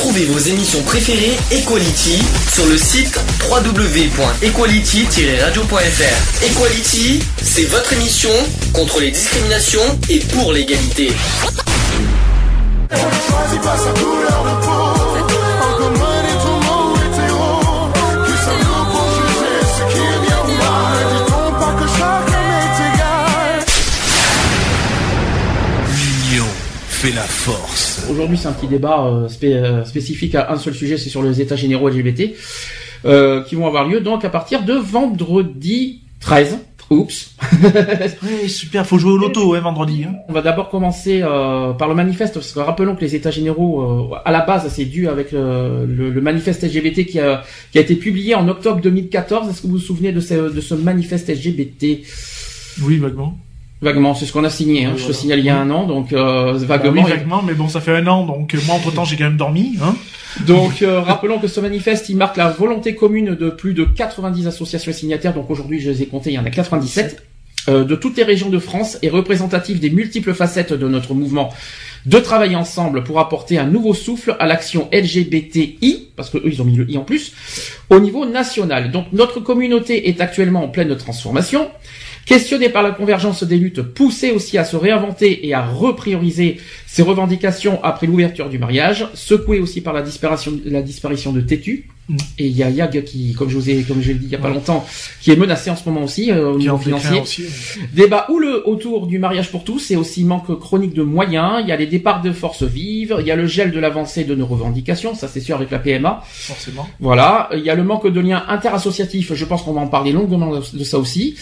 Retrouvez vos émissions préférées Equality sur le site www.equality-radio.fr. Equality, c'est votre émission contre les discriminations et pour l'égalité. Fait la force. Aujourd'hui, c'est un petit débat spécifique à un seul sujet, c'est sur les états généraux LGBT qui vont avoir lieu donc à partir de vendredi 13. Oups. Oui, super, faut jouer au loto vendredi. On va d'abord commencer par le manifeste, parce que rappelons que les états généraux, à la base, c'est dû avec le manifeste LGBT qui a été publié en octobre 2014. Est-ce que vous vous souvenez de ce manifeste LGBT? Oui, vaguement. Vaguement, c'est ce qu'on a signé. Oui, je te signale il y a un an, donc vaguement. Oui, vaguement, mais bon, ça fait un an, donc moi entre-temps j'ai quand même dormi. Donc rappelons que ce manifeste, il marque la volonté commune de plus de 90 associations signataires. Donc aujourd'hui, je les ai comptés, il y en a 97 de toutes les régions de France et représentatif des multiples facettes de notre mouvement de travailler ensemble pour apporter un nouveau souffle à l'action LGBTI, parce que eux ils ont mis le I en plus, au niveau national. Donc notre communauté est actuellement en pleine transformation. Questionnée par la convergence des luttes, poussée aussi à se réinventer et à reprioriser ses revendications après l'ouverture du mariage, secouée aussi par la disparition de Tétu. Et il y a Yag qui, comme je l'ai dit il y a pas longtemps, qui est menacé en ce moment aussi au niveau financier. Débat houleux autour du mariage pour tous et aussi manque chronique de moyens. Il y a les départs de forces vives, il y a le gel de l'avancée de nos revendications, ça c'est sûr avec la PMA. Forcément. Voilà, il y a le manque de liens interassociatifs, je pense qu'on va en parler longuement de ça aussi.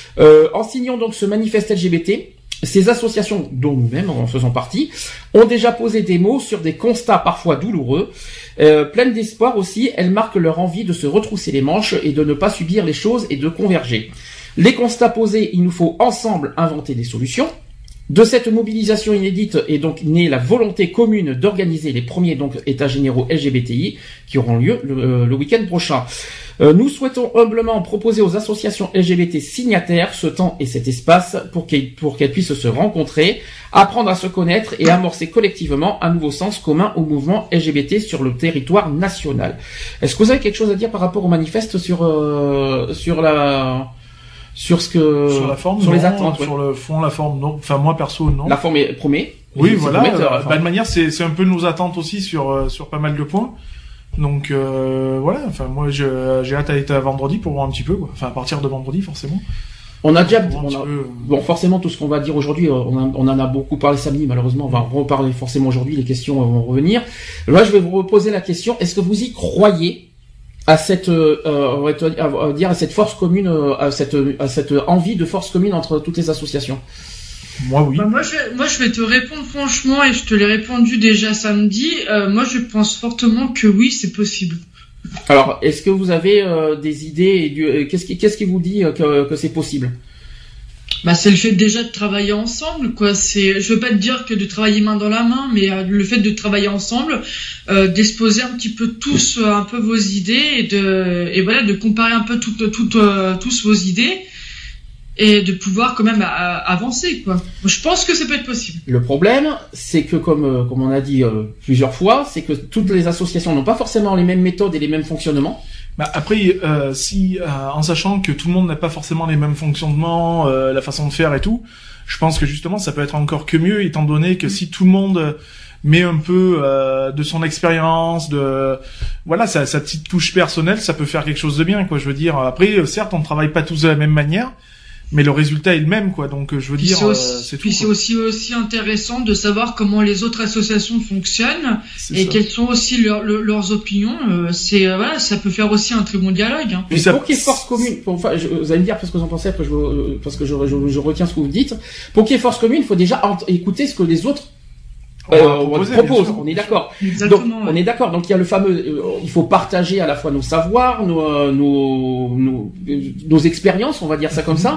En signant donc ce manifeste LGBT, ces associations, dont nous-mêmes en faisant partie, ont déjà posé des mots sur des constats parfois douloureux. Pleines d'espoir aussi, elles marquent leur envie de se retrousser les manches et de ne pas subir les choses et de converger. Les constats posés, il nous faut ensemble inventer des solutions. De cette mobilisation inédite est donc née la volonté commune d'organiser les premiers donc états généraux LGBTI qui auront lieu le week-end prochain. Nous souhaitons humblement proposer aux associations LGBT signataires ce temps et cet espace pour qu'elles puissent se rencontrer, apprendre à se connaître et amorcer collectivement un nouveau sens commun au mouvement LGBT sur le territoire national. Est-ce que vous avez quelque chose à dire par rapport au manifeste sur la forme, sur les attentes, sur le fond, la forme, non. Enfin, moi perso, non. La forme promet. Oui, voilà. De manière, c'est un peu nos attentes aussi sur pas mal de points. Donc voilà. Enfin, moi, j'ai hâte à être à vendredi pour voir un petit peu, quoi. Enfin, à partir de vendredi, forcément. Forcément, tout ce qu'on va dire aujourd'hui, on en a beaucoup parlé samedi, malheureusement, on va en reparler forcément aujourd'hui, les questions vont revenir. Là, je vais vous reposer la question, est-ce que vous y croyez à cette à cette force commune, à cette envie de force commune entre toutes les associations? Moi oui. Moi je vais te répondre franchement, et je te l'ai répondu déjà samedi. Moi je pense fortement que oui, c'est possible. Alors, est-ce que vous avez des idées et qu'est-ce qui vous dit que c'est possible? Bah, c'est le fait déjà de travailler ensemble, quoi. Je veux pas te dire que de travailler main dans la main, mais le fait de travailler ensemble, d'exposer un petit peu tous un peu vos idées et voilà, de comparer un peu tous vos idées et de pouvoir quand même avancer, quoi. Je pense que ça peut être possible. Le problème, c'est que comme on a dit plusieurs fois, c'est que toutes les associations n'ont pas forcément les mêmes méthodes et les mêmes fonctionnements. Bah après, en sachant que tout le monde n'a pas forcément les mêmes fonctionnements, la façon de faire et tout, je pense que justement ça peut être encore que mieux, étant donné que si tout le monde met un peu de son expérience, voilà, sa petite touche personnelle, ça peut faire quelque chose de bien, quoi. Je veux dire, après, certes, on ne travaille pas tous de la même manière, mais le résultat est le même, quoi. Donc, je veux dire, c'est tout. Puis c'est aussi intéressant de savoir comment les autres associations fonctionnent et quelles sont aussi leurs opinions. Voilà, ça peut faire aussi un très bon dialogue. Hein. Mais pour qu'il y ait force commune, vous allez me dire parce que vous en pensez après, parce que je retiens ce que vous dites. Pour qu'il y ait force commune, il faut déjà écouter ce que les autres propose, on est d'accord. Donc, on est d'accord. Donc il y a le fameux, il faut partager à la fois nos savoirs, nos expériences, on va dire ça comme ça.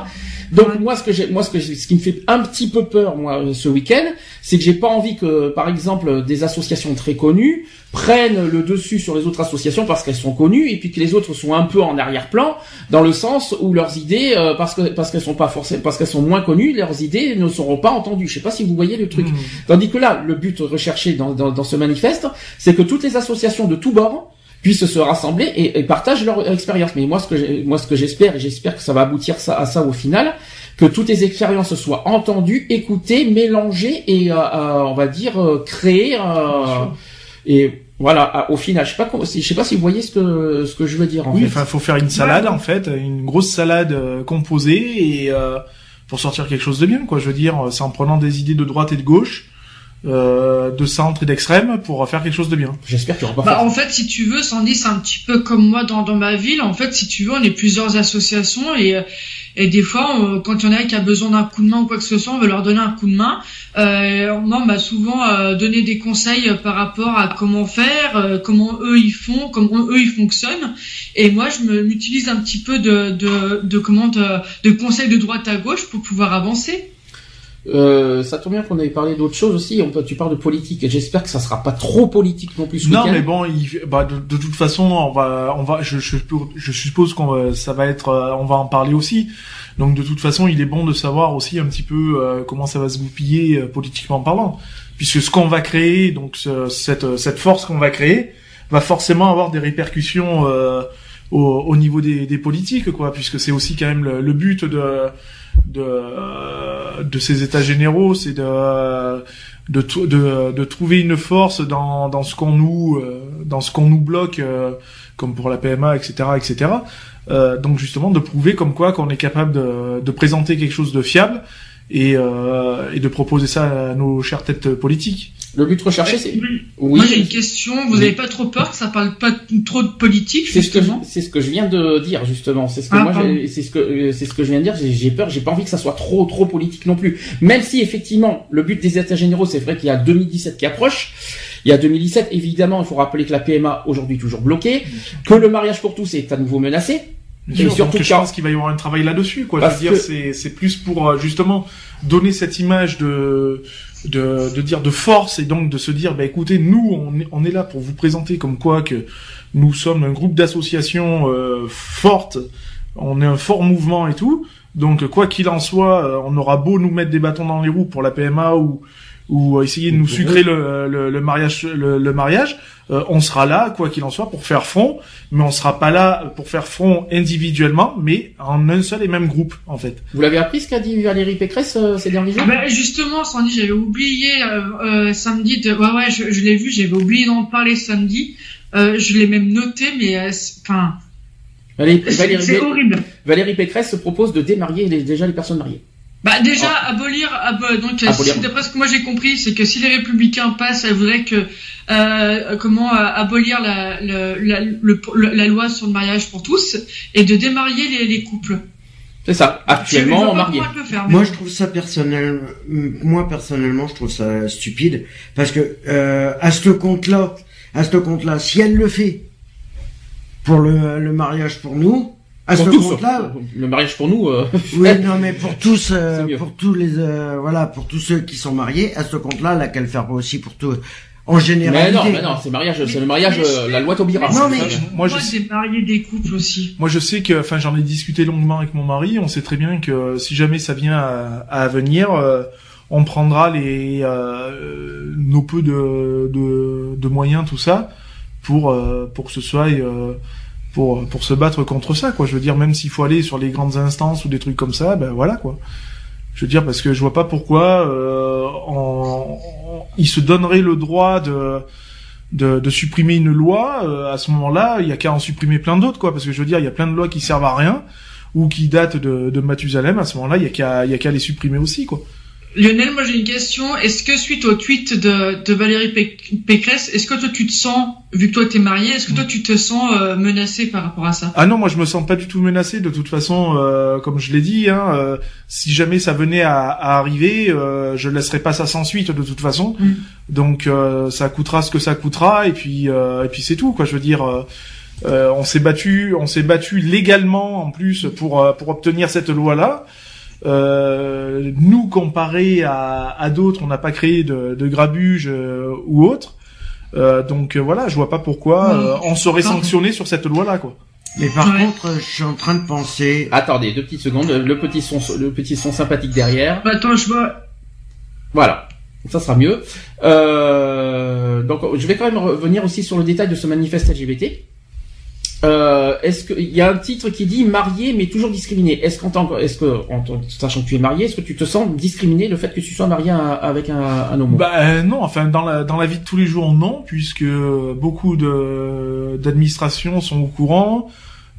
Donc moi, ce qui me fait un petit peu peur, moi, ce week-end, c'est que j'ai pas envie que, par exemple, des associations très connues prennent le dessus sur les autres associations parce qu'elles sont connues, et puis que les autres sont un peu en arrière-plan, dans le sens où leurs idées, parce qu'elles sont pas forcément, parce qu'elles sont moins connues, leurs idées ne seront pas entendues. Je sais pas si vous voyez le truc. Tandis que là, le but recherché dans ce manifeste, c'est que toutes les associations de tous bords puissent se rassembler et partagent leur expérience. Mais moi, ce que j'espère, et j'espère que ça va aboutir à ça au final, que toutes les expériences soient entendues, écoutées, mélangées et, on va dire, créées, et voilà, au final, je sais pas si vous voyez ce que je veux dire, en fait. Enfin, faut faire une salade, en fait, une grosse salade composée, et pour sortir quelque chose de bien, quoi. Je veux dire, c'est en prenant des idées de droite et de gauche, de centre et d'extrême, pour faire quelque chose de bien. J'espère qu'il y aura pas. En fait, si tu veux, Sandy, c'est un petit peu comme moi dans ma ville. En fait, si tu veux, on est plusieurs associations, et des fois, quand il y en a qui a besoin d'un coup de main ou quoi que ce soit, on veut leur donner un coup de main. Moi, on m'a souvent donné des conseils par rapport à comment faire, comment eux ils font, comment eux ils fonctionnent. Et moi, je m'utilise un petit peu de conseils de droite à gauche pour pouvoir avancer. Ça tombe bien qu'on avait parlé d'autre chose aussi. Tu parles de politique, et j'espère que ça sera pas trop politique non plus ce week-end. Non, mais bon, de toute façon, on va, je suppose ça va être, on va en parler aussi. Donc, de toute façon, il est bon de savoir aussi un petit peu comment ça va se goupiller politiquement parlant, puisque ce qu'on va créer, donc cette force qu'on va créer, va forcément avoir des répercussions au niveau des politiques, quoi, puisque c'est aussi quand même le but de ces états généraux, c'est de trouver une force dans ce qu'on nous bloque, comme pour la PMA, etc. Donc justement de prouver comme quoi qu'on est capable de présenter quelque chose de fiable et de proposer ça à nos chères têtes politiques. Le but recherché, c'est... Oui. Moi, j'ai une question. Vous n'avez pas trop peur que ça parle pas trop de politique, justement? C'est ce que je viens de dire, justement. C'est ce que je viens de dire. J'ai peur. J'ai pas envie que ça soit trop politique non plus. Même si, effectivement, le but des états généraux, c'est vrai qu'il y a 2017 qui approche. Il y a 2017, évidemment, il faut rappeler que la PMA, aujourd'hui, toujours bloquée. Que le mariage pour tous est à nouveau menacé. Et surtout, je pense qu'il va y avoir un travail là-dessus, quoi. Je veux dire, c'est plus pour, justement, donner cette image de force, et donc de se dire, écoutez, nous on est là pour vous présenter comme quoi que nous sommes un groupe d'associations fortes, on est un fort mouvement et tout, donc quoi qu'il en soit, on aura beau nous mettre des bâtons dans les roues pour la PMA ou essayer de nous sucrer le mariage, on sera là, quoi qu'il en soit, pour faire front, mais on sera pas là pour faire front individuellement, mais en un seul et même groupe, en fait. Vous l'avez appris ce qu'a dit Valérie Pécresse ces derniers jours? Justement, Sandy, j'avais oublié samedi ouais, je l'ai vu, j'avais oublié d'en parler samedi. Je l'ai même noté, mais c'est horrible. Valérie Pécresse se propose de démarier déjà les personnes mariées. Abolir. D'après ce que moi j'ai compris, c'est que si les Républicains passent, elle voudrait que abolir la loi sur le mariage pour tous et de démarier les couples. C'est ça. Actuellement mariés. Moi, je trouve ça personnellement, je trouve ça stupide, parce que à ce compte-là, si elle le fait pour le mariage pour nous. À ce compte-là, le mariage pour nous. Oui, non, mais pour tous, pour tous les, pour tous ceux qui sont mariés, à ce compte-là, là, qu'elle faire aussi pour tout, en généralité. Mais non, c'est le mariage, la loi Taubira. Non, mais moi, j'ai marié des couples aussi. Moi, je sais que, j'en ai discuté longuement avec mon mari. On sait très bien que si jamais ça vient à venir, on prendra nos peu de moyens, tout ça, pour que ce soit. Pour se battre contre ça, quoi. Je veux dire, même s'il faut aller sur les grandes instances ou des trucs comme ça, voilà, quoi. Je veux dire, parce que je vois pas pourquoi il se donnerait le droit de supprimer une loi. À ce moment-là, il y a qu'à en supprimer plein d'autres, quoi. Parce que je veux dire, il y a plein de lois qui servent à rien ou qui datent de Mathusalem. À ce moment-là, il y a qu'à les supprimer aussi, quoi. Lionel, moi j'ai une question. Est-ce que suite au tweet de Valérie Pécresse, est-ce que toi tu te sens, vu que toi t'es marié, est-ce que toi tu te sens menacé par rapport à ça? Ah non, moi je me sens pas du tout menacé. De toute façon, comme je l'ai dit, si jamais ça venait à arriver, je laisserai pas ça sans suite de toute façon. Donc ça coûtera ce que ça coûtera, et puis c'est tout, quoi. Je veux dire, on s'est battu légalement en plus pour obtenir cette loi-là. Nous, comparé à d'autres, on n'a pas créé de grabuge ou autre. Donc voilà, je vois pas pourquoi on serait sanctionné sur cette loi-là, quoi. Mais par contre, je suis en train de penser. Attendez, 2 petites secondes. Le petit son sympathique derrière. Bah, attends, je vois. Voilà. Ça sera mieux. Donc, je vais quand même revenir aussi sur le détail de ce manifeste LGBT. Est-ce qu'il y a un titre qui dit marié mais toujours discriminé? Sachant que tu es marié, est-ce que tu te sens discriminé le fait que tu sois marié avec un homo? Bah non, enfin dans la vie de tous les jours non, puisque beaucoup d'administrations sont au courant.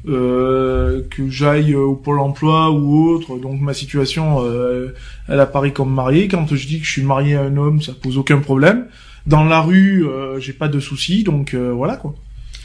Que j'aille au Pôle emploi ou autre, donc ma situation elle apparaît comme marié. Quand je dis que je suis marié à un homme, ça pose aucun problème. Dans la rue, j'ai pas de soucis, donc voilà quoi.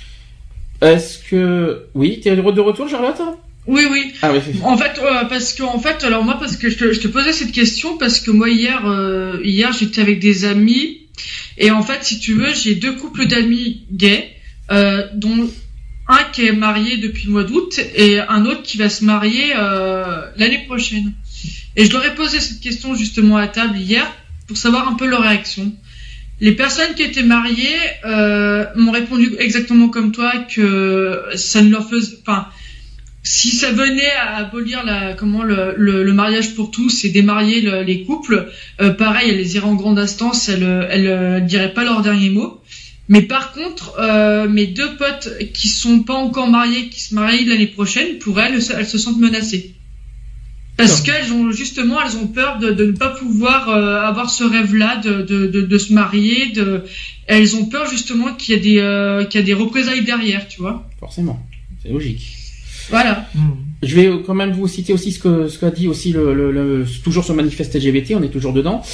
Est-ce que oui, t'es de retour, Charlotte? Oui, oui. Ah, oui. En fait, parce que je te posais cette question parce que moi hier j'étais avec des amis et en fait, si tu veux, j'ai 2 couples d'amis gays, dont un qui est marié depuis le mois d'août et un autre qui va se marier l'année prochaine. Et je leur ai posé cette question justement à table hier pour savoir un peu leur réaction. Les personnes qui étaient mariées m'ont répondu exactement comme toi que ça ne leur faisait, enfin, si ça venait à abolir le mariage pour tous et démarier les couples, pareil, elles iraient en grande instance, elles diraient pas leur dernier mot. Mais par contre, mes 2 potes qui sont pas encore mariés, qui se marient l'année prochaine, pour elles se sentent menacées. Parce qu'elles ont peur de ne pas pouvoir avoir ce rêve-là de se marier. Elles ont peur justement qu'il y a des représailles derrière, tu vois. Forcément, c'est logique. Voilà. Je vais quand même vous citer aussi ce qu'a dit aussi toujours ce manifeste LGBT, on est toujours dedans.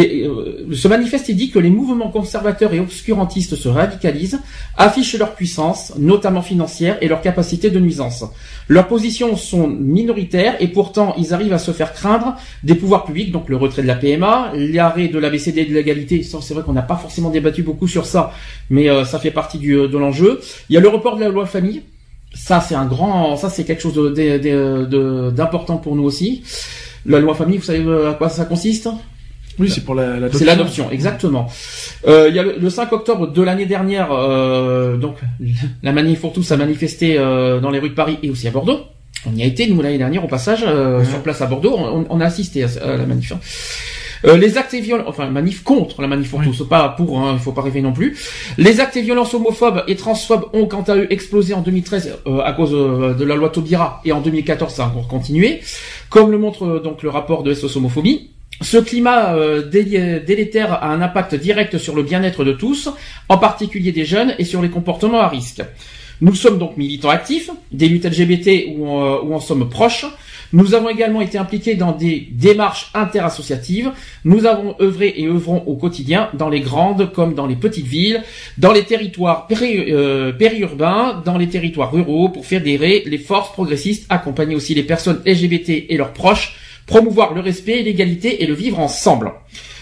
Ce manifeste, il dit que les mouvements conservateurs et obscurantistes se radicalisent, affichent leur puissance, notamment financière, et leur capacité de nuisance. Leurs positions sont minoritaires et pourtant ils arrivent à se faire craindre des pouvoirs publics, donc le retrait de la PMA, l'arrêt de l'ABCD de l'égalité. C'est vrai qu'on n'a pas forcément débattu beaucoup sur ça, mais ça fait partie de l'enjeu. Il y a le report de la loi famille. Ça c'est quelque chose d'important pour nous aussi. La loi famille, vous savez à quoi ça consiste? Oui, c'est pour l'adoption. C'est l'adoption, exactement. Il y a le 5 octobre de l'année dernière, donc la manif pour tous a manifesté dans les rues de Paris et aussi à Bordeaux. On y a été nous l'année dernière au passage sur place à Bordeaux. On a assisté à la manif. Les actes et violences, enfin manif contre la manif pour tous, pas pour, il faut pas rêver non plus. Les actes et violences homophobes et transphobes ont quant à eux explosé en 2013 à cause de la loi Taubira, et en 2014 ça a encore continué, comme le montre donc le rapport de SOS Homophobie. Ce climat délétère a un impact direct sur le bien-être de tous, en particulier des jeunes, et sur les comportements à risque. Nous sommes donc militants actifs, des luttes LGBT où en sommes proches. Nous avons également été impliqués dans des démarches interassociatives. Nous avons œuvré et œuvrons au quotidien dans les grandes comme dans les petites villes, dans les territoires périurbains, dans les territoires ruraux pour fédérer les forces progressistes, accompagner aussi les personnes LGBT et leurs proches, promouvoir le respect, l'égalité et le vivre ensemble.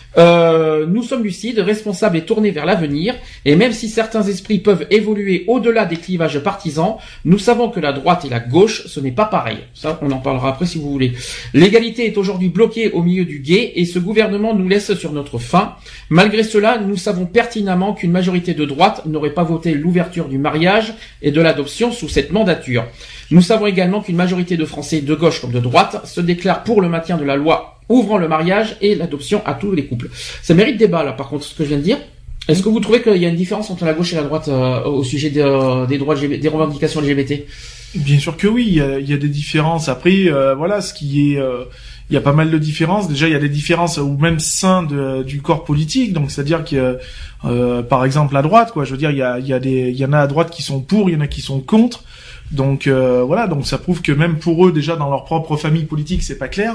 Nous sommes lucides, responsables et tournés vers l'avenir, et même si certains esprits peuvent évoluer au-delà des clivages partisans, nous savons que la droite et la gauche, ce n'est pas pareil. Ça, on en parlera après si vous voulez. L'égalité est aujourd'hui bloquée au milieu du gué, et ce gouvernement nous laisse sur notre faim. Malgré cela, nous savons pertinemment qu'une majorité de droite n'aurait pas voté l'ouverture du mariage et de l'adoption sous cette mandature. Nous savons également qu'une majorité de Français de gauche comme de droite se déclarent pour le maintien de la loi ouvrant le mariage et l'adoption à tous les couples. Ça mérite débat, là, par contre, ce que je viens de dire. Est-ce que vous trouvez qu'il y a une différence entre la gauche et la droite au sujet des droits des revendications LGBT? Bien sûr que oui, il y a des différences. Après, voilà, ce qui est... il y a pas mal de différences. Déjà, il y a des différences au même sein du corps politique. Donc, c'est-à-dire que, par exemple, la droite, quoi. Je veux dire, il y en a à droite qui sont pour, il y en a qui sont contre. Donc, voilà. Donc, ça prouve que même pour eux, déjà, dans leur propre famille politique, c'est pas clair.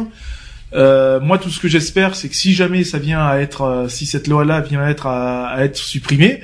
Moi, tout ce que j'espère, c'est que si jamais ça vient à être, si cette loi-là vient à être supprimée,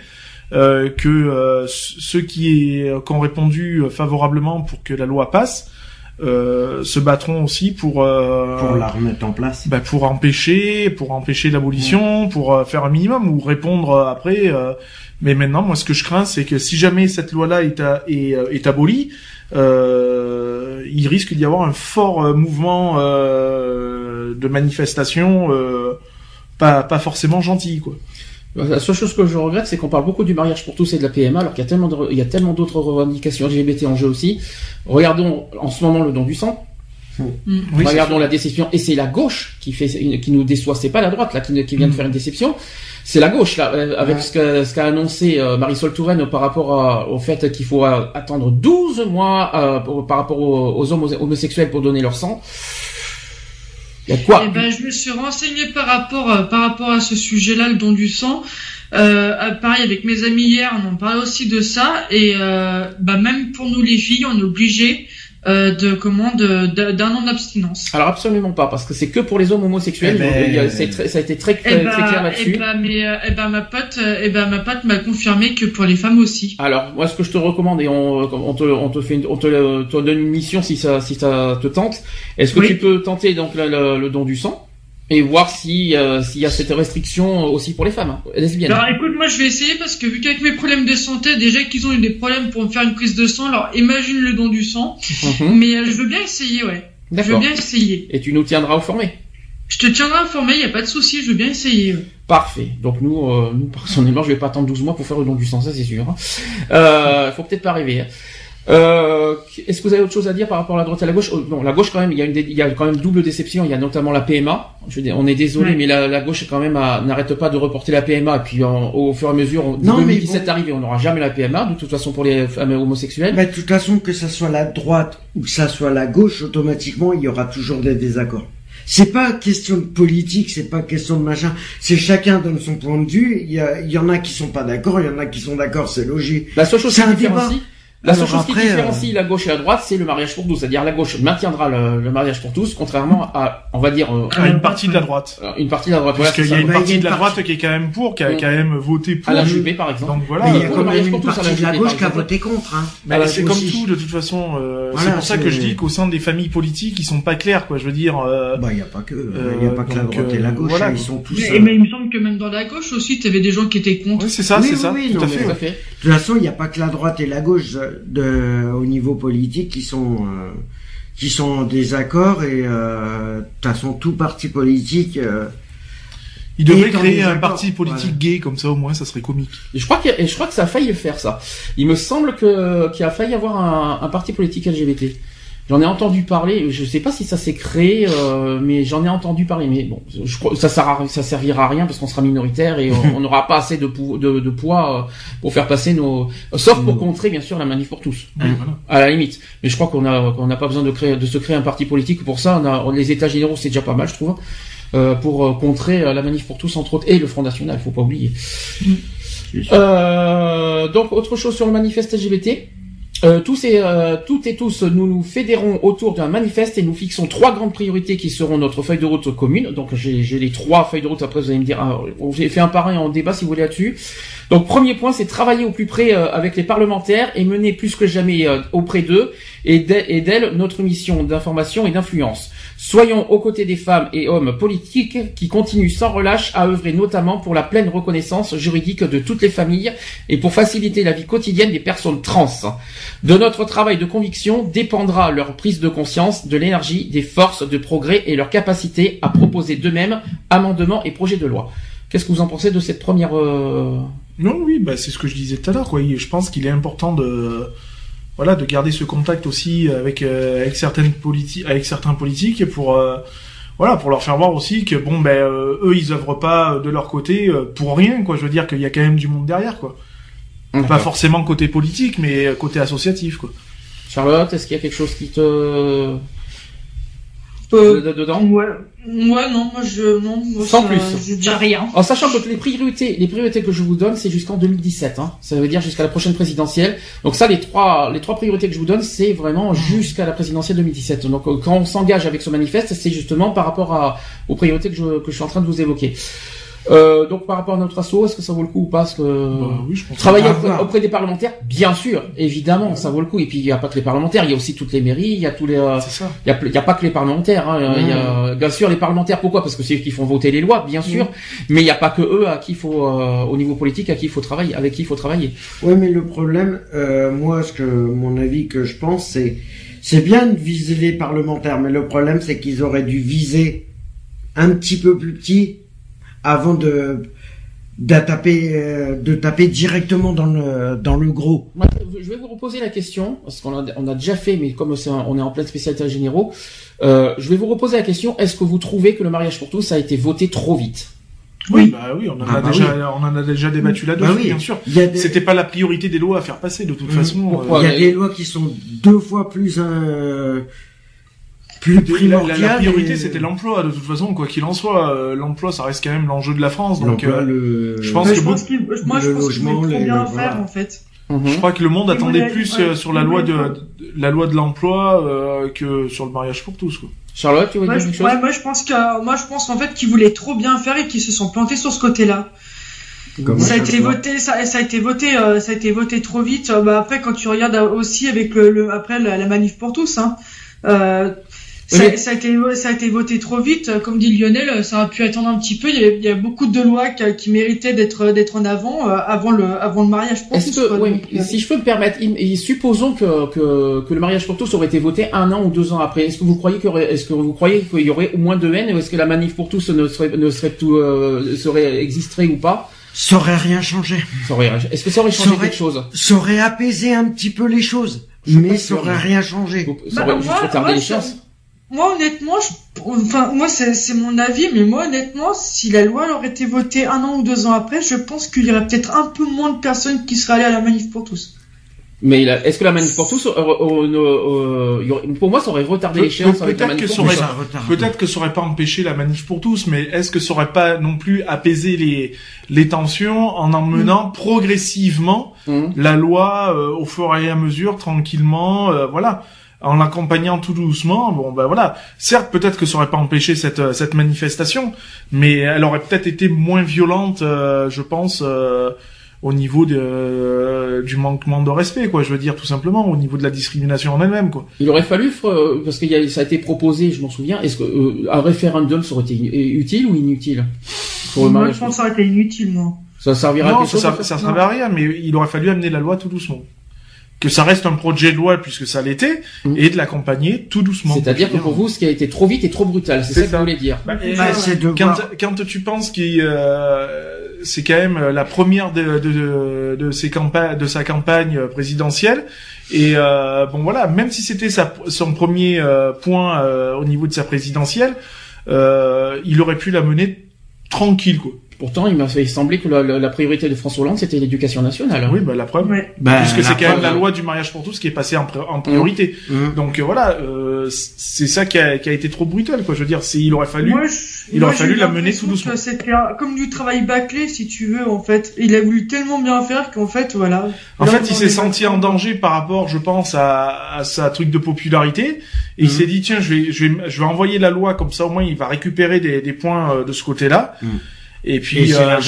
que ceux qui ont répondu favorablement pour que la loi passe se battront aussi pour la remettre en place, pour empêcher l'abolition, pour faire un minimum ou répondre après. Mais maintenant, moi, ce que je crains, c'est que si jamais cette loi-là est abolie, il risque d'y avoir un fort mouvement de manifestations pas forcément gentilles, quoi. La seule chose que je regrette, c'est qu'on parle beaucoup du mariage pour tous et de la PMA, alors qu'il y a tellement d'autres revendications LGBT en jeu aussi. Regardons en ce moment le don du sang. Oui, regardons la déception, et c'est la gauche qui nous déçoit, c'est pas la droite là qui vient de faire une déception, c'est la gauche là, avec ce qu'a annoncé Marisol Touraine par rapport au fait qu'il faut attendre 12 mois par rapport aux hommes homosexuels pour donner leur sang. Il y a quoi? Je me suis renseignée par rapport à ce sujet-là, le don du sang. Pareil avec mes amis hier, on en parlait aussi de ça, et même pour nous les filles, on est obligé d'un an d'abstinence. Alors absolument pas, parce que c'est que pour les hommes homosexuels. Ça a été très clair là-dessus. Ma pote m'a confirmé que pour les femmes aussi. Alors moi, ce que je te recommande, et on te donne une mission si ça te tente. Est-ce que tu peux tenter donc le don du sang et voir s'il y a cette restriction aussi pour les femmes lesbiennes? Alors écoute, moi je vais essayer, parce que vu qu'avec mes problèmes de santé, déjà qu'ils ont eu des problèmes pour me faire une prise de sang, alors imagine le don du sang. Mais je veux bien essayer, ouais. D'accord. Je veux bien essayer. Et tu nous tiendras informés? Je te tiendrai informé, y a pas de souci, je veux bien essayer. Ouais. Parfait. Donc nous personnellement, je vais pas attendre 12 mois pour faire le don du sang, ça c'est sûr. Faut peut-être pas rêver. Est-ce que vous avez autre chose à dire par rapport à la droite et à la gauche? Non, la gauche quand même, il y a quand même double déception. Il y a notamment la PMA. Je veux dire, on est désolé, mais la gauche quand même n'arrête pas de reporter la PMA. Et puis au fur et à mesure, 2017 arrivé, on n'aura jamais la PMA de toute façon pour les femmes homosexuelles. De toute façon, que ça soit la droite ou que ça soit la gauche, automatiquement, il y aura toujours des désaccords. C'est pas question de politique, c'est pas question de machin. C'est chacun donne son point de vue. Il y en a qui sont pas d'accord, il y en a qui sont d'accord, c'est logique. La seule chose c'est un débat. La seule chose qui différencie la gauche et la droite, c'est le mariage pour tous. C'est-à-dire la gauche maintiendra le mariage pour tous, contrairement à, on va dire, à une partie de la droite. Une partie de la droite. Parce qu'il y a une partie de la droite qui est quand même pour, qui a quand même voté pour. À la Juppé, par exemple. Donc voilà. Mais il y a quand même une partie de la gauche qui a voté contre, hein. C'est comme tout, de toute façon. C'est pour ça que je dis qu'au sein des familles politiques, ils sont pas clairs, quoi. Je veux dire. Il y a pas que la droite et la gauche. Ils sont tous. Mais il me semble que même dans la gauche aussi, t'avais des gens qui étaient contre. Oui, c'est ça. Tout à fait. De toute façon, il n'y a pas que la droite et la gauche au niveau politique qui sont en désaccord, et de toute façon tout parti politique il devrait créer un parti politique gay, comme ça au moins ça serait comique. Et je crois que ça a failli le faire, ça. Il me semble qu'il a failli avoir un parti politique LGBT. J'en ai entendu parler, je sais pas si ça s'est créé, mais j'en ai entendu parler. Mais bon, je crois ça servira à rien parce qu'on sera minoritaire et on n'aura pas assez de poids pour faire passer sauf pour contrer bien sûr la manif pour tous, à la limite. Mais je crois qu'on n'a pas besoin de se créer un parti politique pour ça. Les États généraux, c'est déjà pas mal, je trouve, pour contrer la manif pour tous entre autres, et le Front National, faut pas oublier. Donc autre chose sur le manifeste LGBT. Toutes et tous, nous nous fédérons autour d'un manifeste et nous fixons 3 grandes priorités qui seront notre feuille de route commune. Donc j'ai les 3 feuilles de route. Après vous allez me dire, j'ai fait un par un en débat si vous voulez là-dessus. Donc premier point, c'est travailler au plus près avec les parlementaires et mener plus que jamais auprès d'eux et d'elles notre mission d'information et d'influence. Soyons aux côtés des femmes et hommes politiques qui continuent sans relâche à œuvrer notamment pour la pleine reconnaissance juridique de toutes les familles et pour faciliter la vie quotidienne des personnes trans. De notre travail de conviction dépendra leur prise de conscience de l'énergie, des forces de progrès et leur capacité à proposer d'eux-mêmes amendements et projets de loi. Qu'est-ce que vous en pensez de cette première... Non, oui, c'est ce que je disais tout à l'heure, quoi. Je pense qu'il est important de garder ce contact aussi avec certains politiques pour leur faire voir aussi que eux ils œuvrent pas de leur côté pour rien, quoi. Je veux dire qu'il y a quand même du monde derrière, quoi. Pas forcément côté politique, mais côté associatif, quoi. Charlotte, est-ce qu'il y a quelque chose qui te dedans? Ouais, non, moi sans plus. Je dis rien. En sachant que les priorités que je vous donne, c'est jusqu'en 2017, hein. Ça veut dire jusqu'à la prochaine présidentielle. Donc ça, les trois priorités que je vous donne, c'est vraiment jusqu'à la présidentielle 2017. Donc quand on s'engage avec ce manifeste, c'est justement par rapport aux priorités que je suis en train de vous évoquer. Donc par rapport à notre asso, est-ce que ça vaut le coup ou pas? Parce que oui, je pense travailler auprès des parlementaires, bien sûr, évidemment, ça vaut le coup. Et puis il y a pas que les parlementaires, il y a aussi toutes les mairies, il y a tous les, il y a pas que les parlementaires. Hein. Il y a bien sûr les parlementaires. Pourquoi? Parce que c'est eux qui font voter les lois, bien sûr. Mais il y a pas que eux à qui il faut, au niveau politique, à qui il faut travailler, avec qui il faut travailler. Ouais, mais le problème, moi, mon avis que je pense, c'est bien de viser les parlementaires, mais le problème, c'est qu'ils auraient dû viser un petit peu plus petit avant de taper directement dans le gros. Moi, je vais vous reposer la question parce qu'on a déjà fait, mais comme on est en pleine spécialité généraux, je vais vous reposer la question. Est-ce que vous trouvez que le mariage pour tous a été voté trop vite? Oui, on en a déjà débattu là-dessus, bien sûr. C'était pas la priorité des lois à faire passer, de toute façon. Il y a des lois qui sont 2 fois plus primordiales. La priorité, c'était l'emploi, de toute façon, quoi qu'il en soit. L'emploi, ça reste quand même l'enjeu de la France. Donc, je pense qu'il voulait trop bien faire, en fait. Je crois que le monde attendait plus sur la loi de l'emploi que sur le mariage pour tous, quoi. Charlotte, tu veux dire quelque chose? Moi, je pense en fait qu'ils voulaient trop bien faire et qu'ils se sont plantés sur ce côté-là. Ça a été voté trop vite. Après, quand tu regardes aussi avec après la manif pour tous, ça a été voté trop vite. Comme dit Lionel, ça aurait pu attendre un petit peu. Il y a beaucoup de lois qui méritaient d'être en avant le mariage pour tous. Si je peux me permettre, supposons que le mariage pour tous aurait été voté 1 an ou 2 ans après. Est-ce que vous croyez qu'il y aurait au moins de haine, ou est-ce que la manif pour tous existerait ou pas? Ça aurait rien changé. Est-ce que ça aurait changé quelque chose? Ça aurait apaisé un petit peu les choses, mais ça aurait rien changé. Ça aurait juste retardé les chances. Moi, honnêtement, moi, c'est mon avis, mais moi, honnêtement, si la loi aurait été votée 1 an ou 2 ans après, je pense qu'il y aurait peut-être un peu moins de personnes qui seraient allées à la manif pour tous. Mais est-ce que la manif pour tous, pour moi, ça aurait retardé les chances. Peut-être que ça aurait pas empêché la manif pour tous, mais est-ce que ça aurait pas non plus apaisé les tensions en emmenant progressivement la loi au fur et à mesure, tranquillement, voilà. En l'accompagnant tout doucement, certes, peut-être que ça aurait pas empêché cette manifestation, mais elle aurait peut-être été moins violente, je pense, au niveau du manquement de respect, quoi. Je veux dire, tout simplement, au niveau de la discrimination en elle-même, quoi. Il aurait fallu, parce que ça a été proposé, je m'en souviens, est-ce que un référendum ça aurait été utile ou inutile pour le mariage? Moi, je pense que ça aurait été inutile, moi. Ça servira à quelque chose? Ça servait à rien, mais il aurait fallu amener la loi tout doucement. Que ça reste un projet de loi puisque ça l'était, et de l'accompagner tout doucement. C'est-à-dire que pour vous, ce qui a été trop vite et trop brutal, c'est ça que vous voulez dire. Quand tu penses c'est quand même la première de sa campagne présidentielle, et même si c'était son premier point au niveau de sa présidentielle, il aurait pu la mener tranquille, quoi. Pourtant, il m'a fait sembler que la priorité de François Hollande, c'était l'éducation nationale. Oui, la preuve. Ouais. Puisque c'est quand même la loi du mariage pour tous qui est passée en priorité. Donc c'est ça qui a été trop brutal, quoi. Je veux dire, il aurait fallu la mener tout doucement. C'était comme du travail bâclé, si tu veux, en fait. Il a voulu tellement bien faire qu'en fait, voilà. En fait, il s'est senti en danger par rapport, je pense, à sa truc de popularité. Et il s'est dit, tiens, je vais envoyer la loi, comme ça, au moins, il va récupérer des points de ce côté-là. Et puis,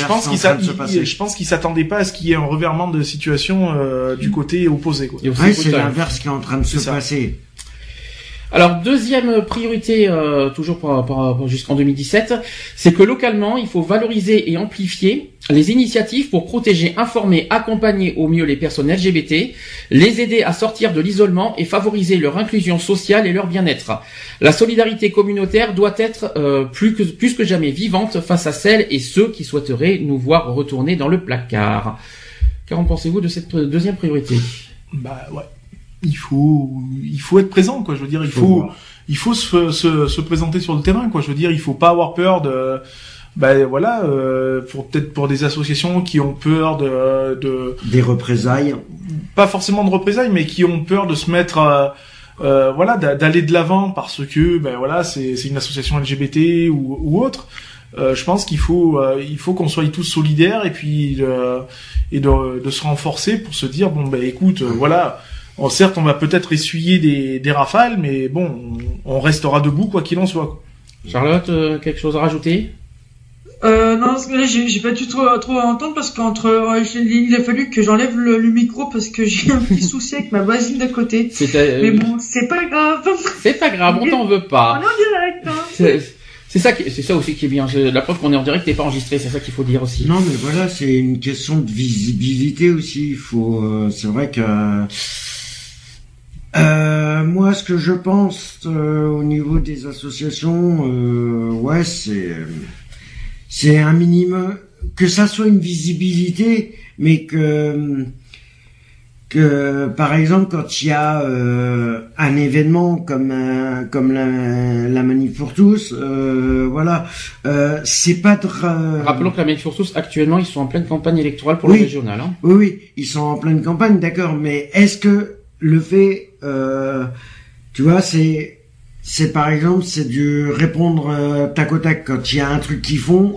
je pense qu'il s'attendait pas à ce qu'il y ait un revirement de situation du côté opposé, quoi. C'est l'inverse qui est en train de se passer. Alors, deuxième priorité, toujours jusqu'en 2017, c'est que localement, il faut valoriser et amplifier les initiatives pour protéger, informer, accompagner au mieux les personnes LGBT, les aider à sortir de l'isolement et favoriser leur inclusion sociale et leur bien-être. La solidarité communautaire doit être plus que jamais vivante face à celles et ceux qui souhaiteraient nous voir retourner dans le placard. Qu'en pensez-vous de cette deuxième priorité? Il faut être présent, quoi. Je veux dire, il faut se présenter sur le terrain, quoi. Je veux dire, il faut pas avoir peur de, pour des associations qui ont peur des représailles. Pas forcément de représailles, mais qui ont peur de se mettre, d'aller de l'avant parce que, c'est une association LGBT ou autre. Je pense qu'il faut qu'on soit tous solidaires et puis de se renforcer pour se dire écoute, certes, on va peut-être essuyer des rafales, mais on restera debout quoi qu'il en soit, quoi. Charlotte, quelque chose à rajouter? Non, parce que là, j'ai pas du tout trop à entendre parce il a fallu que j'enlève le micro parce que j'ai un petit souci avec ma voisine d'à côté. Mais bon, c'est pas grave. C'est pas grave, on t'en veut pas. On est en direct, hein. C'est ça aussi qui est bien. La preuve qu'on est en direct n'est pas enregistré, c'est ça qu'il faut dire aussi. Non, mais voilà, c'est une question de visibilité aussi. C'est vrai que Moi, ce que je pense au niveau des associations, ouais, c'est un minimum, que ça soit une visibilité, mais que par exemple quand il y a un événement comme la Manif pour tous, voilà, c'est pas de Rappelons que la Manif pour tous actuellement ils sont en pleine campagne électorale pour oui, le régional. Hein. Oui, ils sont en pleine campagne, d'accord, mais est-ce que le fait, tu vois, c'est par exemple, c'est du répondre tac au tac quand il y a un truc qu'ils font.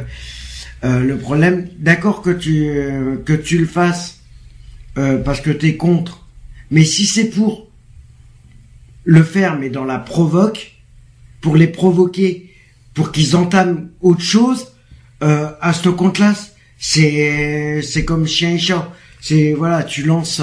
Le problème, d'accord que tu le fasses parce que t'es contre, mais si c'est pour le faire, mais dans la provoque, pour les provoquer, pour qu'ils entament autre chose, à ce compte-là, c'est comme chien et chat. C'est voilà, tu lances,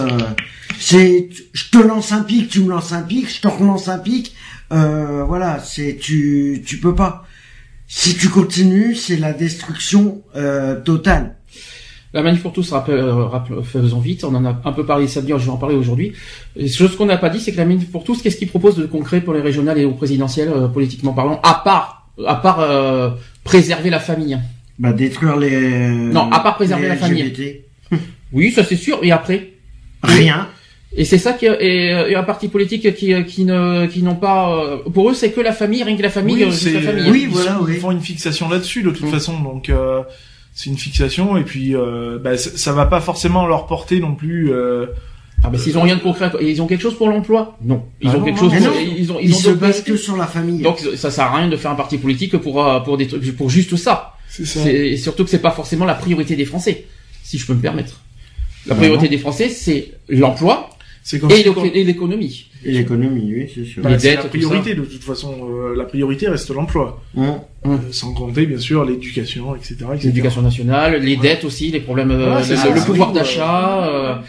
je te lance un pic, tu me lances un pic, je te relance un pic, voilà, tu peux pas. Si tu continues, c'est la destruction totale. La Manif pour tous, faisons vite, on en a un peu parlé samedi, je vais en parler aujourd'hui. Ce qu'on n'a pas dit, c'est que la Manif pour tous, qu'est-ce qu'ils proposent de concret pour les régionales et aux présidentielles, politiquement parlant, à part préserver la famille. Bah détruire les. Non, à part préserver la famille. Oui, ça c'est sûr. Et après, rien. Et c'est ça qui est un parti politique qui n'ont pas pour eux, c'est que la famille, rien que la famille. Oui, la famille. Oui, voilà. Ils font une fixation là-dessus de toute façon, donc. C'est une fixation et puis ça va pas forcément leur porter non plus. Ah ben s'ils ont rien de concret, ils ont quelque chose pour l'emploi. Non, ils ont quelque chose. Ils se basent que sur la famille. Donc ça sert à rien de faire un parti politique pour des trucs, pour juste ça. C'est ça. Et surtout que c'est pas forcément la priorité des Français, si je peux me permettre. La priorité des Français, c'est l'emploi et l'économie. Et l'économie, oui, c'est sûr. C'est la priorité de toute façon. La priorité reste l'emploi. Sans compter bien sûr l'éducation, etc. L'éducation nationale, les dettes aussi, les problèmes, le pouvoir d'achat.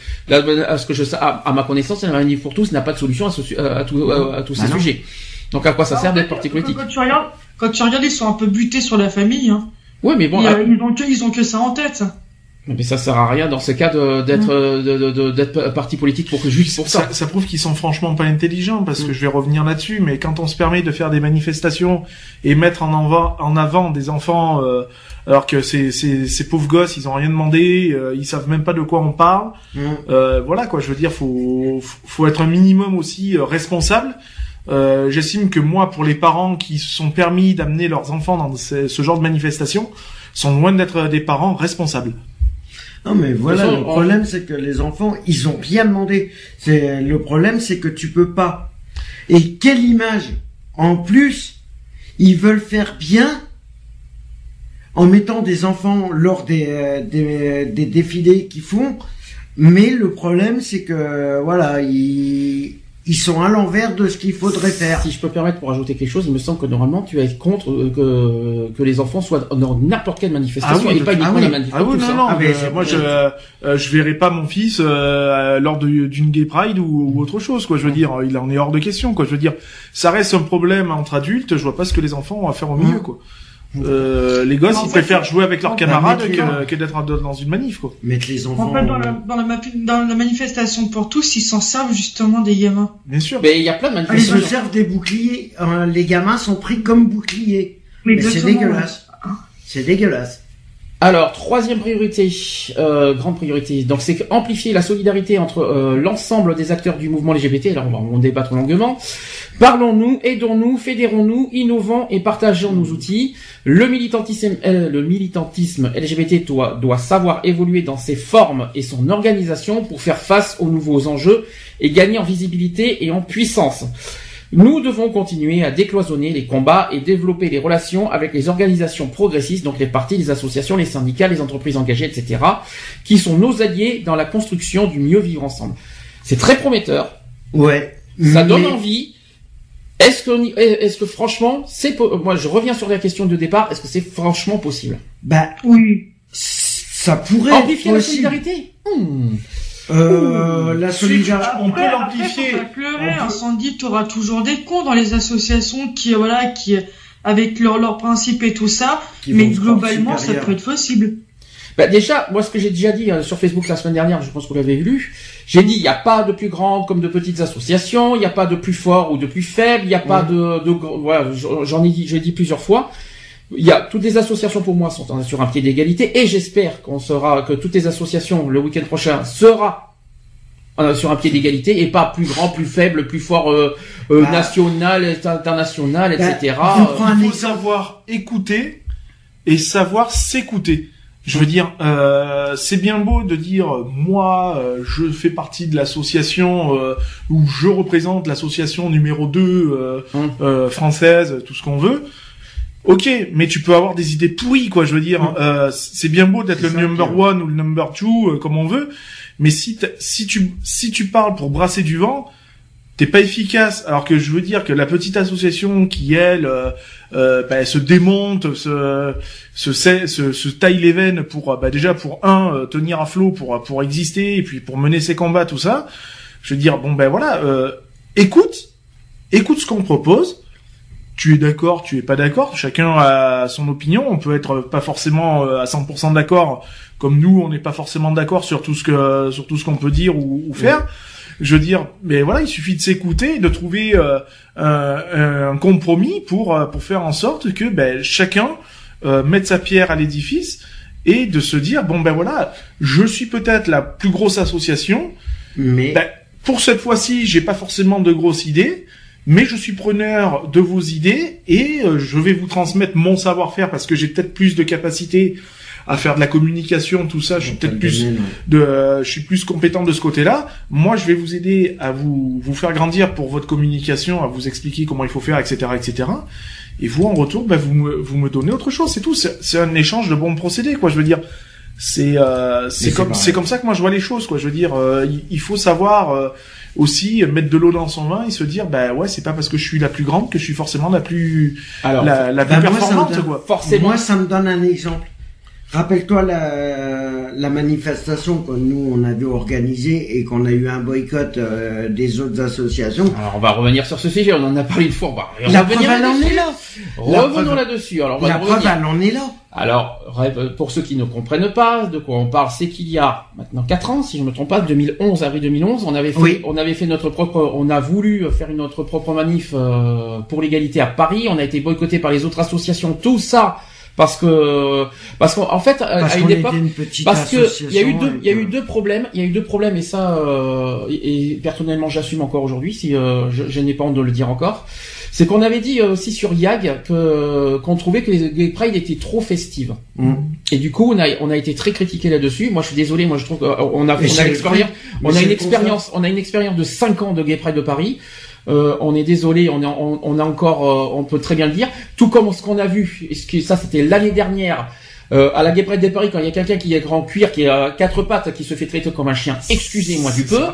À ma connaissance, la Manif pour tous n'a pas de solution à tous ces sujets. Donc à quoi ça sert d'être parti politique? Quand tu regardes, ils sont un peu butés sur la famille. Hein. Oui, mais bon, ils ont que ça en tête. Mais ça sert à rien dans ce cas d'être parti politique pour ça. Ça prouve qu'ils sont franchement pas intelligents parce que je vais revenir là-dessus. Mais quand on se permet de faire des manifestations et mettre en avant des enfants, alors que ces pauvres gosses, ils ont rien demandé, ils savent même pas de quoi on parle. Voilà quoi. Je veux dire, faut être un minimum aussi responsable. J'estime que moi, pour les parents qui se sont permis d'amener leurs enfants dans ce genre de manifestation, sont loin d'être des parents responsables. Non mais voilà, le problème c'est que les enfants, ils ont bien demandé. Le problème c'est que tu peux pas. Et quelle image? En plus, ils veulent faire bien en mettant des enfants lors des défilés qu'ils font. Mais le problème c'est que voilà, ils sont à l'envers de ce qu'il faudrait faire. Si je peux permettre pour ajouter quelque chose, il me semble que normalement tu es contre que les enfants soient dans n'importe quelle manifestation et pas uniquement la manifestation. Moi je verrai pas mon fils lors d'une gay pride ou autre chose quoi. Je veux dire, il en est hors de question quoi. Je veux dire, ça reste un problème entre adultes. Je vois pas ce que les enfants ont à faire au milieu quoi. Les gosses, ils préfèrent jouer avec leurs camarades que d'être dans une manif, quoi. Mettre les enfants. En fait, dans la manifestation pour tous, ils s'en servent justement des gamins. Bien sûr. Mais il y a plein de manifestations. Ils se servent des boucliers. Les gamins sont pris comme boucliers. Mais c'est dégueulasse. C'est dégueulasse. Alors, troisième priorité, grande priorité, donc c'est amplifier la solidarité entre l'ensemble des acteurs du mouvement LGBT. Alors, on va en débattre longuement. Parlons-nous, aidons-nous, fédérons-nous, innovons et partageons nos outils. Le militantisme LGBT doit savoir évoluer dans ses formes et son organisation pour faire face aux nouveaux enjeux et gagner en visibilité et en puissance. Nous devons continuer à décloisonner les combats et développer les relations avec les organisations progressistes, donc les partis, les associations, les syndicats, les entreprises engagées, etc., qui sont nos alliés dans la construction du mieux vivre ensemble. C'est très prometteur. Ouais. Ça donne envie. Est-ce que franchement, moi je reviens sur la question de départ, est-ce que c'est franchement possible? Bah oui. Ça pourrait amplifier être la solidarité. La solidarité, on peut l'amplifier. Faut pas pleurer, incendie, t'auras toujours des cons dans les associations qui avec leurs principes et tout ça, mais globalement ça peut être possible. Bah déjà, moi ce que j'ai déjà dit sur Facebook la semaine dernière, je pense que vous l'avez lu, j'ai dit il n'y a pas de plus grandes comme de petites associations, il n'y a pas de plus fort ou de plus faible, il n'y a pas voilà, j'ai dit plusieurs fois. Il y a toutes les associations pour moi sont sur un pied d'égalité et j'espère que toutes les associations le week-end prochain sera sur un pied d'égalité et pas plus grand, plus faible, plus fort national, international, etc. Il faut savoir écouter et savoir s'écouter. Je veux dire, c'est bien beau de dire moi je fais partie de l'association ou je représente l'association numéro 2 française, tout ce qu'on veut. Ok, mais tu peux avoir des idées pourries, quoi. Je veux dire, c'est bien beau d'être le number 1 ou le number 2 comme on veut, mais si tu parles pour brasser du vent, t'es pas efficace. Alors que je veux dire que la petite association qui elle se démonte, se taille les veines pour déjà pour tenir à flot pour exister et puis pour mener ses combats, tout ça. Je veux dire écoute ce qu'on propose. Tu es d'accord, tu es pas d'accord, chacun a son opinion, on peut être pas forcément à 100% d'accord, comme nous on n'est pas forcément d'accord sur tout ce qu'on peut dire ou faire. Ouais. Je veux dire, mais voilà, il suffit de s'écouter, de trouver un compromis pour faire en sorte que chacun mette sa pierre à l'édifice et de se dire je suis peut-être la plus grosse association, mais pour cette fois-ci, j'ai pas forcément de grosses idées. Mais je suis preneur de vos idées et je vais vous transmettre mon savoir-faire parce que j'ai peut-être plus de capacité à faire de la communication, tout ça. Je suis peut-être je suis plus compétent de ce côté-là. Moi, je vais vous aider à vous faire grandir pour votre communication, à vous expliquer comment il faut faire, etc., etc. Et vous, en retour, vous me donnez autre chose. C'est tout. C'est un échange de bons procédés, quoi. Je veux dire, c'est comme ça que moi je vois les choses, quoi. Je veux dire, il faut savoir. Aussi mettre de l'eau dans son vin et se dire c'est pas parce que je suis la plus grande que je suis forcément la plus la plus performante, quoi. Forcément. Moi ça me donne un exemple. Rappelle-toi la manifestation que nous on avait organisée et qu'on a eu un boycott des autres associations. Alors on va revenir sur ce sujet, on en a parlé une fois. La preuve elle en est là. Revenons là-dessus. Alors la preuve elle en est là. Alors, pour ceux qui ne comprennent pas de quoi on parle, c'est qu'il y a maintenant 4 ans, si je me trompe pas, 2011, avril 2011, on a voulu faire notre propre manif pour l'égalité à Paris. On a été boycotté par les autres associations, tout ça parce qu'en fait à une époque, parce que il y a eu deux problèmes et ça et personnellement j'assume encore aujourd'hui si je n'ai pas honte de le dire encore. C'est qu'on avait dit aussi sur YAG qu'on trouvait que les Gay Pride étaient trop festives. Et du coup, on a été très critiqué là-dessus. Moi, je suis désolé. Moi, je trouve qu'on a une expérience de 5 ans de Gay Pride de Paris. On est désolé. On a encore, on peut très bien le dire. Tout comme ce qu'on a vu. Ça, c'était l'année dernière. À la Gay Pride de Paris, quand il y a quelqu'un qui est grand cuir, qui a 4 pattes, qui se fait traiter comme un chien. Excusez-moi du peu.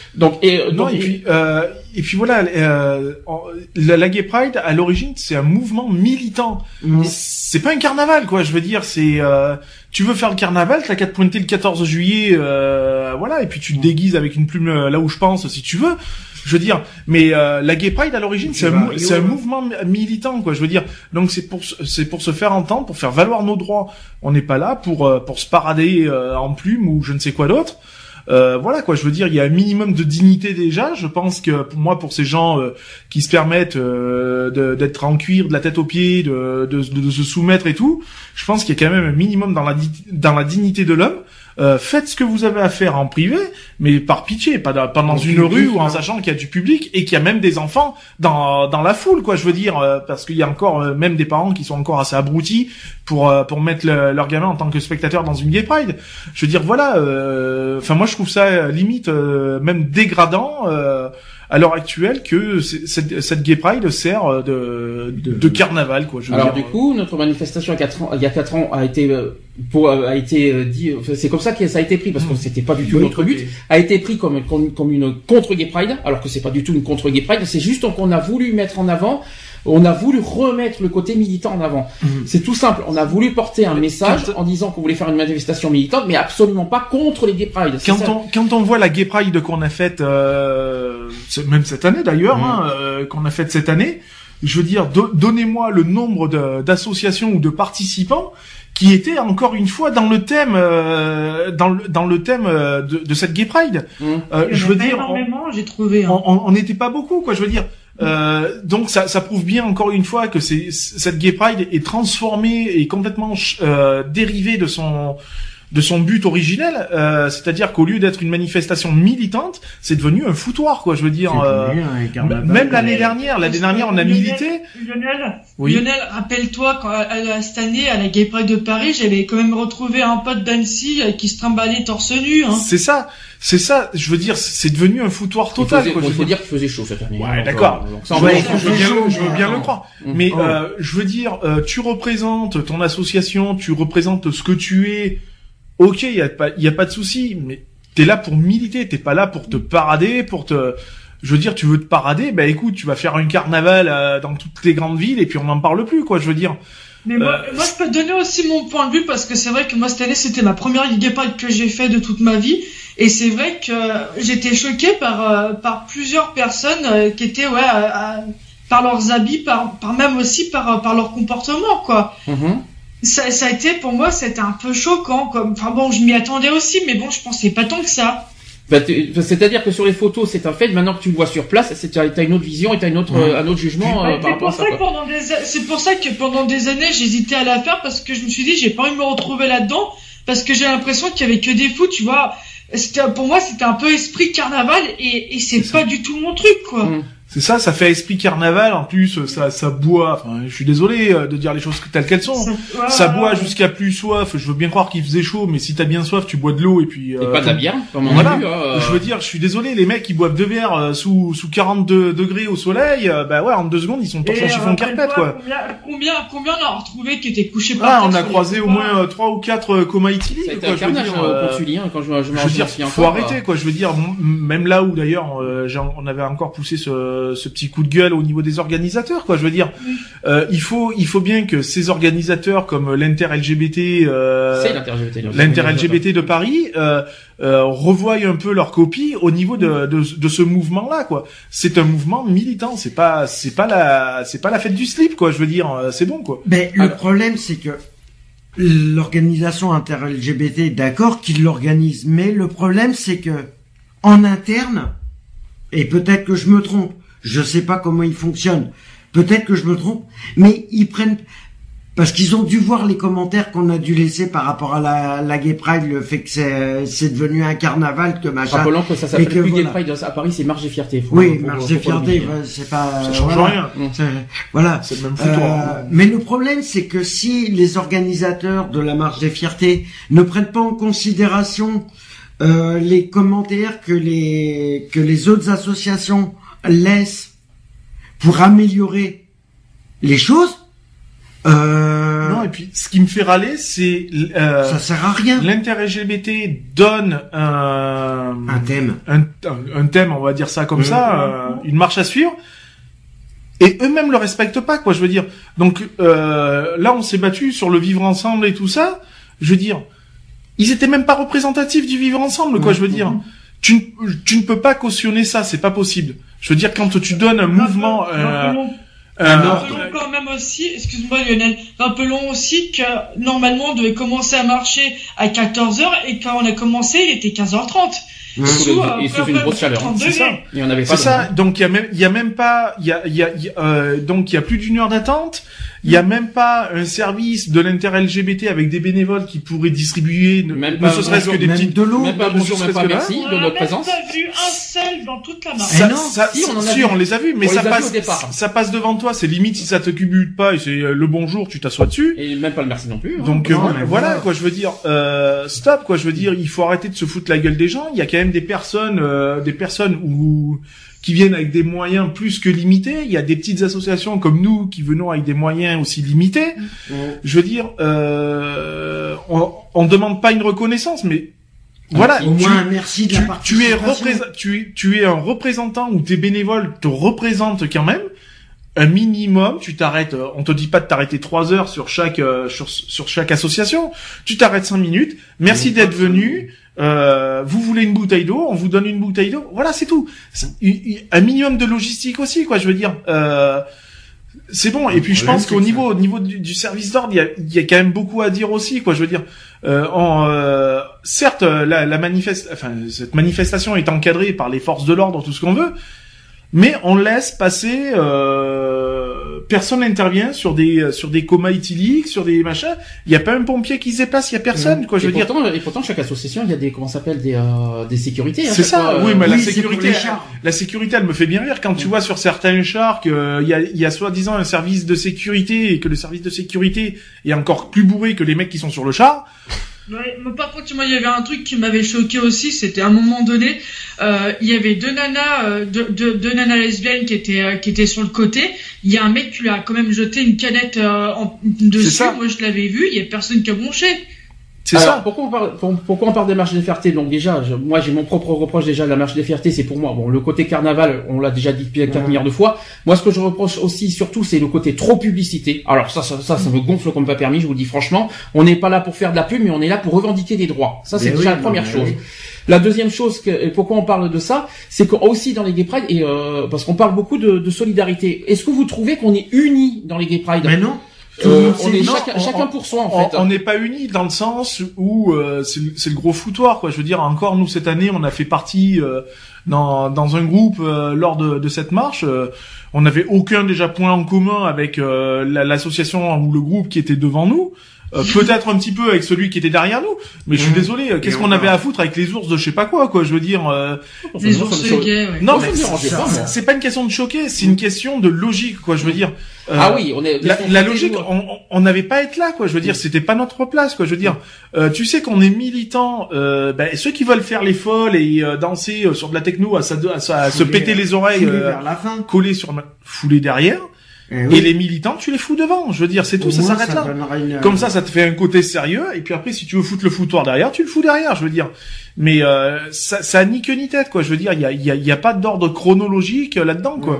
Et puis voilà, la Gay Pride à l'origine c'est un mouvement militant. C'est pas un carnaval, quoi. Je veux dire, c'est tu veux faire le carnaval, t'as qu'à te pointer le 14 juillet, et puis tu te déguises avec une plume là où je pense si tu veux. Je veux dire, mais la Gay Pride à l'origine c'est un mouvement militant, quoi. Je veux dire, donc c'est pour se faire entendre, pour faire valoir nos droits. On n'est pas là pour se parader en plume ou je ne sais quoi d'autre. Je veux dire, il y a un minimum de dignité déjà. Je pense que pour ces gens qui se permettent d'être en cuir de la tête aux pieds, de se soumettre et tout, je pense qu'il y a quand même un minimum dans la dignité de l'homme. Faites ce que vous avez à faire en privé, mais par pitié, pas dans une rue ou en sachant qu'il y a du public et qu'il y a même des enfants dans la foule, quoi. Je veux dire, parce qu'il y a encore même des parents qui sont encore assez abrutis pour mettre leur gamin en tant que spectateur dans une Gay Pride. Je veux dire, moi je trouve ça limite même dégradant à l'heure actuelle que cette Gay Pride sert de carnaval, quoi. Du coup, notre manifestation il y a 4 ans a été dit, c'est comme ça que ça a été pris parce que c'était pas du tout notre but, a été pris comme une contre Gay Pride, alors que c'est pas du tout une contre Gay Pride, c'est juste qu'on a voulu mettre en avant. On a voulu remettre le côté militant en avant. C'est tout simple. On a voulu porter un message en disant qu'on voulait faire une manifestation militante, mais absolument pas contre les Gay Pride. Quand on voit la Gay Pride qu'on a faite, même cette année d'ailleurs, qu'on a faite cette année, je veux dire, donnez-moi le nombre d'associations ou de participants qui était encore une fois dans le thème de cette Gay Pride. Je veux dire, j'ai trouvé. On n'était pas beaucoup, quoi. Je veux dire. Donc ça prouve bien encore une fois que cette Gay Pride est transformée et complètement dérivée de son but originel, c'est-à-dire qu'au lieu d'être une manifestation militante, c'est devenu un foutoir, quoi. Je veux dire, même l'année dernière, on a milité. Lionel, rappelle-toi quand cette année à la Gay Pride de Paris, j'avais quand même retrouvé un pote d'Annecy qui se trimballait torse nu. Hein. C'est ça. Je veux dire, c'est devenu un foutoir total. Il faut dire qu'il faisait chaud cette année. Ouais, d'accord. Je veux bien le croire. Mais je veux dire, tu représentes ton association, tu représentes ce que tu es. Ok, y a pas de souci, mais t'es là pour militer, t'es pas là pour te parader, je veux dire, tu veux te parader, bah écoute, tu vas faire un carnaval dans toutes les grandes villes et puis on n'en parle plus, quoi, je veux dire. Mais moi, je peux te donner aussi mon point de vue parce que c'est vrai que moi cette année c'était ma première Gay Pride que j'ai fait de toute ma vie et c'est vrai que j'étais choquée par plusieurs personnes qui étaient par leurs habits, par même aussi par leur comportement, quoi. Mm-hmm. Ça a été, pour moi, c'était un peu choquant, enfin bon, je m'y attendais aussi, mais bon, je pensais pas tant que ça. C'est-à-dire que sur les photos, c'est un fait, maintenant que tu le vois sur place, t'as une autre vision et t'as un autre jugement, par rapport à ça. C'est pour ça que pendant des années, j'hésitais à la faire parce que je me suis dit, j'ai pas envie de me retrouver là-dedans, parce que j'ai l'impression qu'il y avait que des fous, tu vois. Pour moi, c'était un peu esprit carnaval et c'est pas du tout mon truc, quoi. Mm. C'est ça fait esprit carnaval, en plus, ça boit, enfin, je suis désolé de dire les choses telles qu'elles sont. Ça boit jusqu'à plus soif, je veux bien croire qu'il faisait chaud, mais si t'as bien soif, tu bois de l'eau et puis... Et pas de la bière, comme on voilà. a vu, Je veux dire, je suis désolé, les mecs qui boivent 2 verres sous 42 degrés au soleil, en 2 secondes, ils sont torchés en chiffon carpette, quoi. Combien on a retrouvé qui étaient couchés par terre? On a croisé au moins 3 ou 4 coma éthyliques, quoi. Ça a été un carnage au Consulie, quand je me souviens. Faut arrêter, quoi. Je veux dire, même là où d'ailleurs, on avait encore poussé ce petit coup de gueule au niveau des organisateurs, quoi. Je veux dire, il faut bien que ces organisateurs comme l'inter-LGBT, l'inter-LGBT de Paris, revoient un peu leur copie au niveau de ce mouvement-là, quoi. C'est un mouvement militant, c'est pas la fête du slip, quoi. Je veux dire, c'est bon, quoi. Mais le problème, c'est que l'organisation inter-LGBT, d'accord, qu'ils l'organisent, mais le problème, c'est que en interne, et peut-être que je me trompe, je sais pas comment ils fonctionnent. Peut-être que je me trompe, mais ils prennent parce qu'ils ont dû voir les commentaires qu'on a dû laisser par rapport à la Gay Pride, le fait que c'est devenu un carnaval, que machin. Rappelons que ça s'appelle plus Gay Pride à Paris, c'est Marche des Fiertés. Marche des Fiertés, c'est pas. Ça change rien. Voilà. C'est le même foutoir. Mais le problème, c'est que si les organisateurs de la Marche des Fiertés ne prennent pas en considération les commentaires que les autres associations laissent pour améliorer les choses. Non, et puis ce qui me fait râler, c'est ça sert à rien. L'inter-LGBT donne un thème, un thème, on va dire ça comme ça, une marche à suivre, et eux-mêmes le respectent pas, quoi. Je veux dire. Donc là, on s'est battu sur le vivre ensemble et tout ça. Je veux dire, ils étaient même pas représentatifs du vivre ensemble, quoi. Je veux dire. Tu ne peux pas cautionner ça, c'est pas possible. Je veux dire, quand tu donnes un mouvement, rappelons quand même aussi, excuse-moi Lionel, rappelons aussi que normalement on devait commencer à marcher à 14h et quand on a commencé, il était 15h30. Et sous une grosse chaleur. C'est ça. Et on avait pas. C'est ça. Donc il y a même pas, donc il y a plus d'1 heure d'attente. Il y a même pas un service de l'inter-LGBT avec des bénévoles qui pourraient distribuer ne serait-ce que des petites de l'eau. Même pas bonjour, même pas merci de notre présence. On n'a vu un seul dans toute la marche. On les a vus, mais ça passe devant toi. C'est limite si ça te cubute pas et c'est le bonjour, tu t'assois dessus. Et même pas le merci non plus. Donc voilà, quoi. Je veux dire, stop, quoi. Je veux dire, il faut arrêter de se foutre la gueule des gens. Il y a quand même des personnes qui viennent avec des moyens plus que limités. Il y a des petites associations comme nous qui venons avec des moyens aussi limités. Je veux dire, on demande pas une reconnaissance, mais voilà. Au moins un merci de la participation. Tu es un représentant ou tes bénévoles te représentent quand même. Un minimum, tu t'arrêtes, on te dit pas de t'arrêter 3 heures sur chaque association. Tu t'arrêtes 5 minutes. Merci d'être venu. Vous voulez une bouteille d'eau, on vous donne une bouteille d'eau. Voilà, c'est tout. Un minimum de logistique aussi, quoi. Je veux dire, c'est bon. Et puis je pense qu'au niveau du service d'ordre, il y a quand même beaucoup à dire aussi, quoi. Je veux dire, certes, cette manifestation est encadrée par les forces de l'ordre, tout ce qu'on veut, mais on laisse passer. Personne n'intervient sur des comas éthyliques, sur des machins. Il y a pas un pompier qui se déplace, il y a personne, quoi. Je veux dire. Et pourtant, chaque association, il y a des sécurités. C'est ça. Fois, oui, mais la sécurité, elle me fait bien rire quand tu vois sur certains chars qu'il y a soi-disant un service de sécurité et que le service de sécurité est encore plus bourré que les mecs qui sont sur le char. Ouais, mais par contre, moi, il y avait un truc qui m'avait choqué aussi, c'était à un moment donné, il y avait deux nanas lesbiennes qui étaient sur le côté. Il y a un mec qui lui a quand même jeté une canette dessus. Moi, je l'avais vu. Il y a personne qui a bronché. C'est ça. Pourquoi on parle des marches des fiertés? Donc déjà, moi j'ai mon propre reproche déjà de la marche des fiertés, c'est pour moi. Bon, le côté carnaval, on l'a déjà dit 4 milliards de fois. Moi, ce que je reproche aussi, surtout, c'est le côté trop publicité. Alors ça me gonfle comme pas permis. Je vous dis franchement, on n'est pas là pour faire de la pub, mais on est là pour revendiquer des droits. Ça, c'est déjà la première chose. La deuxième chose, pourquoi on parle de ça, c'est qu'aussi dans les Gay Pride, et parce qu'on parle beaucoup de solidarité. Est-ce que vous trouvez qu'on est unis dans les Gay Pride? Mais non. On est chacun pour soi, en fait. On n'est pas unis dans le sens où c'est le gros foutoir, quoi. Je veux dire, encore nous cette année, on a fait partie dans un groupe lors de cette marche. On n'avait aucun déjà point en commun avec l'association ou le groupe qui était devant nous. Peut-être un petit peu avec celui qui était derrière nous, mais je suis désolé. Qu'est-ce qu'on avait à foutre avec les ours de je sais pas quoi, Je veux dire. Les ours gays. Ouais. Non, mais c'est pas une question de choquer, c'est une question de logique, quoi. Je veux dire. Ah oui, on est. La logique, on n'avait pas à être là, quoi. Je veux dire, c'était pas notre place, quoi. Je veux dire, tu sais qu'on est militants. Ceux qui veulent faire les folles et danser sur de la techno, à se péter les oreilles, coller sur fouler derrière. Et les militants, tu les fous devant. Je veux dire, c'est tout, ça s'arrête là. Comme ça te fait un côté sérieux. Et puis après, si tu veux foutre le foutoir derrière, tu le fous derrière. Je veux dire, mais ça a ni queue ni tête, quoi. Je veux dire, il y a pas d'ordre chronologique là-dedans, quoi.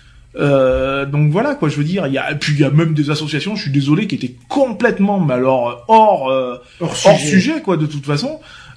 Donc voilà, quoi. Je veux dire, il y a même des associations, je suis désolé, qui étaient complètement, mais alors hors sujet, quoi. De toute façon.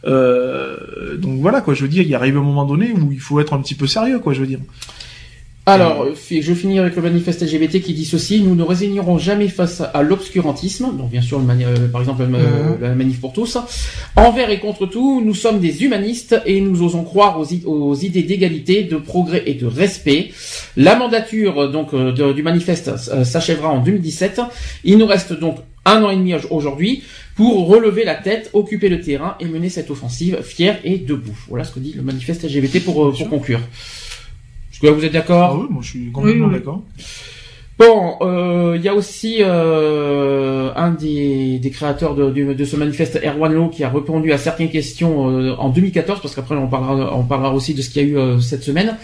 Donc voilà, quoi. Je veux dire, il arrive un moment donné où il faut être un petit peu sérieux, quoi. Je veux dire. Alors, je finis avec le manifeste LGBT qui dit ceci: nous ne résignerons jamais face à l'obscurantisme, donc bien sûr, par exemple, la manif pour tous. Envers et contre tout, nous sommes des humanistes et nous osons croire aux idées d'égalité, de progrès et de respect. La mandature du manifeste s'achèvera en 2017. Il nous reste donc 1 an et demi aujourd'hui pour relever la tête, occuper le terrain et mener cette offensive fière et debout. Voilà ce que dit le manifeste LGBT pour conclure. Est-ce que là vous êtes d'accord? Ah oui, moi je suis complètement d'accord. Bon, il y a aussi un des créateurs de ce manifeste, Erwan Lo, qui a répondu à certaines questions en 2014, parce qu'après on parlera aussi de ce qu'il y a eu cette semaine.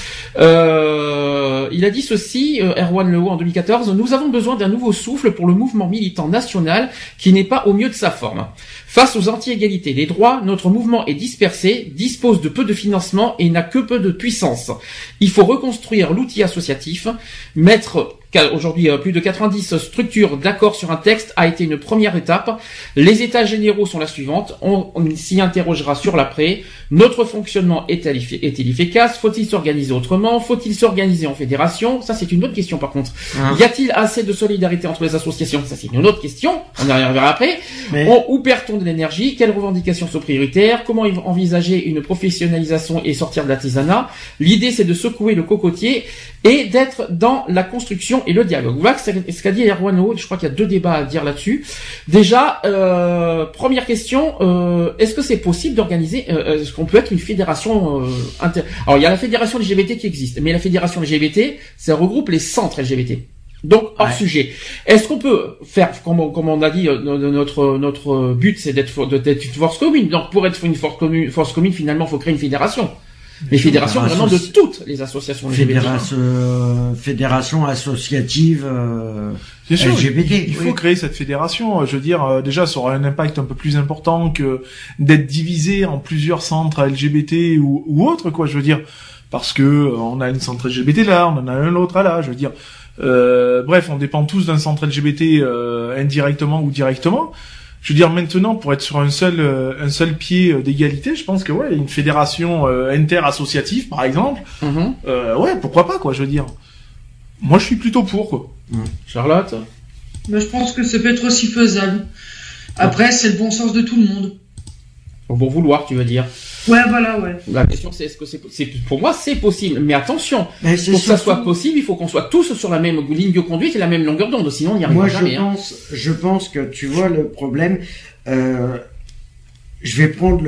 Il a dit ceci, Erwan Lo, en 2014: nous avons besoin d'un nouveau souffle pour le mouvement militant national qui n'est pas au mieux de sa forme. Face aux anti-égalités des droits, notre mouvement est dispersé, dispose de peu de financement et n'a que peu de puissance. Il faut reconstruire l'outil associatif, mettre aujourd'hui plus de 90 structures d'accord sur un texte a été une première étape. Les états généraux sont la suivante. On s'y interrogera sur l'après. Notre fonctionnement est-il efficace? Faut-il s'organiser autrement? Faut-il s'organiser en fédération? Ça, c'est une autre question, par contre. Y a-t-il assez de solidarité entre les associations? Ça, c'est une autre question. On y reviendra après. Où perd-on de l'énergie? Quelles revendications sont prioritaires? Comment envisager une professionnalisation et sortir de l'artisanat? L'idée, c'est de secouer le cocotier et d'être dans la construction et le dialogue. Voilà ce qu'a dit Erwan Lo. Je crois qu'il y a 2 débats à dire là-dessus. Déjà, première question, est-ce que c'est possible d'organiser, est-ce qu'on peut être une fédération Alors, il y a la fédération LGBT qui existe, mais la fédération LGBT, ça regroupe les centres LGBT. Donc, hors sujet. Est-ce qu'on peut faire, comme on a dit, notre but, c'est d'être une force commune. Donc, pour être une force commune, finalement, il faut créer une fédération. Les fédérations vraiment de toutes les associations LGBT. Fédération associative Bien sûr, LGBT. Il faut créer cette fédération. Je veux dire, déjà, ça aura un impact un peu plus important que d'être divisé en plusieurs centres LGBT ou autres, quoi. Je veux dire, parce que on a une centre LGBT là, on en a un autre là. Je veux dire, bref, on dépend tous d'un centre LGBT indirectement ou directement. Je veux dire, maintenant, pour être sur un seul pied d'égalité, je pense que une fédération inter-associative, par exemple, pourquoi pas, quoi. Je veux dire, moi, je suis plutôt pour, quoi. Charlotte? Mais je pense que ça peut être aussi faisable. Après, c'est le bon sens de tout le monde. Au bon vouloir, tu veux dire? Ouais, voilà, ouais. La question, c'est est-ce que c'est pour moi, c'est possible. Mais attention, Mais pour que ça soit possible, il faut qu'on soit tous sur la même ligne de conduite et la même longueur d'onde. Sinon, on n'y arrivera jamais. Je pense que tu vois le problème. Je vais prendre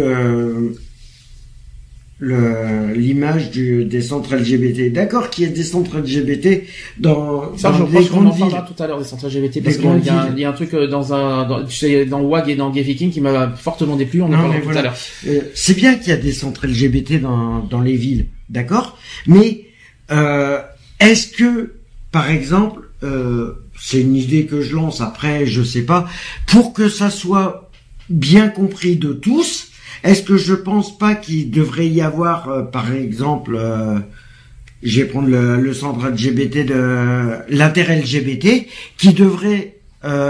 l'image des centres LGBT. D'accord qu'il y ait des centres LGBT dans ça, je les pense qu'on grandes en villes. parlera tout à l'heure des centres LGBT parce qu'il y a un truc dans WAG et dans Gay Viking qui m'a fortement déplu. On en parlera tout à l'heure. C'est bien qu'il y a des centres LGBT dans les villes, d'accord. Mais est-ce que, par exemple, c'est une idée que je lance. Après, je sais pas. Pour que ça soit bien compris de tous. Est-ce que je pense pas qu'il devrait y avoir, par exemple, je vais prendre le centre LGBT de l'inter-LGBT, qui devrait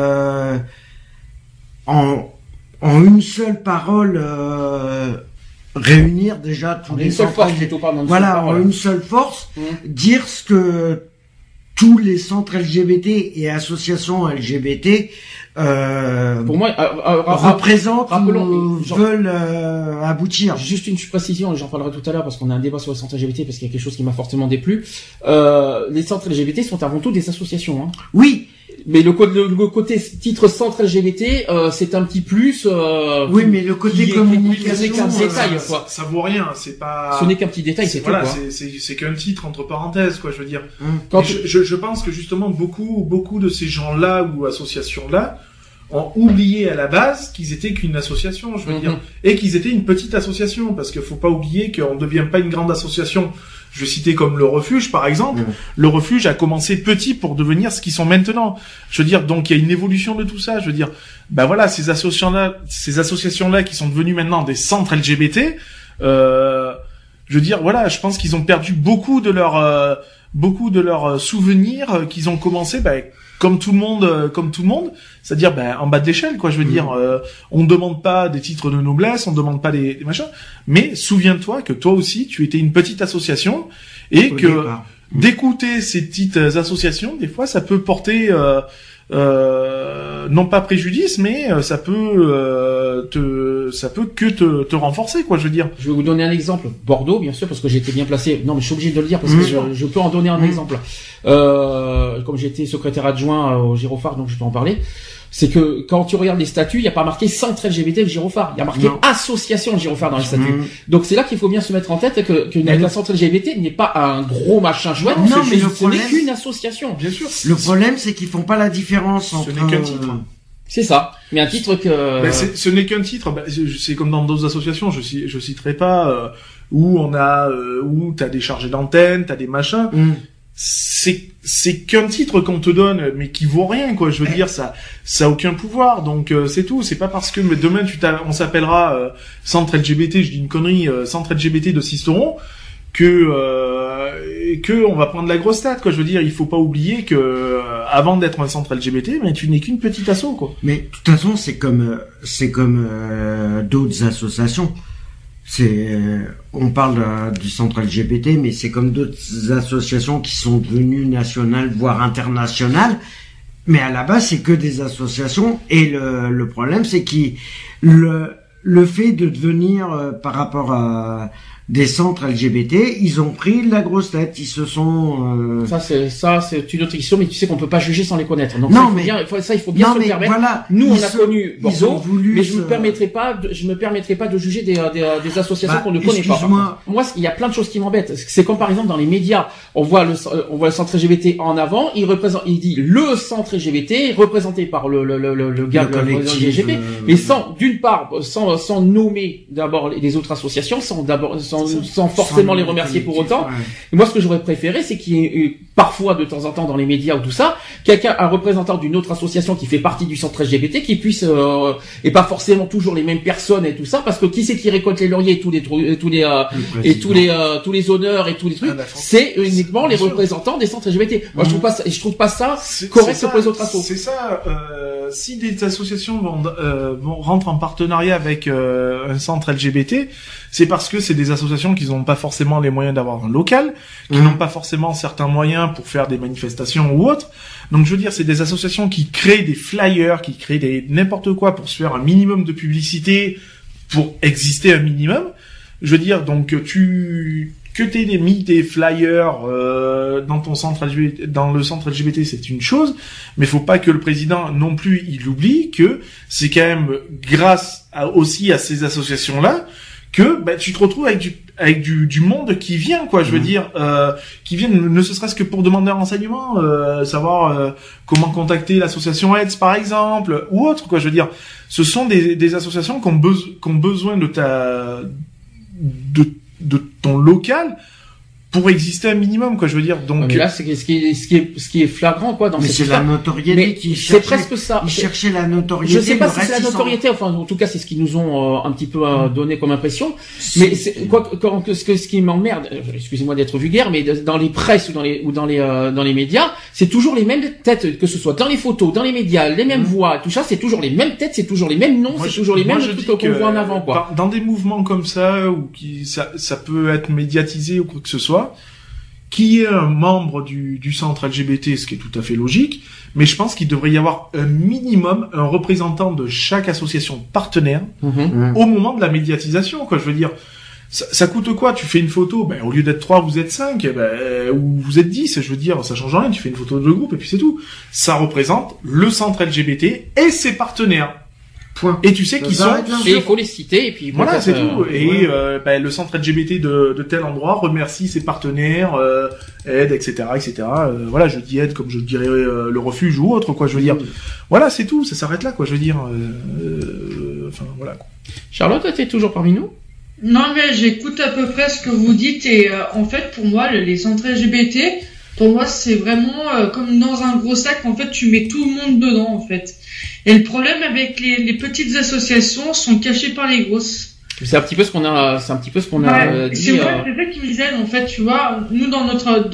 en une seule parole réunir déjà tous les centres LGBT. Voilà, en une seule force, dire ce que tous les centres LGBT et associations LGBT pour moi, représentent ou veulent aboutir. Juste une précision, j'en parlerai tout à l'heure parce qu'on a un débat sur les centres LGBT parce qu'il y a quelque chose qui m'a fortement déplu. Les centres LGBT sont avant tout des associations. Hein. Oui. Mais le côté titre centre LGBT, c'est un petit plus. Oui, mais le côté communication, c'est qu'un détail, quoi. Ça vaut rien, c'est pas. Ce n'est qu'un petit détail, c'est voilà, tout, quoi. C'est qu'un titre entre parenthèses, quoi. Je veux dire. Quand je pense que justement beaucoup de ces gens-là ou associations-là ont oublié à la base qu'ils étaient qu'une association, je veux dire, et qu'ils étaient une petite association, parce qu'il faut pas oublier qu'on ne devient pas une grande association. Je citais comme le Refuge, par exemple. Le Refuge a commencé petit pour devenir ce qu'ils sont maintenant. Je veux dire, donc il y a une évolution de tout ça. Je veux dire, ben voilà, ces associations-là qui sont devenues maintenant des centres LGBT, je veux dire, voilà, je pense qu'ils ont perdu beaucoup de leurs souvenirs qu'ils ont commencé, comme tout le monde, c'est-à-dire en bas de l'échelle, quoi. Je veux dire, on demande pas des titres de noblesse, on demande pas des machins, mais souviens-toi que toi aussi tu étais une petite association et que d'écouter ces petites associations, des fois ça peut porter non pas préjudice, mais ça peut que te renforcer, quoi. Je veux dire. Je vais vous donner un exemple. Bordeaux, bien sûr, parce que j'étais bien placé. Non, mais je suis obligé de le dire parce que je peux en donner un exemple. Comme j'étais secrétaire adjoint au Gyrophare, donc je peux en parler. C'est que quand tu regardes les statuts, il n'y a pas marqué centre LGBT le Gyrophare. Il y a marqué association le Gyrophare dans les statuts. Donc c'est là qu'il faut bien se mettre en tête que la centre LGBT n'est pas un gros machin chouette. Non, mais ce n'est qu'une association. Bien sûr. Le problème, c'est qu'ils font pas la différence entre. Ce n'est qu'un titre. C'est ça. Mais un titre que. Ce n'est qu'un titre. C'est comme dans d'autres associations. Je citerai pas où on a où t'as des chargés d'antenne, t'as des machins. C'est qu'un titre qu'on te donne, mais qui vaut rien, quoi. Je veux dire, ça a aucun pouvoir. Donc c'est tout. C'est pas parce que demain on s'appellera centre LGBT, je dis une connerie, centre LGBT de Sisteron, que on va prendre la grosse tête, quoi. Je veux dire, il faut pas oublier que avant d'être un centre LGBT, mais tu n'es qu'une petite asso, quoi. Mais de toute façon, c'est comme d'autres associations. On parle du centre LGBT, mais c'est comme d'autres associations qui sont devenues nationales, voire internationales. Mais à la base, c'est que des associations. Et le problème, c'est le fait de devenir par rapport à des centres LGBT, ils ont pris la grosse tête, ils se sont. Ça c'est une autre question, mais tu sais qu'on peut pas juger sans les connaître. Donc non, il faut bien se le permettre. Voilà, nous on a connu Bordeaux, mais je me permettrai pas de juger des associations qu'on ne connaît pas. Moi, il y a plein de choses qui m'embêtent. C'est comme par exemple dans les médias, on voit le centre LGBT en avant, il dit le centre LGBT représenté par le gars de LGBT, mais sans nommer d'abord les autres associations, sans forcément les remercier pour autant. Ouais. Et moi, ce que j'aurais préféré, c'est qu'il y ait parfois, de temps en temps, dans les médias ou tout ça, un représentant d'une autre association qui fait partie du centre LGBT, qui puisse, et pas forcément toujours les mêmes personnes et tout ça, parce que qui c'est qui récolte les lauriers et tous les honneurs et tous les trucs, c'est uniquement les représentants des centres LGBT. Moi, je trouve pas ça correct pour les autres assos. C'est ça, si des associations rentrent en partenariat avec un centre LGBT, c'est parce que c'est des associations qui n'ont pas forcément les moyens d'avoir un local, qui n'ont pas forcément certains moyens pour faire des manifestations ou autres. Donc je veux dire, c'est des associations qui créent des flyers, qui créent des n'importe quoi pour se faire un minimum de publicité, pour exister un minimum. Je veux dire, donc que t'aies mis des flyers dans ton centre LGBT, dans le centre LGBT, c'est une chose, mais faut pas que le président non plus il oublie que c'est quand même grâce aussi à ces associations-là que tu te retrouves avec du monde qui vient, quoi. Je veux dire, qui viennent ne serait-ce que pour demander un renseignement, savoir comment contacter l'association AIDS par exemple ou autre, quoi. Je veux dire, ce sont des associations qui ont besoin de ton local pour exister un minimum, quoi. Je veux dire, donc. Mais là, c'est ce qui est flagrant, quoi, dans mais cette c'est histoire. la notoriété qui c'est presque ça. Ils cherchaient la notoriété. Je sais pas si c'est la notoriété, enfin, en tout cas, c'est ce qu'ils nous ont un petit peu donné comme impression. Mais ce qui m'emmerde, excusez-moi d'être vulgaire, mais dans les presses ou dans les médias, c'est toujours les mêmes têtes, que ce soit dans les photos, dans les médias, les mêmes voix, tout ça, c'est toujours les mêmes têtes, c'est toujours les mêmes noms, c'est toujours les mêmes trucs qu'on voit en avant, quoi. Dans des mouvements comme ça, ou ça peut être médiatisé ou quoi que ce soit, qui est un membre du centre LGBT, ce qui est tout à fait logique, mais je pense qu'il devrait y avoir un minimum, un représentant de chaque association partenaire au moment de la médiatisation, quoi. Je veux dire, ça coûte quoi? Tu fais une photo, au lieu d'être 3, vous êtes 5, ou vous êtes 10, je veux dire, ça change rien, tu fais une photo de groupe et puis c'est tout. Ça représente le centre LGBT et ses partenaires. Point. Et tu sais qu'ils sont, et il faut les citer, et puis voilà, c'est tout. Et le centre LGBT de tel endroit remercie ses partenaires, aide, etc., etc. Voilà, je dis aide comme je dirais le refuge ou autre, quoi. Je veux dire, voilà, c'est tout. Ça s'arrête là, quoi. Je veux dire, enfin voilà, quoi. Charlotte, tu es toujours parmi nous? Non, mais j'écoute à peu près ce que vous dites, et en fait, pour moi, les centres LGBT, pour moi, c'est vraiment comme dans un gros sac. En fait, tu mets tout le monde dedans, en fait. Et le problème avec les petites associations sont cachées par les grosses. C'est un petit peu ce qu'on a, dit. C'est vrai, c'est ça qui me gêne, en fait, tu vois. Nous, dans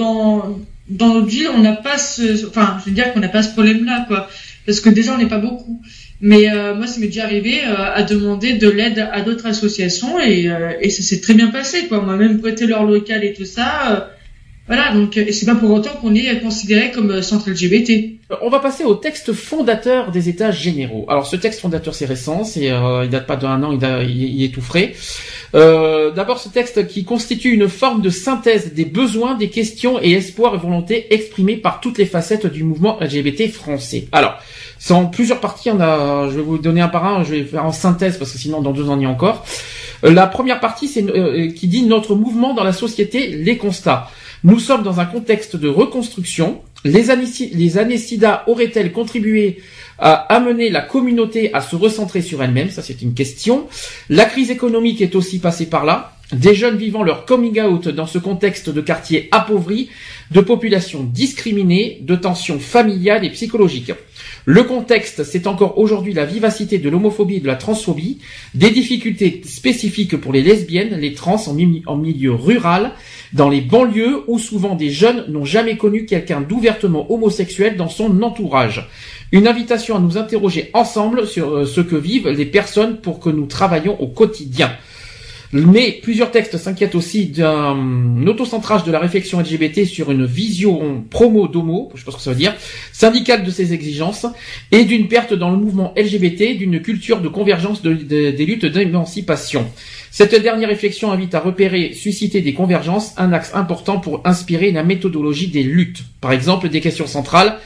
notre ville, on n'a pas je veux dire qu'on n'a pas ce problème-là, quoi. Parce que déjà, on n'est pas beaucoup. Mais, moi, ça m'est déjà arrivé, à demander de l'aide à d'autres associations et ça s'est très bien passé, quoi. On m'a même prêté leur local et tout ça, voilà, donc c'est pas pour autant qu'on est considéré comme centre LGBT. On va passer au texte fondateur des États généraux. Alors ce texte fondateur c'est récent, il date pas d'un an, il est tout frais. D'abord ce texte qui constitue une forme de synthèse des besoins, des questions et espoirs et volontés exprimés par toutes les facettes du mouvement LGBT français. Alors, c'est en plusieurs parties, je vais vous donner un par un, je vais faire en synthèse parce que sinon dans 2 ans on y est encore. La première partie c'est qui dit notre mouvement dans la société, les constats. Nous sommes dans un contexte de reconstruction. Les années SIDA auraient-elles contribué à amener la communauté à se recentrer sur elle-même? Ça, c'est une question. La crise économique est aussi passée par là. Des jeunes vivant leur coming out dans ce contexte de quartier appauvri, de population discriminée, de tensions familiales et psychologiques. Le contexte, c'est encore aujourd'hui la vivacité de l'homophobie et de la transphobie, des difficultés spécifiques pour les lesbiennes, les trans en milieu rural, dans les banlieues où souvent des jeunes n'ont jamais connu quelqu'un d'ouvertement homosexuel dans son entourage. Une invitation à nous interroger ensemble sur ce que vivent les personnes pour que nous travaillions au quotidien. Mais plusieurs textes s'inquiètent aussi d'un autocentrage de la réflexion LGBT sur une vision promo d'homo, je sais pas ce que ça veut dire, syndicale de ses exigences, et d'une perte dans le mouvement LGBT d'une culture de convergence des luttes d'émancipation. Cette dernière réflexion invite à repérer, susciter des convergences, un axe important pour inspirer la méthodologie des luttes. Par exemple, des questions centrales,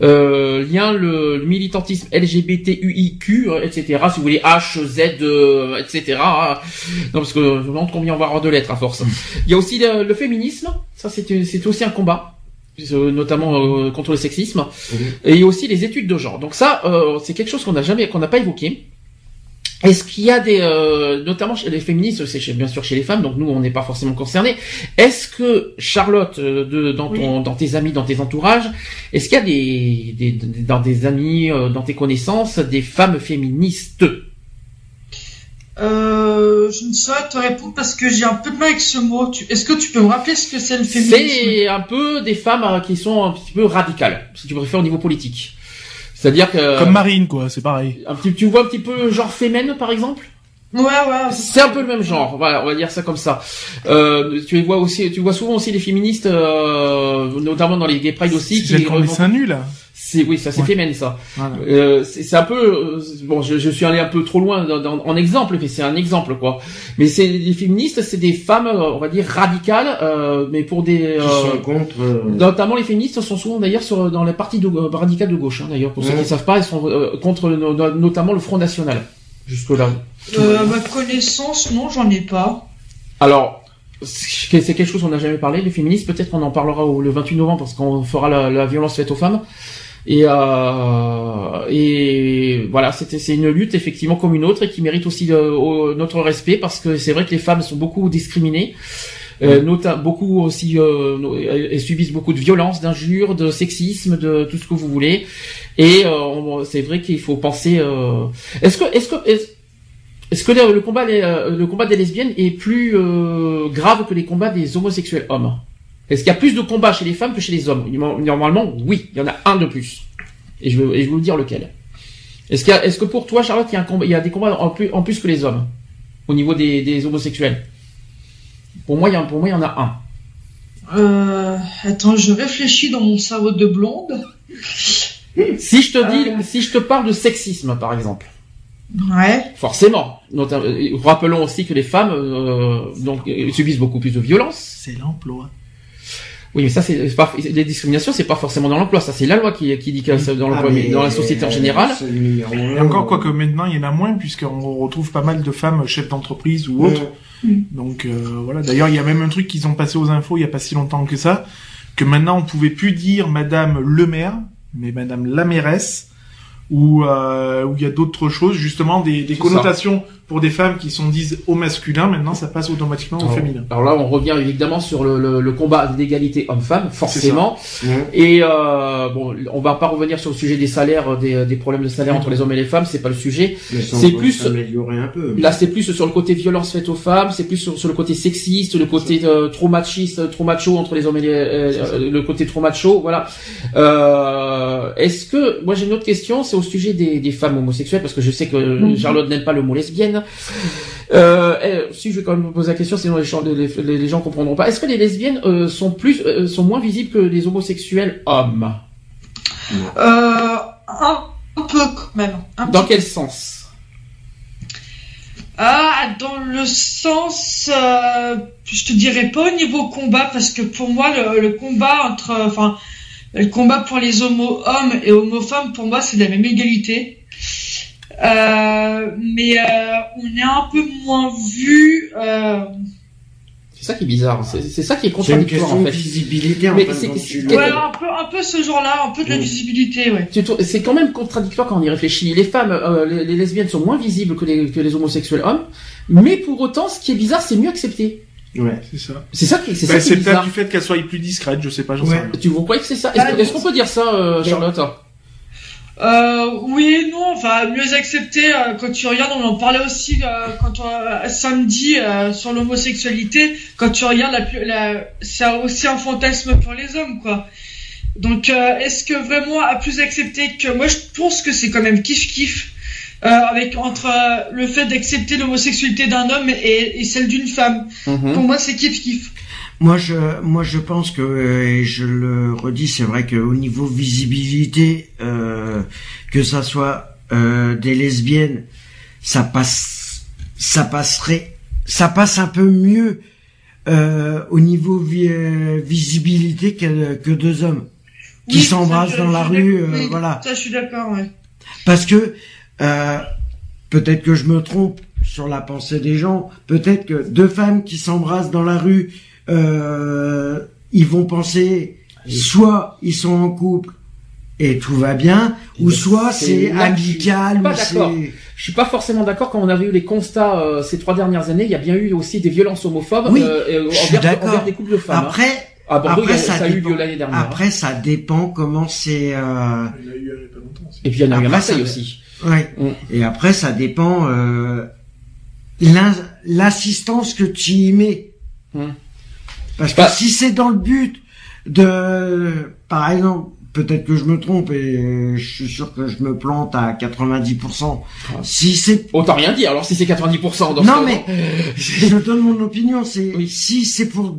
le militantisme LGBTUIQ, etc. Si vous voulez H, Z, etc. Non, parce que je me demande combien on va avoir de lettres à force. Il y a aussi le féminisme. Ça, c'est aussi un combat, notamment contre le sexisme. Et il y a aussi les études de genre. Donc ça, c'est quelque chose qu'on n'a pas évoqué. Est-ce qu'il y a notamment chez les féministes, c'est bien sûr chez les femmes, donc nous on n'est pas forcément concernés. Est-ce que Charlotte, dans tes amis, dans tes entourages, est-ce qu'il y a dans des amis, dans tes connaissances, des femmes féministes? Je ne saurais te répondre parce que j'ai un peu de mal avec ce mot. Est-ce que tu peux me rappeler ce que c'est le féminisme? C'est un peu des femmes qui sont un petit peu radicales, si tu préfères au niveau politique. C'est-à-dire que... Comme Marine, quoi, c'est pareil. Tu vois un petit peu genre Femen, par exemple? Ouais. C'est un peu le même genre, voilà, on va dire ça comme ça. Tu vois souvent aussi les féministes, notamment dans les gay pride aussi, qui ont les seins nus là. C'est féminin ça. Voilà. C'est un peu bon, je suis allé un peu trop loin en exemple, mais c'est un exemple quoi. Mais c'est les féministes, c'est des femmes, on va dire radicales, mais pour des qui sont contre. Notamment les féministes sont souvent d'ailleurs dans les partis radicales de gauche. D'ailleurs, pour ceux qui ne savent pas, elles sont contre notamment le Front National. Jusque là. À ma connaissance, non, j'en ai pas. Alors, c'est quelque chose qu'on n'a jamais parlé, les féministes. Peut-être qu'on en parlera le 28 novembre parce qu'on fera la violence faite aux femmes. Et voilà, c'est une lutte effectivement comme une autre et qui mérite aussi notre respect parce que c'est vrai que les femmes sont beaucoup discriminées. Beaucoup aussi elles subissent beaucoup de violences, d'injures, de sexisme, de tout ce que vous voulez. Et c'est vrai qu'il faut penser. Est-ce que le combat des lesbiennes est plus grave que les combats des homosexuels hommes? Est-ce qu'il y a plus de combats chez les femmes que chez les hommes? Normalement, oui, il y en a un de plus. Et je vais vous dire lequel. Est-ce que pour toi, Charlotte, il y a des combats en plus que les hommes au niveau des homosexuels? Pour moi, il y en a un. Attends, je réfléchis dans mon cerveau de blonde. Si je te parle de sexisme, par exemple. Ouais. Forcément. Rappelons aussi que les femmes subissent beaucoup plus de violences. C'est l'emploi. Oui, mais ça c'est pas les discriminations, c'est pas forcément dans l'emploi, ça c'est la loi qui dit que c'est dans l'emploi, mais dans la société en général. Et encore quoi que maintenant il y en a moins puisqu'on retrouve pas mal de femmes chefs d'entreprise ou autres. Donc voilà. D'ailleurs il y a même un truc qu'ils ont passé aux infos il y a pas si longtemps que ça, que maintenant on pouvait plus dire Madame le maire, mais Madame la mairesse. Où il y a d'autres choses, justement des connotations pour des femmes qui sont dites au masculin, maintenant ça passe automatiquement au féminin. Alors là on revient évidemment sur le combat d'égalité homme-femme, forcément. Et bon, on va pas revenir sur le sujet des salaires, des problèmes de salaire entre les hommes et les femmes, c'est pas le sujet. C'est plus un peu. Là c'est plus sur le côté violence faite aux femmes, c'est plus sur le côté sexiste, le côté trop machiste, trop macho entre les hommes et le côté trop macho, voilà. Est-ce que moi j'ai une autre question, c'est au sujet des femmes homosexuelles, parce que je sais que Charlotte n'aime pas le mot lesbienne. Si je vais quand même me poser la question, sinon les gens comprendront pas. Est-ce que les lesbiennes sont moins visibles que les homosexuels hommes? Un peu quand même. Dans quel sens? Dans le sens, je te dirais pas au niveau combat, parce que pour moi le combat le combat pour les homo-hommes et homo-femmes, pour moi, c'est de la même égalité. Mais on est un peu moins vu. C'est ça qui est bizarre. C'est ça qui est contradictoire en fait. C'est une question de visibilité. Mais un peu ce genre-là, un peu de la visibilité, ouais. C'est quand même contradictoire quand on y réfléchit. Les femmes, les lesbiennes sont moins visibles que les homosexuels hommes, mais pour autant, ce qui est bizarre, c'est mieux accepté. Ouais, c'est ça. C'est ça qui est bizarre. C'est peut-être du fait qu'elle soit plus discrète, je sais pas, j'en sais rien. Vous croyez que c'est ça? Est-ce qu'on peut dire ça, Charlotte? Oui et non, mieux accepté, quand tu regardes, on en parlait aussi samedi sur l'homosexualité, quand tu regardes c'est aussi un fantasme pour les hommes, quoi. Donc est-ce que vraiment à plus accepter que moi je pense que c'est quand même kiff entre le fait d'accepter l'homosexualité d'un homme et celle d'une femme. Pour moi c'est kiff. Moi je pense que, et je le redis, c'est vrai qu'au niveau visibilité, que ça soit des lesbiennes, ça passe un peu mieux au niveau visibilité que deux hommes qui s'embrassent dans la rue, voilà. Ça je suis d'accord, ouais. Parce que peut-être que je me trompe sur la pensée des gens, peut-être que deux femmes qui s'embrassent dans la rue, ils vont penser soit ils sont en couple et tout va bien, ou soit c'est amical. Je suis pas forcément d'accord. Quand on a eu les constats ces 3 dernières années, il y a bien eu aussi des violences homophobes envers des couples de femmes. Après, à Bordeaux, ça a eu dépend. lieu l'année dernière. Après, ça dépend comment c'est. Il y en a eu il y a pas longtemps aussi. Et puis il y en a eu à Marseille aussi. Ouais. Et après, ça dépend l'assistance que tu y mets. Parce que si c'est dans le but de, par exemple, peut-être que je me trompe et je suis sûr que je me plante à 90%. Si c'est... Autant rien dire, alors si c'est 90% dans non, mais, je donne mon opinion, c'est, si c'est pour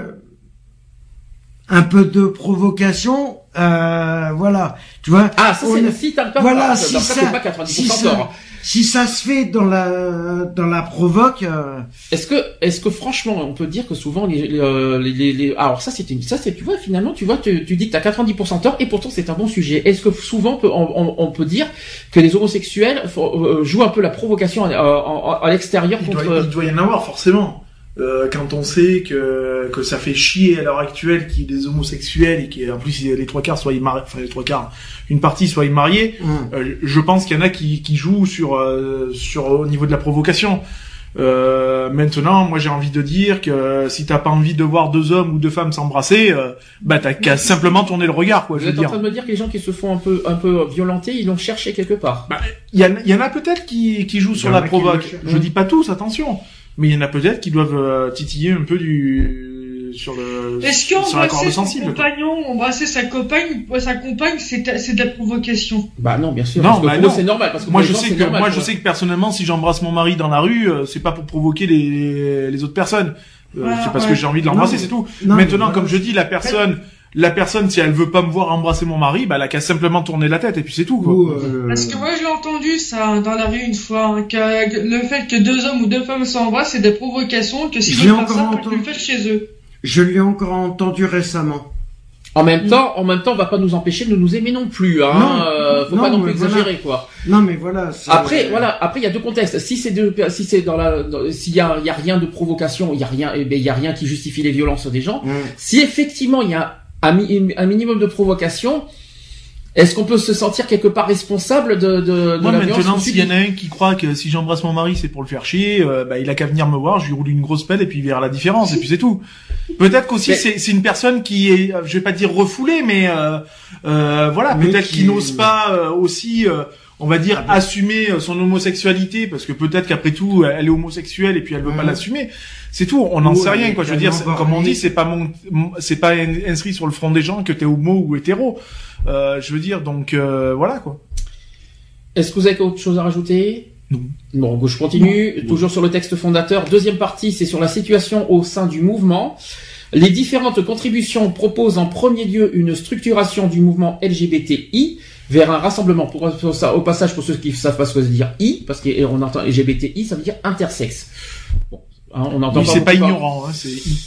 un peu de provocation, voilà, tu vois. Ah, ça c'est, si t'as pas, voilà, c'est pas 90% tort. Si ça se fait dans la provoque, Est-ce que franchement, on peut dire que souvent alors ça c'est tu vois finalement tu dis que t'as 90% tort et pourtant c'est un bon sujet. Est-ce que souvent on peut dire que les homosexuels jouent un peu la provocation à l'extérieur contre... Il doit y en avoir forcément. Quand on sait que ça fait chier à l'heure actuelle qu'il y ait des homosexuels et qu'en plus les trois quarts soient mariés, enfin les trois quarts, une partie soit mariée, je pense qu'il y en a qui jouent sur au niveau de la provocation. Maintenant, moi j'ai envie de dire que si t'as pas envie de voir deux hommes ou deux femmes s'embrasser, bah t'as qu'à simplement tourner le regard, quoi. Vous êtes en train de me dire que les gens qui se font un peu violenter, ils l'ont cherché quelque part. Bah, il y en a peut-être qui jouent sur la provoque. Je dis pas tous, attention. Mais il y en a peut-être qui doivent titiller un peu sur la corde sensible. Son compagnon, embrasser sa compagne, c'est de la provocation. Bah non, bien sûr. Non, parce que c'est normal. Parce que moi, je sais que personnellement, si j'embrasse mon mari dans la rue, c'est pas pour provoquer les autres personnes. C'est parce que j'ai envie de l'embrasser, c'est tout. Non, maintenant, comme je dis, la personne, si elle veut pas me voir embrasser mon mari, bah, elle a qu'à simplement tourner la tête et puis c'est tout, quoi. Parce que moi, j'ai entendu ça dans la rue une fois, hein, que le fait que deux hommes ou deux femmes s'embrassent, c'est des provocations, que si ils veulent faire ça, ils le faire chez eux. Je l'ai encore entendu récemment. En même temps, on va pas nous empêcher de nous aimer non plus, hein. Non, faut pas non plus exagérer, quoi. Non, mais voilà. Après, il y a deux contextes. S'il y a rien de provocation, il y a rien qui justifie les violences des gens. Si effectivement il y a un minimum de provocation, est-ce qu'on peut se sentir quelque part responsable de moi, la violence? Maintenant, s'il y en a un qui croit que si j'embrasse mon mari, c'est pour le faire chier, bah, il a qu'à venir me voir, je lui roule une grosse pelle et puis il verra la différence, et puis c'est tout. Peut-être qu'aussi c'est une personne qui est, je vais pas dire refoulée, mais voilà, peut-être qu'il n'ose pas aussi, on va dire, assumer son homosexualité, parce que peut-être qu'après tout, elle est homosexuelle et puis elle veut pas l'assumer. C'est tout, on n'en sait rien, quoi. Je veux dire, comme on dit, c'est pas inscrit sur le front des gens que t'es homo ou hétéro. Je veux dire, donc voilà, quoi. Est-ce que vous avez autre chose à rajouter? Non. Bon, je continue. Toujours sur le texte fondateur. Deuxième partie, c'est sur la situation au sein du mouvement. Les différentes contributions proposent en premier lieu une structuration du mouvement LGBTI vers un rassemblement. Pour ça, au passage, pour ceux qui ne savent pas ce que ça veut dire I, parce qu'on entend LGBTI, ça veut dire intersexe. Bon, hein, on entend. Oui, c'est pas ignorant, hein, c'est I.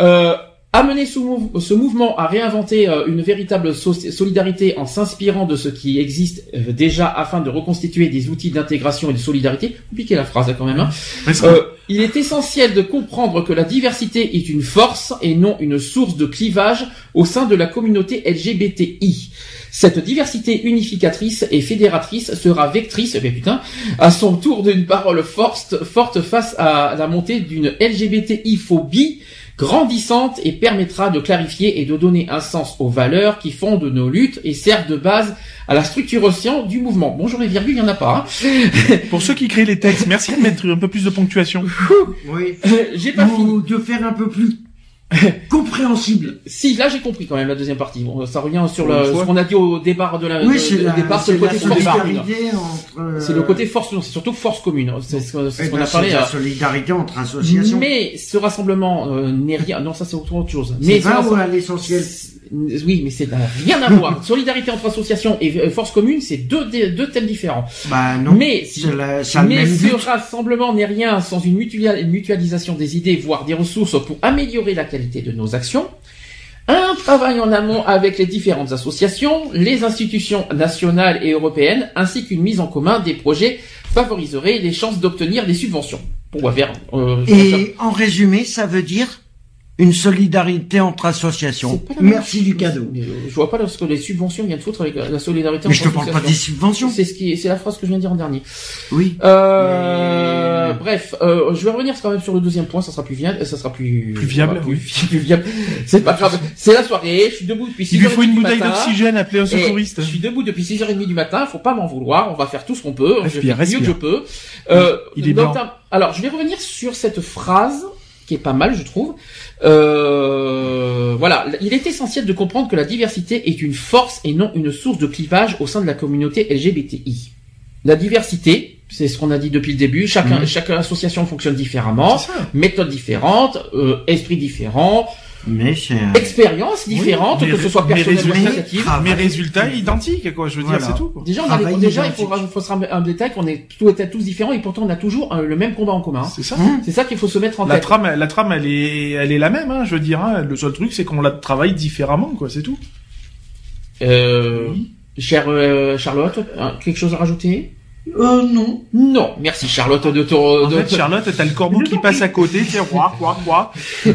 Amener ce mouvement à réinventer une véritable solidarité en s'inspirant de ce qui existe déjà afin de reconstituer des outils d'intégration et de solidarité. Compliqué la phrase quand même. Hein. Il est essentiel de comprendre que la diversité est une force et non une source de clivage au sein de la communauté LGBTI. Cette diversité unificatrice et fédératrice sera vectrice, à son tour d'une parole forte face à la montée d'une LGBTI-phobie grandissante et permettra de clarifier et de donner un sens aux valeurs qui fondent nos luttes et servent de base à la structuration du mouvement. Bonjour les virgules, il n'y en a pas. Hein. Pour ceux qui créent les textes, merci de mettre un peu plus de ponctuation. Oui. J'ai pas fini. De faire un peu plus compréhensible. Si, là j'ai compris quand même la deuxième partie. Bon, ça revient sur ce qu'on a dit au départ de la. Oui, c'est le côté solidarité entre. C'est le côté force, c'est surtout force commune. C'est ce qu'on a parlé. La solidarité entre associations. Mais ce rassemblement n'est rien. Non, ça c'est autre chose. Mais c'est pas l'essentiel. Oui, mais c'est rien à voir. Solidarité entre associations et force commune, c'est deux thèmes différents. Bah non. Mais ce rassemblement n'est rien sans une mutualisation des idées, voire des ressources pour améliorer la qualité de nos actions. Un travail en amont avec les différentes associations, les institutions nationales et européennes, ainsi qu'une mise en commun des projets favoriserait les chances d'obtenir des subventions. On va faire. Et en résumé, ça veut dire une solidarité entre associations. Merci du cadeau. Je vois pas ce que les subventions viennent foutre avec la solidarité entre associations. Mais je te parle pas des subventions. C'est la phrase que je viens de dire en dernier. Oui. Bref, je vais revenir quand même sur le deuxième point, ça sera plus viable, plus viable. Plus viable. C'est pas grave. C'est la soirée, je suis debout depuis 6h30 du matin. Il lui faut une bouteille d'oxygène, appelez un secouriste. Je suis debout depuis 6h30 du matin, faut pas m'en vouloir, on va faire tout ce qu'on peut. Respire. Mieux que je peux. Il est blanc. Alors, je vais revenir sur cette phrase qui est pas mal, je trouve. Voilà, voilà, il est essentiel de comprendre que la diversité est une force et non une source de clivage au sein de la communauté LGBTI. La diversité, c'est ce qu'on a dit depuis le début, chaque association fonctionne différemment, méthode différente, esprit différent, mais c'est expérience différente, que ce soit personnelle ou associative. Mais résultats identiques, quoi, je veux dire, c'est tout, quoi. Déjà, il faut se ramener un détail qu'on est tous différents et pourtant on a toujours le même combat en commun. C'est ça. C'est ça qu'il faut se mettre en tête. La trame, elle est la même, hein, je veux dire, hein. Le seul truc, c'est qu'on la travaille différemment, quoi, c'est tout. Chère Charlotte, quelque chose à rajouter? Non. Non, merci Charlotte de ton... En fait, Charlotte, t'as le corbeau qui passe à côté, tiens, quoi.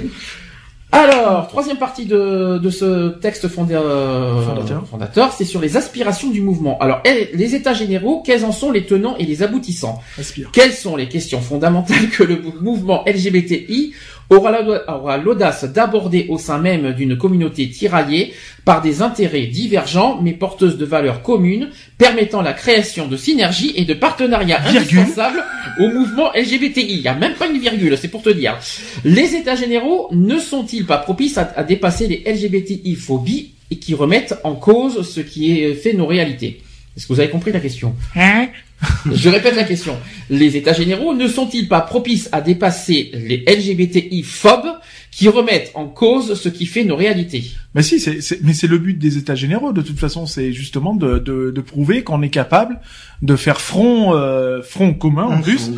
Alors, troisième partie de ce texte fondateur, c'est sur les aspirations du mouvement. Alors, les états généraux, quels en sont les tenants et les aboutissants? Quelles sont les questions fondamentales que le mouvement LGBTI aura l'audace d'aborder au sein même d'une communauté tiraillée par des intérêts divergents mais porteuses de valeurs communes, permettant la création de synergies et de partenariats indispensables au mouvement LGBTI. Il n'y a même pas une virgule, c'est pour te dire. Les états généraux ne sont-ils pas propices à dépasser les LGBTI-phobies et qui remettent en cause ce qui est fait nos réalités? Est-ce que vous avez compris la question? Je répète la question. Les états généraux ne sont-ils pas propices à dépasser les LGBTI-phobes qui remettent en cause ce qui fait nos réalités? Mais si, mais c'est le but des états généraux. De toute façon, c'est justement de prouver qu'on est capable de faire front commun en plus,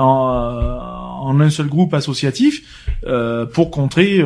en un seul groupe associatif, pour contrer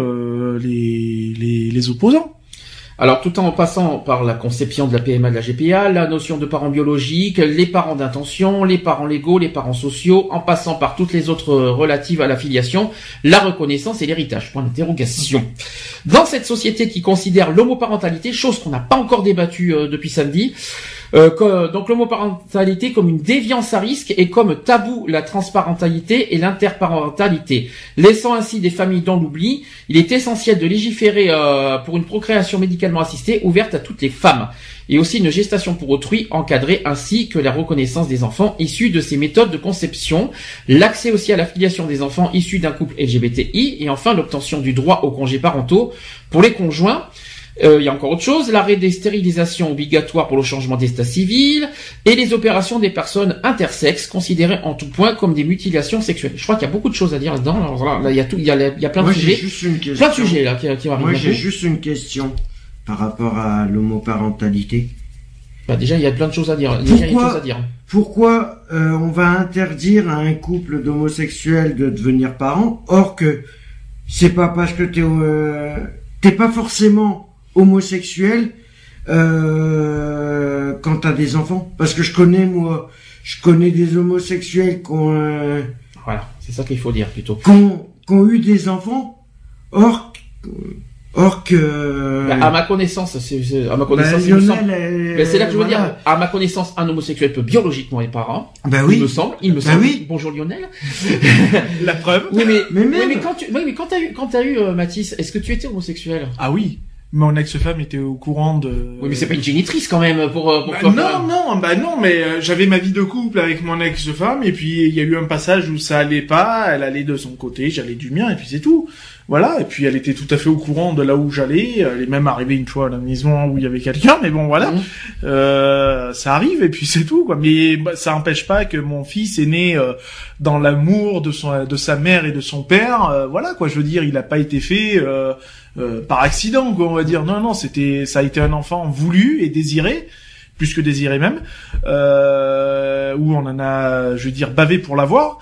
les opposants. Alors, tout en passant par la conception de la PMA, de la GPA, la notion de parents biologiques, les parents d'intention, les parents légaux, les parents sociaux, en passant par toutes les autres relatives à la filiation, la reconnaissance et l'héritage. Point d'interrogation. Dans cette société qui considère l'homoparentalité, chose qu'on n'a pas encore débattue depuis samedi, donc l'homoparentalité comme une déviance à risque et comme tabou la transparentalité et l'interparentalité, laissant ainsi des familles dans l'oubli. Il est essentiel de légiférer pour une procréation médicalement assistée ouverte à toutes les femmes et aussi une gestation pour autrui encadrée, ainsi que la reconnaissance des enfants issus de ces méthodes de conception, l'accès aussi à la filiation des enfants issus d'un couple LGBTI et enfin l'obtention du droit aux congés parentaux pour les conjoints. Il y a encore autre chose, l'arrêt des stérilisations obligatoires pour le changement d'état civil et les opérations des personnes intersexes considérées en tout point comme des mutilations sexuelles. Je crois qu'il y a beaucoup de choses à dire là-dedans. Alors là, il y a plein de sujets. Plein de sujets là qui arrivent. Moi, j'ai juste une question par rapport à l'homoparentalité. Bah déjà, il y a plein de choses à dire. Pourquoi on va interdire à un couple d'homosexuels de devenir parents, or que c'est pas parce que t'es pas forcément homosexuel quand t'as des enfants, parce que je connais des homosexuels qui ont voilà, c'est ça qu'il faut dire plutôt, qui ont eu des enfants, or que à ma connaissance c'est là que je veux dire, à ma connaissance un homosexuel peut biologiquement être parent. Il me semble. Oui. Bonjour Lionel. La preuve. Oui mais quand t'as eu Mathis, est-ce que tu étais homosexuel? Ah oui. Mon ex-femme était au courant de... Oui, mais c'est pas une génitrice quand même pour toi. Non, mais j'avais ma vie de couple avec mon ex-femme et puis il y a eu un passage où ça allait pas, elle allait de son côté, j'allais du mien et puis c'est tout. Voilà, et puis elle était tout à fait au courant de là où j'allais, elle est même arrivée une fois à la maison où il y avait quelqu'un, mais bon voilà, ça arrive et puis c'est tout quoi. Mais ça empêche pas que mon fils est né dans l'amour de sa mère et de son père, voilà quoi, je veux dire, il a pas été fait par accident quoi, on va dire. Non, ça a été un enfant voulu et désiré, plus que désiré même, où on en a, je veux dire, bavé pour l'avoir.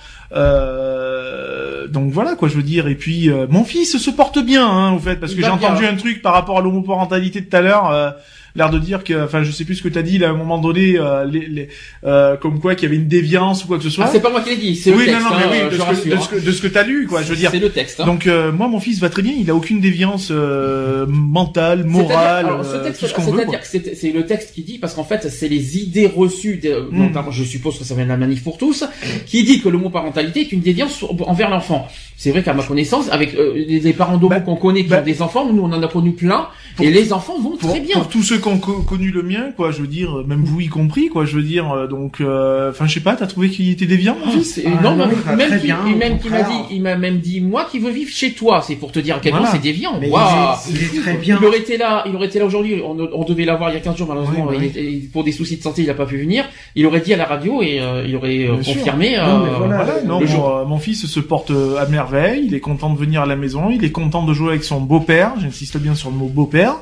Donc voilà quoi, je veux dire. Et puis mon fils se porte bien, hein, au fait, parce que j'ai entendu un truc par rapport à l'homoparentalité tout à l'heure. L'air de dire que, enfin, je sais plus ce que t'as dit là, à un moment donné, comme quoi qu'il y avait une déviance ou quoi que ce soit. Ah, c'est pas moi qui l'ai dit, c'est le texte. De ce que t'as lu, quoi, je veux dire. C'est le texte. Hein. Donc moi, mon fils va très bien, il a aucune déviance mentale, morale, tout ce qu'on veut. C'est-à-dire que c'est le texte qui dit, parce qu'en fait, c'est les idées reçues, notamment, je suppose que ça vient de la Manif pour tous, qui dit que l'homoparentalité est une déviance envers l'enfant. C'est vrai qu'à ma connaissance, avec les parents d'homo qu'on connaît qui ont des enfants, nous on en a connu plein, et les enfants vont très bien. Pour tous ceux qui ont connu le mien, quoi, je veux dire, même vous y compris, quoi, je veux dire, donc, enfin, je sais pas, t'as trouvé qu'il était déviant, mon fils? Non, même très qui, bien, même au qui m'a contraire. dit, il m'a même dit, moi qui veux vivre chez toi, c'est pour te dire à quel point Voilà. c'est déviant. Mais Waouh. il est très bien. Il aurait été là aujourd'hui, on devait l'avoir il y a 15 jours, malheureusement, Oui, pour des soucis de santé, il a pas pu venir. Il aurait dit à la radio et il aurait Bien sûr. confirmé. Non, mais voilà. Voilà, non, le jour. mon fils se porte à merveille, il est content de venir à la maison, il est content de jouer avec son beau-père, j'insiste bien sur le mot beau-père.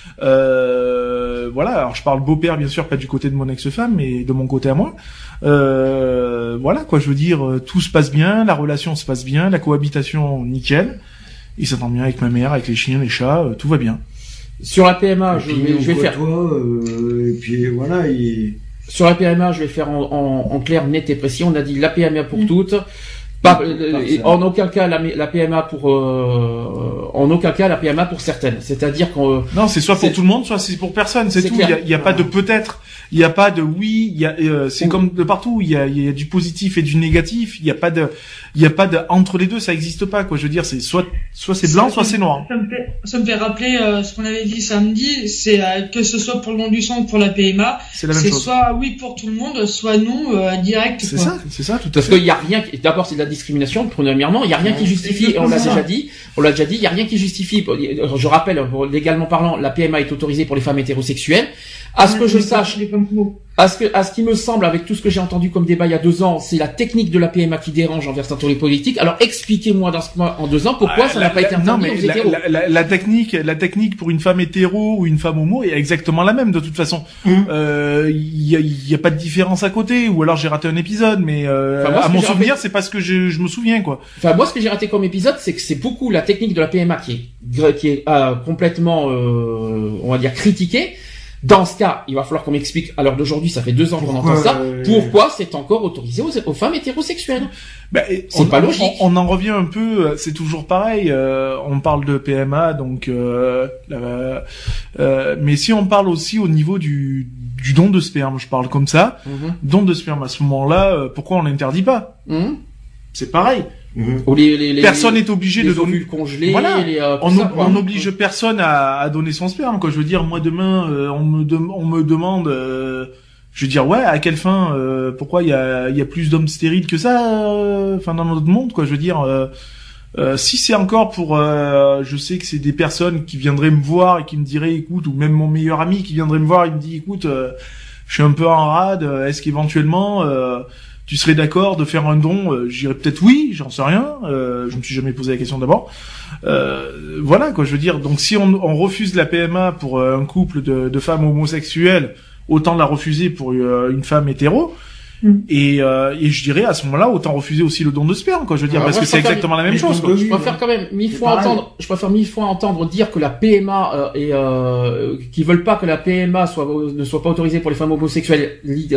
Voilà, alors je parle beau-père bien sûr pas du côté de mon ex-femme, mais de mon côté à moi. Voilà, quoi, je veux dire, tout se passe bien, la relation se passe bien, la cohabitation nickel. Il s'entend bien avec ma mère, avec les chiens, les chats, tout va bien. Sur la PMA, je vais faire. Et puis voilà, Sur la PMA, je vais faire en clair, net et précis. On a dit la PMA pour toutes. Pas, en aucun cas la PMA pour en aucun cas la PMA pour certaines. C'est-à-dire qu'on Non, c'est soit pour tout le monde, soit c'est pour personne, c'est tout. clair. Il y a pas de peut-être, il y a pas de oui, il y a c'est comme de partout, il y a du positif et du négatif, il y a pas de entre les deux, ça existe pas, quoi. Je veux dire, c'est soit c'est blanc, soit c'est noir. Ça me fait rappeler ce qu'on avait dit samedi, c'est que ce soit pour le don du sang ou pour la PMA, C'est la même c'est chose. soit oui pour tout le monde, soit non direct. C'est quoi. ça, tout à parce fait. qu'il y a rien. D'abord, c'est de la discrimination. Premièrement, il y a rien qui justifie. Et on l'a déjà dit. Il y a rien qui justifie. Je rappelle, légalement parlant, la PMA est autorisée pour les femmes hétérosexuelles. À ce que je sache, à ce qui me semble, avec tout ce que j'ai entendu comme débat il y a 2 ans, c'est la technique de la PMA qui dérange envers certains politiques. Alors expliquez-moi en 2 ans pourquoi ça n'a pas été non, interdit mais aux hétéros. la technique pour une femme hétéro ou une femme homo est exactement la même de toute façon. Il y a pas de différence à côté, ou alors j'ai raté un épisode, mais Enfin, moi, à ce mon que j'ai souvenir, c'est parce que je me souviens, quoi. Enfin, moi, ce que j'ai raté comme épisode, c'est que c'est beaucoup la technique de la PMA qui est complètement, on va dire, critiquée. Dans ce cas, il va falloir qu'on m'explique, à l'heure d'aujourd'hui, ça fait 2 ans qu'on entend ça, pourquoi c'est encore autorisé aux femmes hétérosexuelles. C'est pas logique. On en revient un peu, c'est toujours pareil, on parle de PMA, donc mais si on parle aussi au niveau du don de sperme, je parle comme ça, don de sperme à ce moment-là, pourquoi on l'interdit pas? C'est pareil. Ou Personne n'est obligé de donner. ovules congelés. Voilà. On n'oblige pas. personne à donner son sperme, quoi. Je veux dire, moi demain, on me demande, je veux dire, ouais, à quelle fin, pourquoi il y a plus d'hommes stériles que ça, enfin dans notre monde, quoi. Je veux dire, si c'est encore pour, je sais que c'est des personnes qui viendraient me voir et qui me diraient, écoute, ou même mon meilleur ami qui viendrait me voir, il me dit, écoute, je suis un peu en rade, est-ce qu'éventuellement tu serais d'accord de faire un don? J'irais peut-être oui, j'en sais rien. Je me suis jamais posé la question d'abord. Voilà, quoi. Je veux dire, donc si on refuse la PMA pour un couple de femmes homosexuelles, autant la refuser pour une femme hétéro. Et je dirais à ce moment-là, autant refuser aussi le don de sperme, quoi. Je veux dire, parce que c'est exactement la même chose, quoi. Je préfère quand même 1000 fois entendre dire que la PMA qui veulent pas que la PMA ne soit pas autorisée pour les femmes homosexuelles,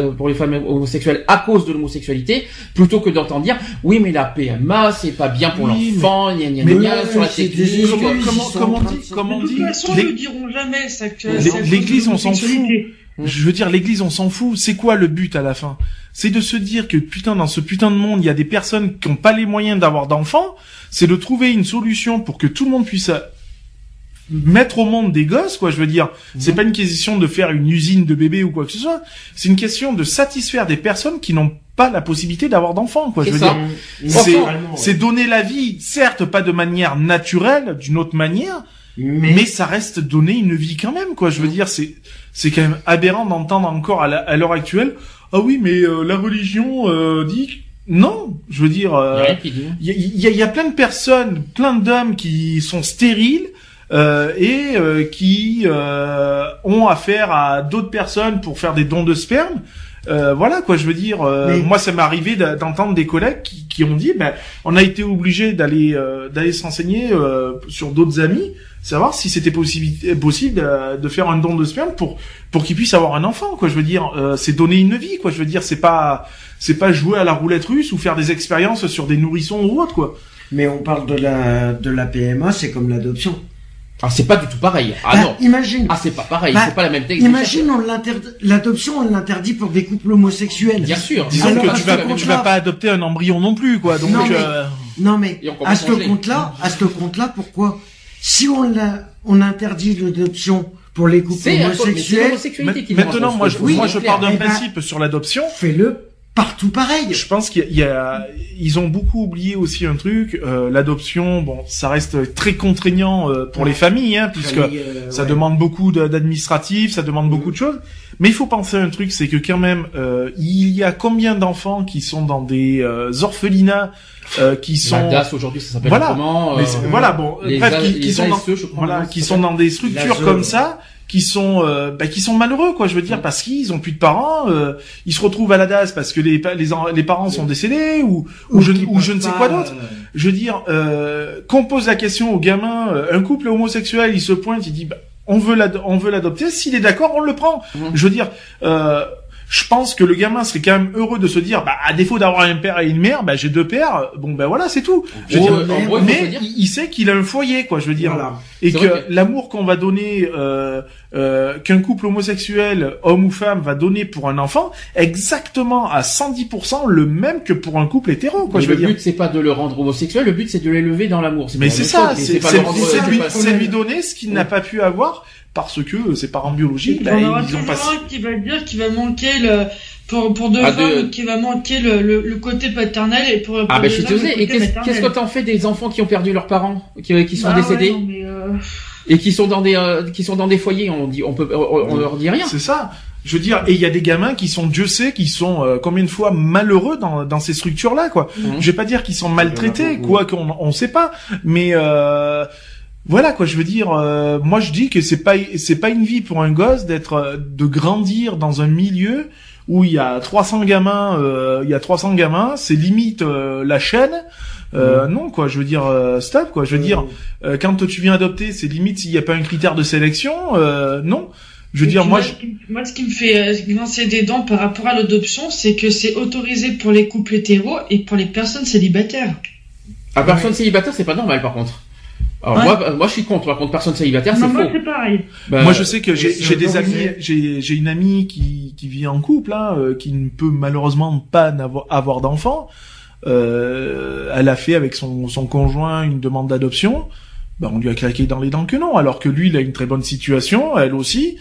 à cause de l'homosexualité, plutôt que d'entendre dire oui mais la PMA c'est pas bien pour l'enfant, sur la technique. Comment on dit, De toute façon, ils ne diront jamais ça. L'Église, on s'en fout. Je veux dire, l'Église, on s'en fout. C'est quoi le but à la fin? C'est de se dire que dans ce putain de monde, il y a des personnes qui n'ont pas les moyens d'avoir d'enfants. C'est de trouver une solution pour que tout le monde puisse mettre au monde des gosses, quoi. Je veux dire, c'est pas une question de faire une usine de bébés ou quoi que ce soit. C'est une question de satisfaire des personnes qui n'ont pas la possibilité d'avoir d'enfants, quoi. Je veux dire, c'est donner la vie, certes pas de manière naturelle, d'une autre manière. Mais ça reste donner une vie quand même, quoi. Je veux dire, c'est quand même aberrant d'entendre encore à l'heure actuelle. Ah oui, mais la religion dit non. Je veux dire, il y a plein de personnes, plein d'hommes qui sont stériles et qui ont affaire à d'autres personnes pour faire des dons de sperme. Voilà, quoi. Je veux dire, moi ça m'est arrivé d'entendre des collègues qui ont dit, on a été obligé d'aller s'enseigner sur d'autres amis, savoir si c'était possible de faire un don de sperme pour qu'ils puissent avoir un enfant, quoi. Je veux dire, c'est donner une vie, quoi. Je veux dire, c'est pas jouer à la roulette russe ou faire des expériences sur des nourrissons ou autre, quoi. Mais on parle de la PMA, c'est comme l'adoption. Ah, c'est pas du tout pareil. Non. Imagine. Ah, c'est pas pareil. C'est pas la même technique. Imagine, l'adoption, on l'interdit pour des couples homosexuels. Bien sûr. Disons que tu vas pas adopter un embryon non plus, quoi. Donc, non, mais à ce compte-là, pourquoi? Si on interdit l'adoption pour les couples c'est homosexuels. l'homosexualité qui Maintenant, moi, je pars d'un Eh ben, principe sur l'adoption. Fais-le partout pareil. Je pense ils ont beaucoup oublié aussi un truc. L'adoption, bon, ça reste très contraignant pour les familles, hein, puisque ça demande beaucoup d'administratif, ça demande beaucoup de choses. Mais il faut penser à un truc, c'est que quand même, il y a combien d'enfants qui sont dans des orphelinats, qui sont la DAS aujourd'hui, ça s'appelle comment voilà, bon, bref, qui sont dans, ASE, je crois, voilà, qui sont dans des structures comme ça. Qui sont malheureux, quoi, je veux dire, parce qu'ils ont plus de parents, ils se retrouvent à la DAS parce que les parents sont décédés ou je ne sais quoi d'autre. Je veux dire, qu'on pose la question aux gamins, un couple homosexuel, il se pointe, il dit on veut l'adopter, s'il est d'accord, on le prend. Je veux dire, je pense que le gamin serait quand même heureux de se dire, à défaut d'avoir un père et une mère, j'ai deux pères, voilà, c'est tout. Je veux dire, mais il sait qu'il a un foyer, quoi, je veux dire. Voilà. Et que l'amour qu'on va donner, qu'un couple homosexuel, homme ou femme, va donner pour un enfant, exactement à 110% le même que pour un couple hétéro, quoi, je veux dire. Le but, c'est pas de le rendre homosexuel, le but, c'est de l'élever dans l'amour. Mais c'est ça, c'est lui donner ce qu'il n'a pas pu avoir, parce que ses parents biologiques, ils ont pas... qui va dire qu'il va manquer pour deux femmes, qui va manquer le côté paternel et pour je suis désolé. Et qu'est-ce que t'en fais des enfants qui ont perdu leurs parents, qui sont décédés? Ouais, non, mais et qui sont dans des foyers, on leur dit rien. C'est ça. Je veux dire, et il y a des gamins qui sont, Dieu sait, qui sont combien de fois malheureux dans ces structures-là, quoi. Je vais pas dire qu'ils sont maltraités, quoi qu'on sait pas, mais voilà, quoi, je veux dire, moi je dis que c'est pas une vie pour un gosse de grandir dans un milieu où il y a 300 gamins, c'est limite la chaîne. Non, quoi, je veux dire, stop, quoi, je veux dire, quand tu viens adopter, c'est limite s'il y a pas un critère de sélection, non. Je veux dire, moi, ce qui me fait grincer des dents par rapport à l'adoption, c'est que c'est autorisé pour les couples hétéros et pour les personnes célibataires. Personne célibataire, c'est pas normal, par contre. Alors moi je suis contre. Par contre, personne célibataire, c'est faux. Moi c'est pareil. Moi je sais que j'ai des amis, j'ai une amie qui vit en couple, qui ne peut malheureusement pas avoir d'enfants. Elle a fait avec son conjoint une demande d'adoption. On lui a claqué dans les dents que non, alors que lui il a une très bonne situation, elle aussi.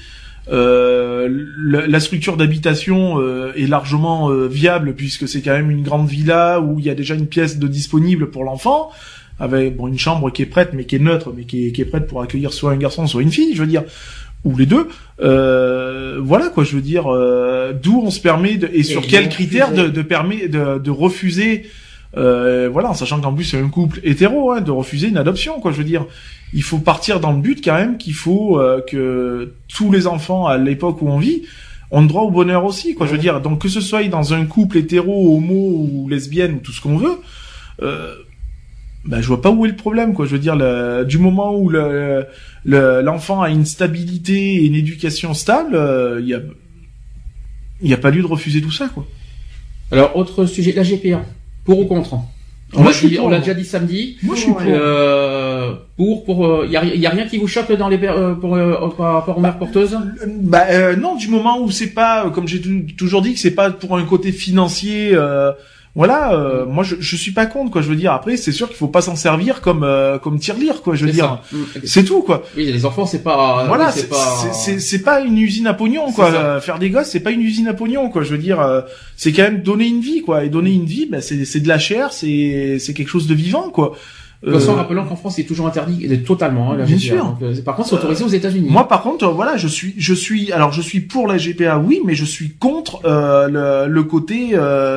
La structure d'habitation est largement viable puisque c'est quand même une grande villa où il y a déjà une pièce de disponible pour l'enfant. Avec une chambre qui est prête mais qui est neutre mais qui est prête pour accueillir soit un garçon soit une fille, je veux dire, ou les deux. Voilà, quoi, je veux dire, d'où on se permet et sur quels critères de refuser, voilà, en sachant qu'en plus c'est un couple hétéro, de refuser une adoption, quoi, je veux dire. Il faut partir dans le but quand même qu'il faut que tous les enfants à l'époque où on vit ont droit au bonheur aussi, quoi, je veux dire. Donc que ce soit dans un couple hétéro, homo ou lesbienne ou tout ce qu'on veut, je vois pas où est le problème, quoi. Je veux dire, du moment où l'enfant a une stabilité et une éducation stable, il y a pas lieu de refuser tout ça, quoi. Alors, autre sujet, la GPA. Pour ou contre? On l'a déjà dit samedi. Moi, je suis pour. Il y a rien qui vous choque dans par rapport aux mères porteuses? Non, du moment où c'est pas, comme j'ai toujours dit, que c'est pas pour un côté financier. Voilà, moi je suis pas contre, quoi, je veux dire. Après, c'est sûr qu'il faut pas s'en servir comme tirelire, quoi, je veux dire. C'est tout, quoi. Oui, les enfants, c'est pas. Voilà, c'est pas une usine à pognon, quoi. Faire des gosses, c'est pas une usine à pognon, quoi. Je veux dire, c'est quand même donner une vie, quoi. Et donner une vie, c'est de la chair, c'est quelque chose de vivant, quoi. De toute façon, rappelons qu'en France, c'est toujours interdit, totalement, la GPA. Bien sûr. Donc, par contre, c'est autorisé aux États-Unis. Moi, par contre, voilà, je suis pour la GPA, oui, mais je suis contre le côté.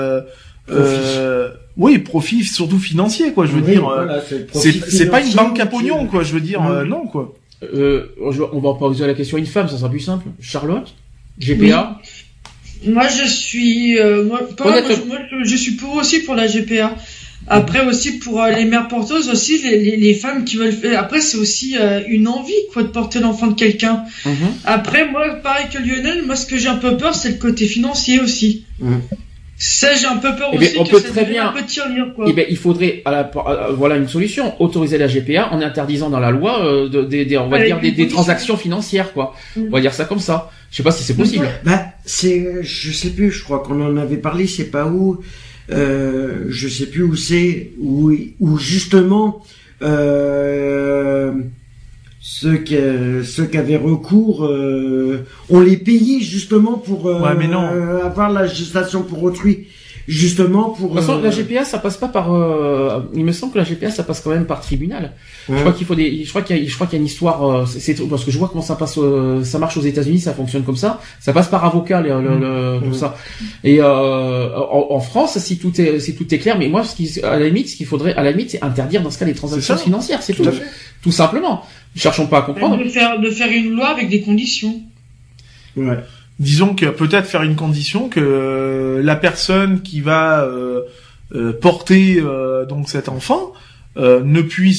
Profit surtout financier, quoi, je veux dire. Voilà, c'est pas une banque à pognon, quoi, je veux dire, non, quoi. On va poser la question à une femme, ça sera plus simple. Charlotte, GPA. Oui. Moi, je suis, je suis aussi pour la GPA. Après aussi pour les mères porteuses aussi, les femmes qui veulent faire. Après, c'est aussi une envie, quoi, de porter l'enfant de quelqu'un. Après, moi, pareil que Lionel, moi, ce que j'ai un peu peur, c'est le côté financier aussi. Ça, j'ai un peu peur aussi que ça devienne un peu tirelire, quoi. Il faudrait, voilà une solution, autoriser la GPA en interdisant dans la loi, on va dire des transactions financières, quoi. On va dire ça comme ça. Je sais pas si c'est possible. Je sais plus, je crois qu'on en avait parlé, c'est pas où, je sais plus où c'est, où justement, ceux qui avaient recours, on les payait justement pour mais non. avoir la gestation pour autrui. Justement pour. De toute façon, la GPA, ça passe pas par. Il me semble que la GPA, ça passe quand même par tribunal. Ouais. Je crois qu'il y a une histoire. C'est parce que je vois comment ça passe. Ça marche aux États-Unis, ça fonctionne comme ça. Ça passe par avocat, tout ça. Et en France, si tout est clair, mais moi, à la limite, c'est interdire dans ce cas les transactions financières, c'est tout. Tout simplement. Cherchons pas à comprendre. De faire une loi avec des conditions. Ouais. Disons que peut-être faire une condition que la personne qui va porter donc cet enfant ne puisse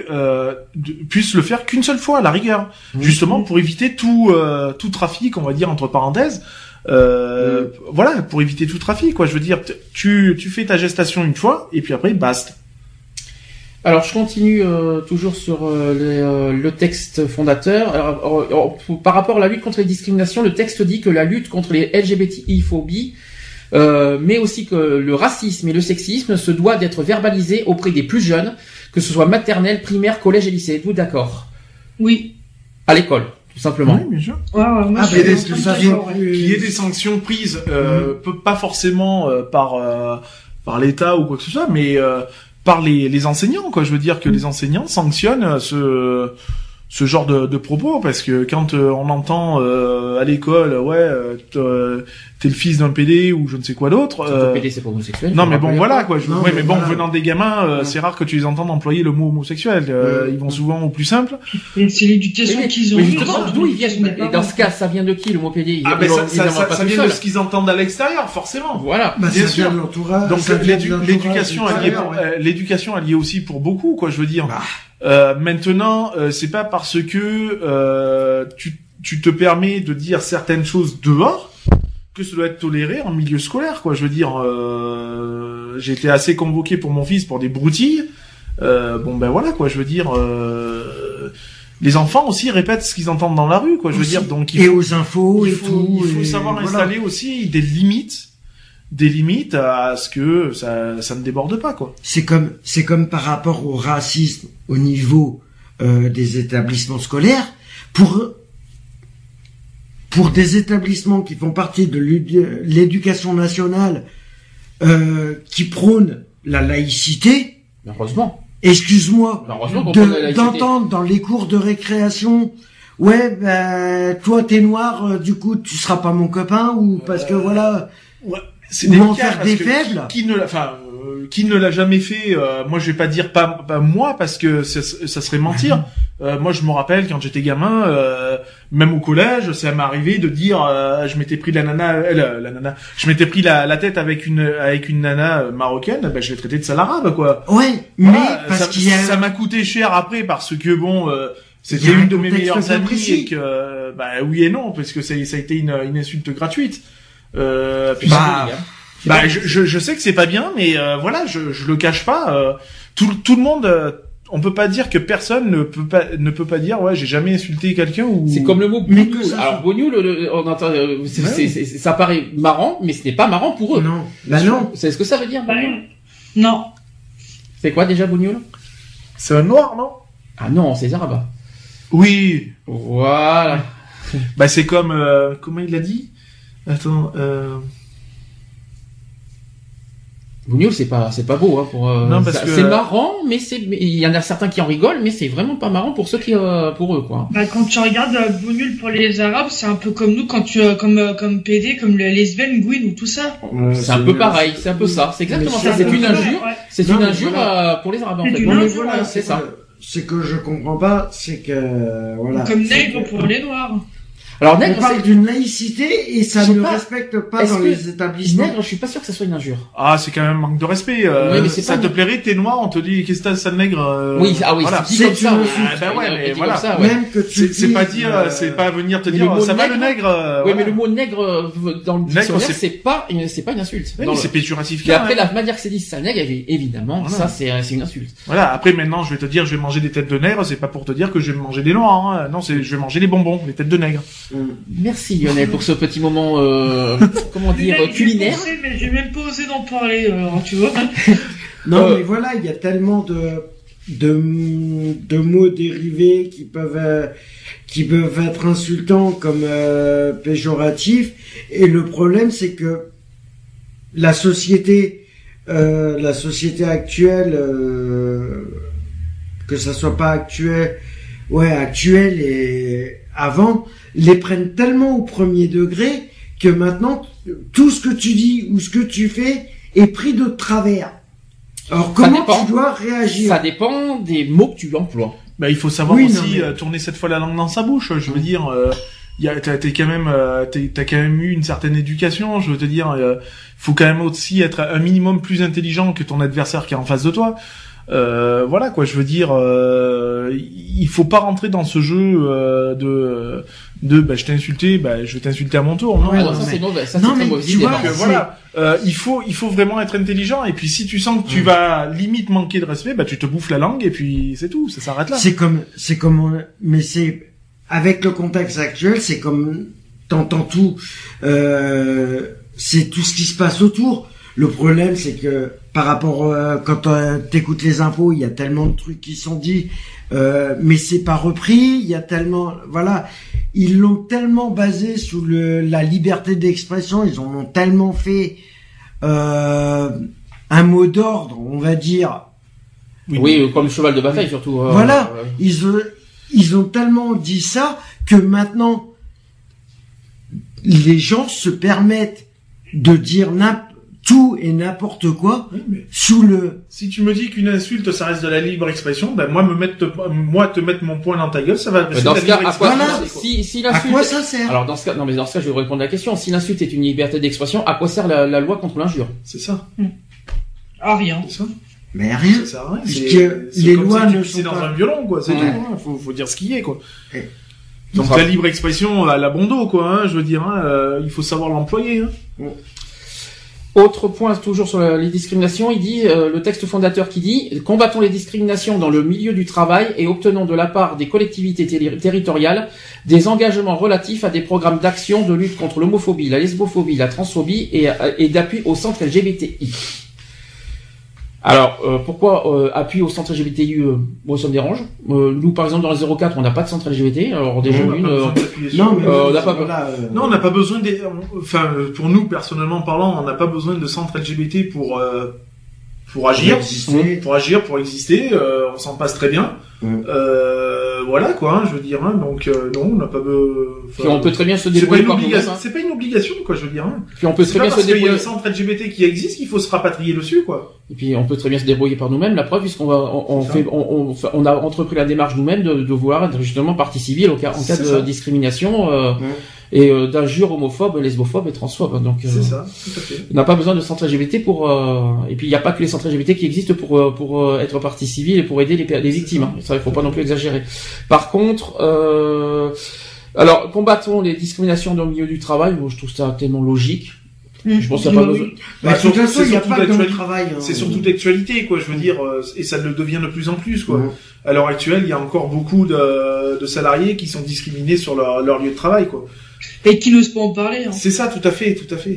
le faire qu'une seule fois à la rigueur, justement pour éviter tout trafic, on va dire entre parenthèses. Voilà, pour éviter tout trafic, quoi. Je veux dire, tu fais ta gestation une fois et puis après basta. Alors, je continue toujours sur le texte fondateur. Alors, par rapport à la lutte contre les discriminations, le texte dit que la lutte contre les LGBTI-phobies, mais aussi que le racisme et le sexisme se doit d'être verbalisé auprès des plus jeunes, que ce soit maternelle, primaire, collège et lycée. Êtes-vous d'accord? Oui. À l'école, tout simplement. Oui, bien sûr. Moi, Qu'il y ait des sanctions prises, pas forcément par l'État ou quoi que ce soit, mais par les enseignants, quoi. Je veux dire que les enseignants sanctionnent ce genre de propos, parce que quand on entend à l'école, t'es le fils d'un PD ou je ne sais quoi d'autre. PD, c'est pas homosexuel. Non, mais bon, voilà, quoi. Mais bon, voilà. venant des gamins, c'est rare que tu les entends employer le mot homosexuel. Ils vont souvent au plus simple. Et c'est l'éducation qu'ils ont. Mais justement, d'où ils viennent? Et dans ce cas, ça vient de qui, le mot PD? Ça vient de ce qu'ils entendent à l'extérieur, forcément. Voilà. Bien sûr. Donc l'éducation elle y est aussi pour beaucoup, quoi. Je veux dire. Maintenant, c'est pas parce que tu te permets de dire certaines choses dehors que ça doit être toléré en milieu scolaire, quoi. Je veux dire, j'ai été assez convoqué pour mon fils pour des broutilles. Voilà, quoi. Je veux dire, les enfants aussi répètent ce qu'ils entendent dans la rue, quoi. Je veux dire, donc aux infos il faut savoir installer aussi des limites à ce que ça ne déborde pas, quoi. C'est comme par rapport au racisme au niveau des établissements scolaires, pour des établissements qui font partie de l'éducation nationale, qui prônent la laïcité. Heureusement. Excuse-moi d'entendre dans les cours de récréation, toi t'es noir, du coup tu seras pas mon copain, ou parce que voilà. Ouais. C'est ou en délicat, faire des faibles. Qui ne l'a jamais fait, moi je vais pas dire pas moi, parce que ça serait mentir. Moi je me rappelle quand j'étais gamin, même au collège, ça m'est arrivé de dire je m'étais pris la nana, je m'étais pris la tête avec une nana marocaine, je l'ai traité de sale arabe, quoi. Ouais, voilà, mais parce qu'il y a... ça m'a coûté cher après, parce que c'était une de mes meilleures amies, et que oui et non, parce que ça a été une insulte gratuite. Je sais que c'est pas bien, mais voilà, je le cache pas. Tout le monde, on peut pas dire que personne ne peut pas dire j'ai jamais insulté quelqu'un ou. C'est comme le mot bougnoul. Alors bougnoul, on entend, ça paraît marrant, mais ce n'est pas marrant pour eux. Non. Non. C'est ce que ça veut dire, bougnoul? Non. C'est quoi déjà bougnoul? C'est un noir, non? Ah non, c'est arabe. Oui. Voilà. C'est comme comment il l'a dit? Attends. Bougnoul, c'est pas beau, hein, non, parce que c'est marrant, mais il y en a certains qui en rigolent, mais c'est vraiment pas marrant pour ceux qui, pour eux, quoi. Quand tu regardes Bougnoul pour les Arabes, c'est un peu comme nous, quand comme PD, comme les lesbiennes, Gouine ou tout ça. C'est un peu pareil, c'est un peu ça. C'est exactement ça. C'est une injure. C'est une injure pour les Arabes, en fait. C'est ça. Ce que je comprends pas, c'est que voilà. Comme nègre pour les Noirs. Alors nègre, on parle d'une laïcité et ça ne respecte pas dans les établissements. Nègre, je suis pas sûr que ça soit une injure. Ah, c'est quand même un manque de respect. Oui, mais ça te plairait, t'es noir, on te dit qu'est-ce que t'as, sale nègre. Oui, voilà. c'est comme ça. Mais voilà. Ça, même que tu c'est pas dire, c'est pas venir te dire ça va le nègre. Oui, mais le mot nègre dans le dictionnaire, c'est pas une insulte. Oui, c'est péjoratif. Et après la manière que c'est dit sale nègre, évidemment, ça c'est une insulte. Voilà. Après maintenant, je vais te dire, je vais manger des têtes de nègre, c'est pas pour te dire que je vais manger des noirs. Non, je vais manger les bonbons, les têtes de nègre. Merci Lionel pour ce petit moment comment dire culinaire. Mais j'ai même pas osé d'en parler, tu vois. Non mais voilà, il y a tellement de mots dérivés qui peuvent être insultants comme péjoratifs. Et le problème, c'est que la société actuelle, que ça soit pas actuelle et avant, les prennent tellement au premier degré que maintenant tout ce que tu dis ou ce que tu fais est pris de travers. Alors comment tu dois réagir? Ça dépend des mots que tu emploies. Bah, il faut savoir tourner cette fois la langue dans sa bouche. Je veux dire, t'as quand même eu une certaine éducation. Je veux te dire, faut quand même aussi être un minimum plus intelligent que ton adversaire qui est en face de toi. Voilà quoi, je veux dire, il faut pas rentrer dans ce jeu de je t'ai insulté, je vais t'insulter à mon tour. Non, ça c'est mauvais, ça c'est très mauvais. Tu vois, voilà, il faut vraiment être intelligent, et puis si tu sens que tu vas limite manquer de respect, tu te bouffes la langue et puis c'est tout, ça s'arrête là. Mais c'est avec le contexte actuel, c'est comme t'entends tout, c'est tout ce qui se passe autour. Le problème, c'est que par rapport quand t'écoutes les infos, il y a tellement de trucs qui sont dits, mais c'est pas repris. Il y a tellement, voilà, ils l'ont tellement basé sous la liberté d'expression, ils en ont tellement fait un mot d'ordre, on va dire. Oui, comme le cheval de bataille surtout. Voilà, ils ont tellement dit ça que maintenant les gens se permettent de dire tout et n'importe quoi sous le... Si tu me dis qu'une insulte, ça reste de la libre expression, moi te mettre mon poing dans ta gueule, ça va rester dans de la libre expression. À quoi ça sert? Alors dans ce cas, je vais répondre à la question. Si l'insulte est une liberté d'expression, à quoi sert la loi contre l'injure? C'est ça. Ah, rien. C'est ça. Mais rien. Ça sert à rien. C'est les lois ne sont dans pas... un violon, quoi. C'est tout. Hein. Faut dire ce qui est, quoi. Donc la libre expression à la Bondo, quoi. Hein, je veux dire, il faut savoir l'employer. Hein. Autre point, toujours sur les discriminations, il dit, le texte fondateur qui dit « Combattons les discriminations dans le milieu du travail et obtenons de la part des collectivités territoriales des engagements relatifs à des programmes d'action de lutte contre l'homophobie, la lesbophobie, la transphobie et d'appui au centre LGBTI. » Alors, pourquoi appui au centre LGBTI, moi ça me dérange. Nous, par exemple, dans le 04, on n'a pas de centre LGBT. Alors déjà on n'a pas besoin pour nous personnellement parlant, on n'a pas besoin de centre LGBT pour agir, pour exister. On s'en passe très bien. Voilà quoi, hein, je veux dire. Hein, donc non, on n'a pas on peut très bien se débrouiller par nous-mêmes. C'est pas une obligation, quoi, je veux dire. Hein. Puis on peut très bien se débrouiller. Il y a le centre LGBT qui existe, qu'il faut se rapatrier dessus, quoi. Et puis on peut très bien se débrouiller par nous-mêmes. La preuve, puisqu'on on a entrepris la démarche nous-mêmes de vouloir être justement partie civile en cas de discrimination et d'injures homophobes, lesbophobes et transphobes. Donc c'est ça, tout à fait. On n'a pas besoin de centre LGBT pour et puis il n'y a pas que les centres LGBT qui existent pour être partie civile et pour aider les victimes. Ça, il faut pas non plus exagérer. Par contre, alors combattons les discriminations dans le milieu du travail. Moi, je trouve ça tellement logique. Je pense qu'il n'y a pas besoin. De toute façon, il n'y a pas de travail. C'est surtout d'actualité, quoi. Je veux dire, et ça le devient de plus en plus, quoi. À l'heure actuelle, il y a encore beaucoup de salariés qui sont discriminés sur leur lieu de travail, quoi. Et qui n'osent pas en parler. Hein. C'est ça, tout à fait.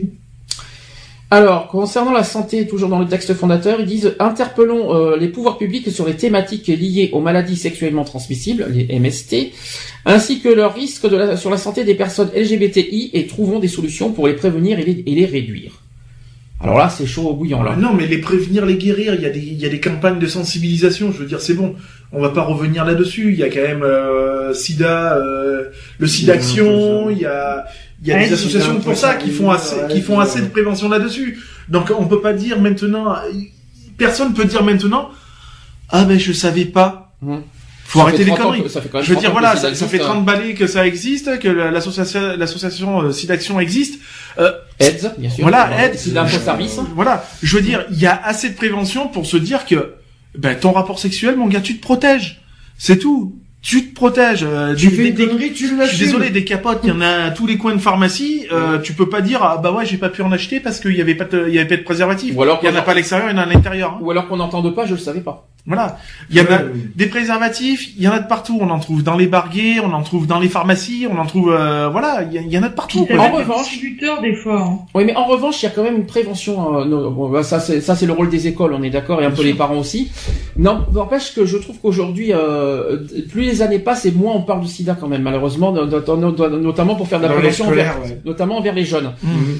Alors, concernant la santé, toujours dans le texte fondateur, ils disent « Interpellons les pouvoirs publics sur les thématiques liées aux maladies sexuellement transmissibles, les MST, ainsi que leurs risques sur la santé des personnes LGBTI et trouvons des solutions pour les prévenir et les réduire. » Alors là, c'est chaud au bouillant, là. Non, mais les prévenir, les guérir, il y a des campagnes de sensibilisation, je veux dire, c'est bon. On va pas revenir là-dessus. Il y a quand même SIDA, le SIDAction, il y a des associations pour ça qui font assez de prévention là-dessus. Donc on peut pas dire maintenant, personne peut dire maintenant, je savais pas. Faut arrêter les conneries. Je veux dire, voilà, ça fait 30 balais que ça existe, que l'association SIDAction existe. AIDS, bien sûr. Voilà, AIDS. SIDA Info Service. Voilà. Je veux dire, il y a assez de prévention pour se dire que, ton rapport sexuel, mon gars, tu te protèges. C'est tout. Tu te protèges. Tu fais des conneries, tu l'as. Je suis désolé, des capotes, il y en a à tous les coins de pharmacie. Tu peux pas dire, j'ai pas pu en acheter parce qu'il y avait pas de préservatif. Ou alors il y en a pas à l'extérieur, il y en a à l'intérieur. Hein. Ou alors qu'on n'entende pas, je le savais pas. Voilà. Il y en a des préservatifs, il y en a de partout. On en trouve dans les barguets, on en trouve dans les pharmacies, on en trouve, voilà, il y en a de partout. Quoi. En revanche, distributeurs des fois. Hein. Oui, mais en revanche, il y a quand même une prévention. Ça, c'est le rôle des écoles, on est d'accord, et un peu les parents aussi. Non, n'empêche que je trouve qu'aujourd'hui, plus les années passent, et moins on parle du SIDA quand même, malheureusement, notamment pour faire de la prévention, notamment envers les jeunes.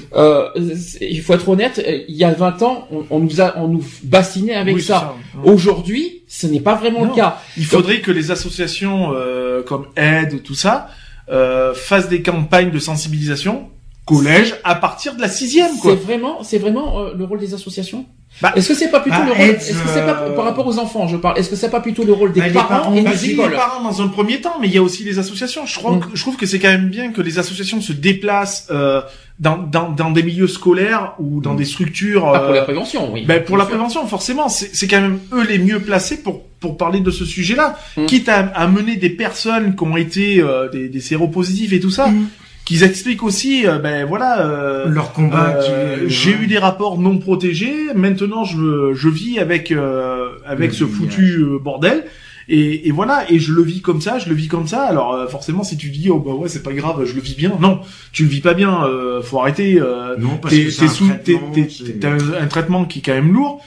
Il faut être honnête. Il y a 20 ans, on nous bassinait avec ça. Aujourd'hui, ce n'est pas vraiment le cas. Il faudrait que les associations comme Aide, tout ça, fassent des campagnes de sensibilisation collège à partir de la 6e, quoi. C'est vraiment le rôle des associations. Est-ce que c'est pas plutôt le rôle, est-ce que c'est pas par rapport aux enfants, je parle, est-ce que c'est pas plutôt le rôle des parents et des écoles? Les parents dans un premier temps, mais il y a aussi les associations. Je trouve que c'est quand même bien que les associations se déplacent dans des milieux scolaires ou dans des structures pour la prévention, oui. Pour la prévention, forcément, c'est quand même eux les mieux placés pour parler de ce sujet-là, quitte à mener des personnes qui ont été des séropositifs et tout ça. Qu'ils expliquent aussi, leur combat. J'ai eu des rapports non protégés. Maintenant, je vis avec ce foutu bordel. Et voilà. Et je le vis comme ça. Alors forcément, si tu dis c'est pas grave, je le vis bien. Non, tu le vis pas bien. Faut arrêter. Non, parce que t'as un traitement qui est quand même lourd.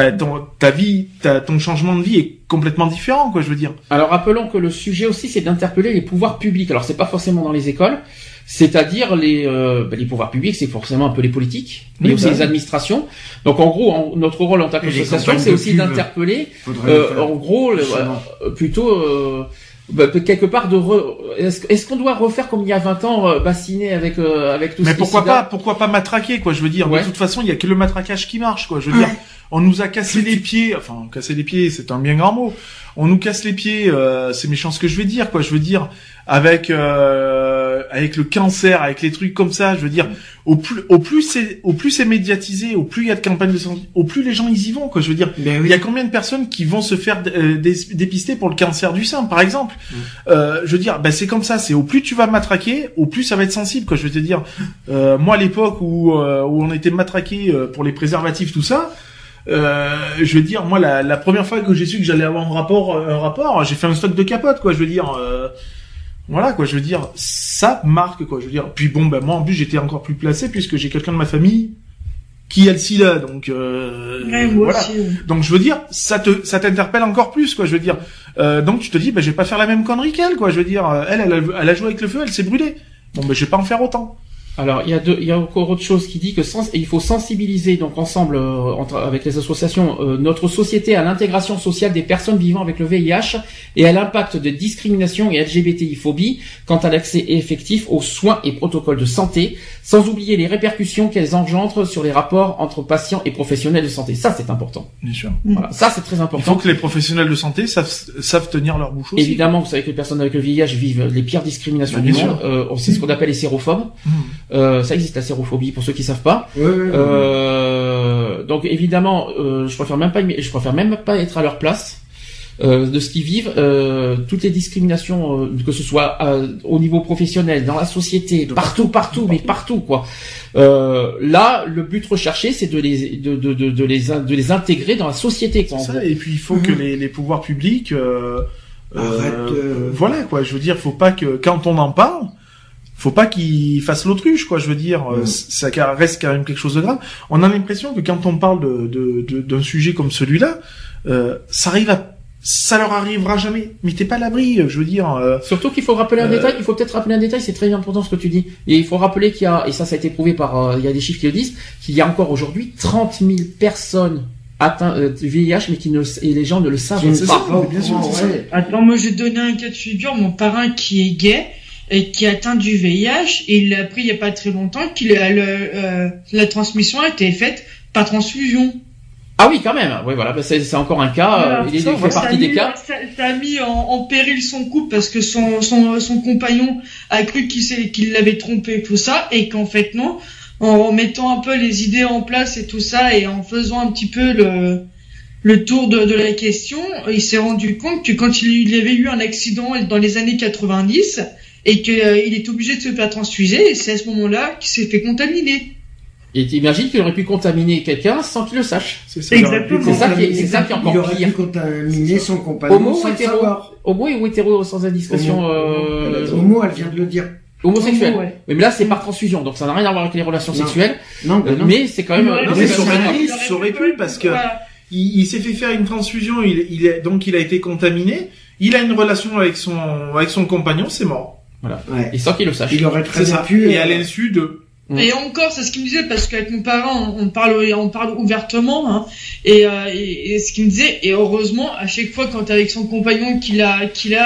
Ton changement de vie est complètement différent, quoi. Je veux dire. Alors rappelons que le sujet aussi, c'est d'interpeller les pouvoirs publics. Alors c'est pas forcément dans les écoles. C'est-à-dire les pouvoirs publics, c'est forcément un peu les politiques, mais aussi les administrations. Donc en gros, notre rôle en tant qu'association, c'est aussi d'interpeller, en gros, plutôt quelque part est-ce qu'on doit refaire comme il y a 20 ans, bassiner avec tout ce mais pourquoi pas matraquer, quoi. Je veux dire, de toute façon, il y a que le matraquage qui marche, quoi. Je veux dire, on nous a cassé les pieds, enfin casser les pieds, c'est un bien grand mot. On nous casse les pieds, c'est méchant ce que je vais dire, quoi. Je veux dire, avec le cancer, avec les trucs comme ça, je veux dire, au plus c'est médiatisé, au plus il y a de campagnes de santé, au plus les gens ils y vont, quoi. Je veux dire, il y a combien de personnes qui vont se faire dépister pour le cancer du sein, par exemple. Je veux dire, c'est comme ça, c'est au plus tu vas matraquer, au plus ça va être sensible, quoi. Je veux te dire, moi à l'époque où on était matraqué pour les préservatifs, tout ça. Je veux dire, moi la première fois que j'ai su que j'allais avoir un rapport, j'ai fait un stock de capotes, quoi. Je veux dire, voilà, quoi. Je veux dire, ça marque, quoi. Je veux dire, puis moi en plus j'étais encore plus placé puisque j'ai quelqu'un de ma famille qui a le sida, donc voilà. Aussi, oui. Donc je veux dire, ça t'interpelle encore plus, quoi. Je veux dire, donc tu te dis, je vais pas faire la même connerie qu'elle, quoi. Je veux dire, elle a joué avec le feu, elle s'est brûlée. Bon, je vais pas en faire autant. Alors il y a encore autre chose qui dit que il faut sensibiliser donc ensemble avec les associations notre société à l'intégration sociale des personnes vivant avec le VIH et à l'impact de discrimination et LGBTI-phobie quant à l'accès effectif aux soins et protocoles de santé, sans oublier les répercussions qu'elles engendrent sur les rapports entre patients et professionnels de santé. Ça c'est important. Bien sûr. Voilà, ça c'est très important. Il faut que les professionnels de santé savent tenir leur bouche aussi. Évidemment, vous savez que les personnes avec le VIH vivent les pires discriminations du monde. C'est ce qu'on appelle les sérophobes. Ça existe la sérophobie pour ceux qui savent pas. Donc évidemment, je préfère même pas être à leur place de ce qu'ils vivent. Toutes les discriminations, que ce soit au niveau professionnel, dans la société, partout, quoi. Là, le but recherché, c'est de les intégrer dans la société. C'est ça. Et puis il faut que les pouvoirs publics voilà, quoi. Je veux dire, faut pas que quand on en parle, faut pas qu'ils fassent l'autruche, quoi. Je veux dire, ça reste quand même quelque chose de grave. On a l'impression que quand on parle d'un sujet comme celui-là, ça leur arrivera jamais. Mais t'es pas à l'abri, je veux dire. Surtout qu'il faut rappeler un détail. Il faut peut-être rappeler un détail. C'est très important ce que tu dis. Et il faut rappeler qu'il y a, et ça a été prouvé par, il y a des chiffres qui le disent, qu'il y a encore aujourd'hui 30 000 personnes atteintes du VIH, mais et les gens ne le savent pas. Bien sûr, c'est ça. Attends, moi j'ai donné un cas de figure. Mon parrain qui est gay et qui a atteint du VIH, et il a appris il y a pas très longtemps la transmission a été faite par transfusion. Ah oui, quand même. Oui, voilà, c'est encore un cas. Il fait partie des cas. Ça a mis en péril son couple parce que son compagnon a cru qu'il l'avait trompé, tout ça, et qu'en fait non. En mettant un peu les idées en place et tout ça, et en faisant un petit peu le tour de la question, il s'est rendu compte que quand il y avait eu un accident dans les années 90 et qu'il est obligé de se faire transfuser, et c'est à ce moment-là qu'il s'est fait contaminer. Et t'imagines qu'il aurait pu contaminer quelqu'un sans qu'il le sache. C'est ça. Exactement. C'est ça qui est encore Il aurait pire. pu contaminer son compagnon Homo sans ou le hétéro? savoir. Homo ou hétéro sans indiscrétion, Homo, elle vient de le dire. homosexuel. Homo, ouais. Mais là, c'est par transfusion, donc ça n'a rien à voir avec les relations Non. sexuelles. Non, ben non. Mais c'est quand même. Ouais, Non, mais c'est ça aurait pu, parce que il s'est fait faire une transfusion, donc il a été contaminé, il a une relation avec son compagnon, c'est mort. Ouais. Et sans qu'il le sache. Il aurait très C'est bien ça. pu. Et à l'insu de... Et encore, c'est ce qu'il me disait, parce qu'avec mon parent, on parle ouvertement, hein, et ce qu'il me disait, et heureusement, à chaque fois quand avec son compagnon qu'il a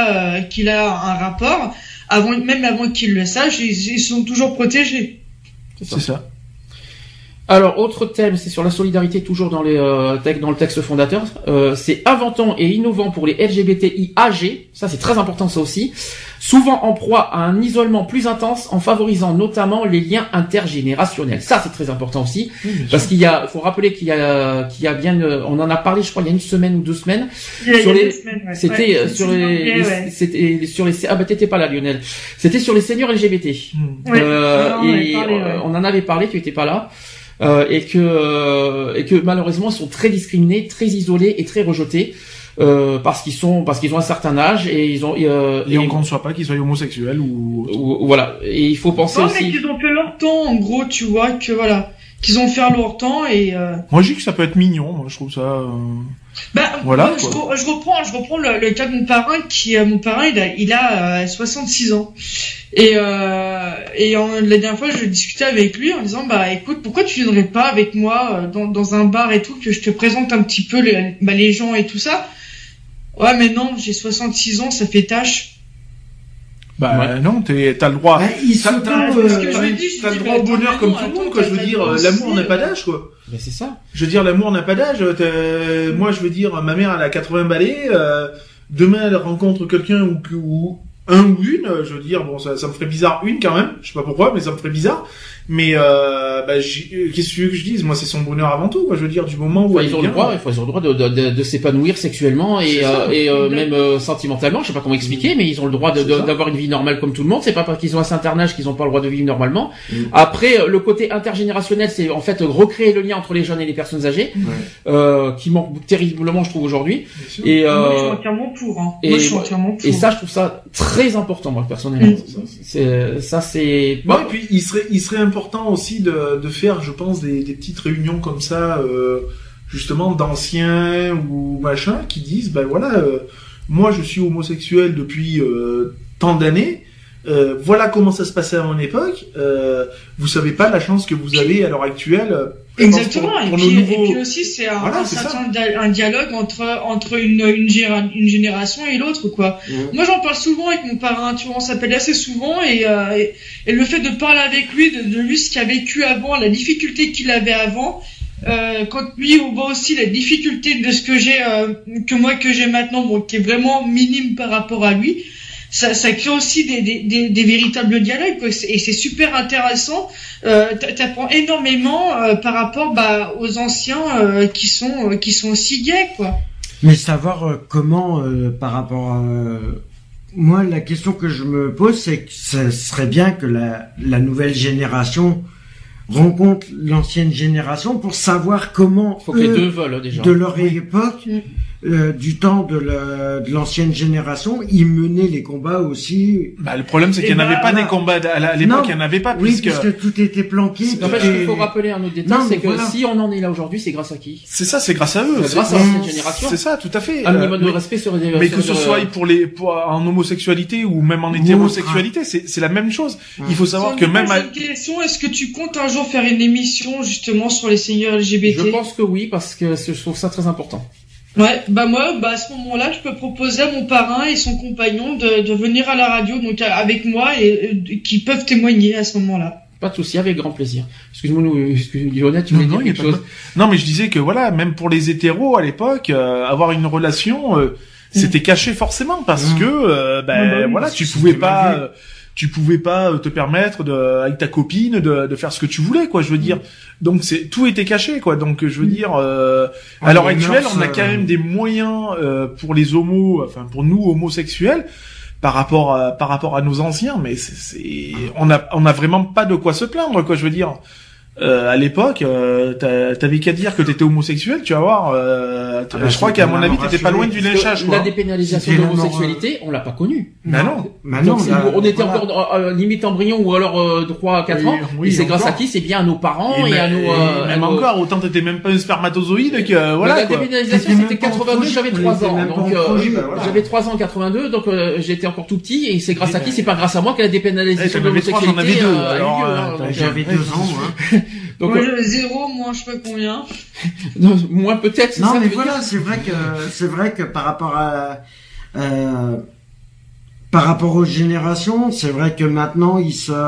un rapport, même avant qu'il le sache, ils sont toujours protégés. C'est ça. Alors, autre thème, c'est sur la solidarité, toujours dans le texte fondateur. C'est inventant et innovant pour les LGBTI-AG. Ça, c'est très important, ça aussi. Souvent en proie à un isolement plus intense, en favorisant notamment les liens intergénérationnels. Ça, c'est très important aussi. Oui, Parce faut rappeler qu'il y a bien, on en a parlé, je crois, il y a une semaine ou 2 semaines. Il y a Sur 2 les- semaines, ouais. C'était Ouais, sur les, ouais. c'était sur les, ah bah t'étais pas là, Lionel. C'était sur les seniors LGBT. Ouais. Euh, Non, on avait et parlé, ouais. on en avait parlé, tu étais pas là. Et que malheureusement ils sont très discriminés, très isolés et très rejetés parce qu'ils ont un certain âge et ils ont Et on ne conçoit pas qu'ils soient homosexuels ou... voilà. Et il faut penser Non, mais aussi. qu'ils ont fait leur temps, en gros, tu vois, que voilà, qu'ils ont fait leur temps et Moi, je dis que ça peut être mignon, moi, je trouve ça... bah Voilà, moi, je reprends le cas de mon parrain il a 66 ans et la dernière fois je discutais avec lui en disant bah écoute, pourquoi tu viendrais pas avec moi dans un bar et tout, que je te présente un petit peu les gens et tout ça. Ouais, mais non, j'ai 66 ans, ça fait tâche. Bah non, t'as le droit... Ouais, il se T'as peut, ce que je lui dis, je t'as dis, le droit au mais bonheur attends, comme non, tout le monde, attends, quoi. Je veux t'as dire, le droit l'amour aussi, n'a pas d'âge, quoi. Ben c'est ça. Je veux dire, l'amour n'a pas d'âge. Moi, je veux dire, ma mère, elle a 80 balais. Demain, elle rencontre quelqu'un ou un ou une. Je veux dire, bon, ça me ferait bizarre une quand même. Je sais pas pourquoi, mais ça me ferait bizarre. Mais qu'est-ce que tu veux que je dise? Moi, c'est son bonheur avant tout, quoi. Je veux dire, du moment où Ils ont le droit, ils ont le droit de s'épanouir sexuellement et même sentimentalement. Je sais pas comment expliquer, mais ils ont le droit d'avoir une vie normale comme tout le monde. C'est pas parce qu'ils ont un certain âge qu'ils ont pas le droit de vivre normalement. Après, le côté intergénérationnel, c'est en fait recréer le lien entre les jeunes et les personnes âgées, qui manque terriblement, je trouve, aujourd'hui. Et Moi, je suis entièrement pour. Hein. et- Moi, je suis entièrement pour. et ça, je trouve ça très important, moi, personnellement. C'est Bon, et puis il serait important aussi de faire, je pense, des petites réunions comme ça, justement d'anciens ou machin qui disent, ben voilà, moi je suis homosexuel depuis tant d'années. Voilà comment ça se passait à mon époque. Vous savez pas la chance que vous avez à l'heure actuelle. je pense, Exactement. pour et, nos puis, nouveaux... et puis aussi, c'est Voilà, un c'est certain un dialogue entre une génération et l'autre, quoi. Moi, j'en parle souvent avec mon parrain, tu vois, on s'appelle assez souvent et le fait de parler avec lui, de lui ce qu'il a vécu avant, la difficulté qu'il avait avant, quand lui on voit aussi la difficulté de ce que j'ai maintenant, bon, qui est vraiment minime par rapport à lui. Ça crée aussi des véritables dialogues, quoi. Et c'est super intéressant. T'apprends énormément par rapport aux anciens qui sont aussi gays, quoi. Mais savoir comment, par rapport à... Moi, la question que je me pose, c'est que ce serait bien que la nouvelle génération rencontre l'ancienne génération pour savoir comment, faut que les deux veulent déjà. de leur époque, du temps de l'ancienne génération, ils menaient les combats aussi. Bah, le problème, c'est qu'il n'y en avait pas des combats à l'époque, il n'y en avait pas, Oui, puisque... puisque tout était planqué. En fait, il faut rappeler un autre détail, Non, c'est mais que voilà. si on en est là aujourd'hui, c'est grâce à qui? C'est ça, c'est grâce à eux. C'est grâce à l'ancienne génération. C'est ça, tout à fait. Un minimum de Mais- respect sur Mais que ce soit en homosexualité ou même en hétérosexualité, c'est la même chose. Il faut savoir que même J'ai une question, est-ce que tu comptes un jour faire une émission justement sur les seniors LGBT? Je pense que oui, parce que je trouve ça très important. Ouais, moi, à ce moment-là, je peux proposer à mon parrain et son compagnon de venir à la radio, donc avec moi, et qui peuvent témoigner à ce moment-là. Pas de souci, avec grand plaisir. Excuse-moi, Lionel, tu voulais dire il y a quelque pas chose? Non, mais je disais que voilà, même pour les hétéros à l'époque, avoir une relation, c'était caché forcément parce que voilà, tu pouvais pas te permettre avec ta copine de faire ce que tu voulais, quoi. Je veux dire, donc tout était caché, quoi. Donc je veux dire, à l'heure actuelle, on a quand même des moyens pour les homos, enfin pour nous homosexuels, par rapport à nos anciens, mais on a vraiment pas de quoi se plaindre, quoi. Je veux dire. à l'époque, t'avais qu'à dire que t'étais homosexuel, tu vas voir. Je crois qu'à mon avis, t'étais pas loin du lynchage. La dépénalisation de l'homosexualité, on l'a pas connue. Bah non. Donc, on était encore limite embryon ou alors 3 à 4 ans. Oui, et c'est encore. grâce à qui? C'est bien à nos parents et à nos. Même encore, autant t'étais même pas un spermatozoïde que voilà. La quoi. dépénalisation, c'était 82, j'avais 3 ans. Donc j'avais 3 ans en 82, donc j'étais encore tout petit et c'est grâce à qui? C'est pas grâce à moi que la dépénalisation de l'homosexualité j'en avais 2. Alors, j'avais 2 ans. Donc, moi j'avais 0, moi je sais pas combien. Moins peut-être. Non, mais voilà, c'est vrai que par rapport aux générations, c'est vrai que maintenant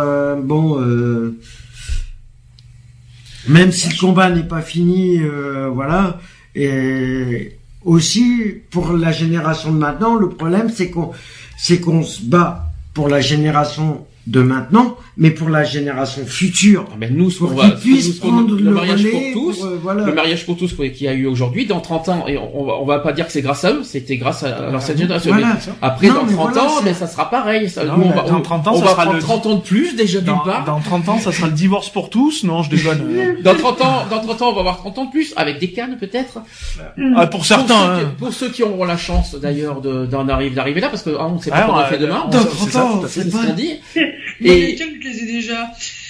même si le combat n'est pas fini, voilà. Et aussi pour la génération de maintenant, le problème c'est qu'on se bat pour la génération de maintenant, mais pour la génération future. Ben nous, le mariage pour tous, le mariage pour tous qu'il y a eu aujourd'hui, dans 30 ans, et on va pas dire que c'est grâce à eux, c'était grâce à l'ancienne génération. Voilà. Après, dans 30 ans, mais ça sera pareil. Dans 30 ans, on ça va sera prendre 30 ans de plus, déjà, d'une part. Dans 30 ans, ça sera le divorce pour tous. Non, je déconne. Dans 30 ans, on va avoir 30 ans de plus, avec des cannes, peut-être. Pour certains. Pour ceux qui auront la chance, d'ailleurs, d'arriver là, parce que, on ne sait pas comment on fait demain. Dans 30 ans, c'est ce qu'on dit. Et je les ai déjà.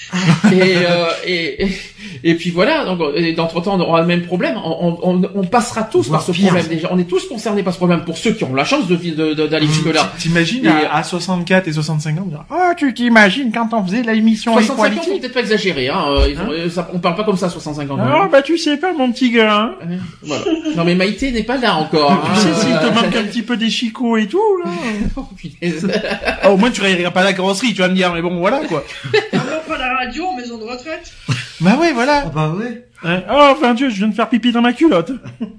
Et puis voilà, donc dans 30 ans on aura le même problème, on passera tous par ce problème déjà, on est tous concernés par ce problème pour ceux qui ont la chance d'aller jusque là. T'imagines à 64 et 65 ans dire, oh tu t'imagines quand on faisait l'émission 65 ans, faut peut-être pas exagérer, on parle pas comme ça à 65 ans. Oh bah tu sais pas mon petit gars. Voilà. Non mais Maïté n'est pas là encore. Tu sais s'il te manque un petit peu des chicots et tout là. Au moins tu réagiras pas à la carrosserie, tu vas me dire, mais bon voilà quoi. Pas la radio en maison de retraite. Bah ouais, voilà. Ah bah ouais. Oh, enfin Dieu, je viens de faire pipi dans ma culotte.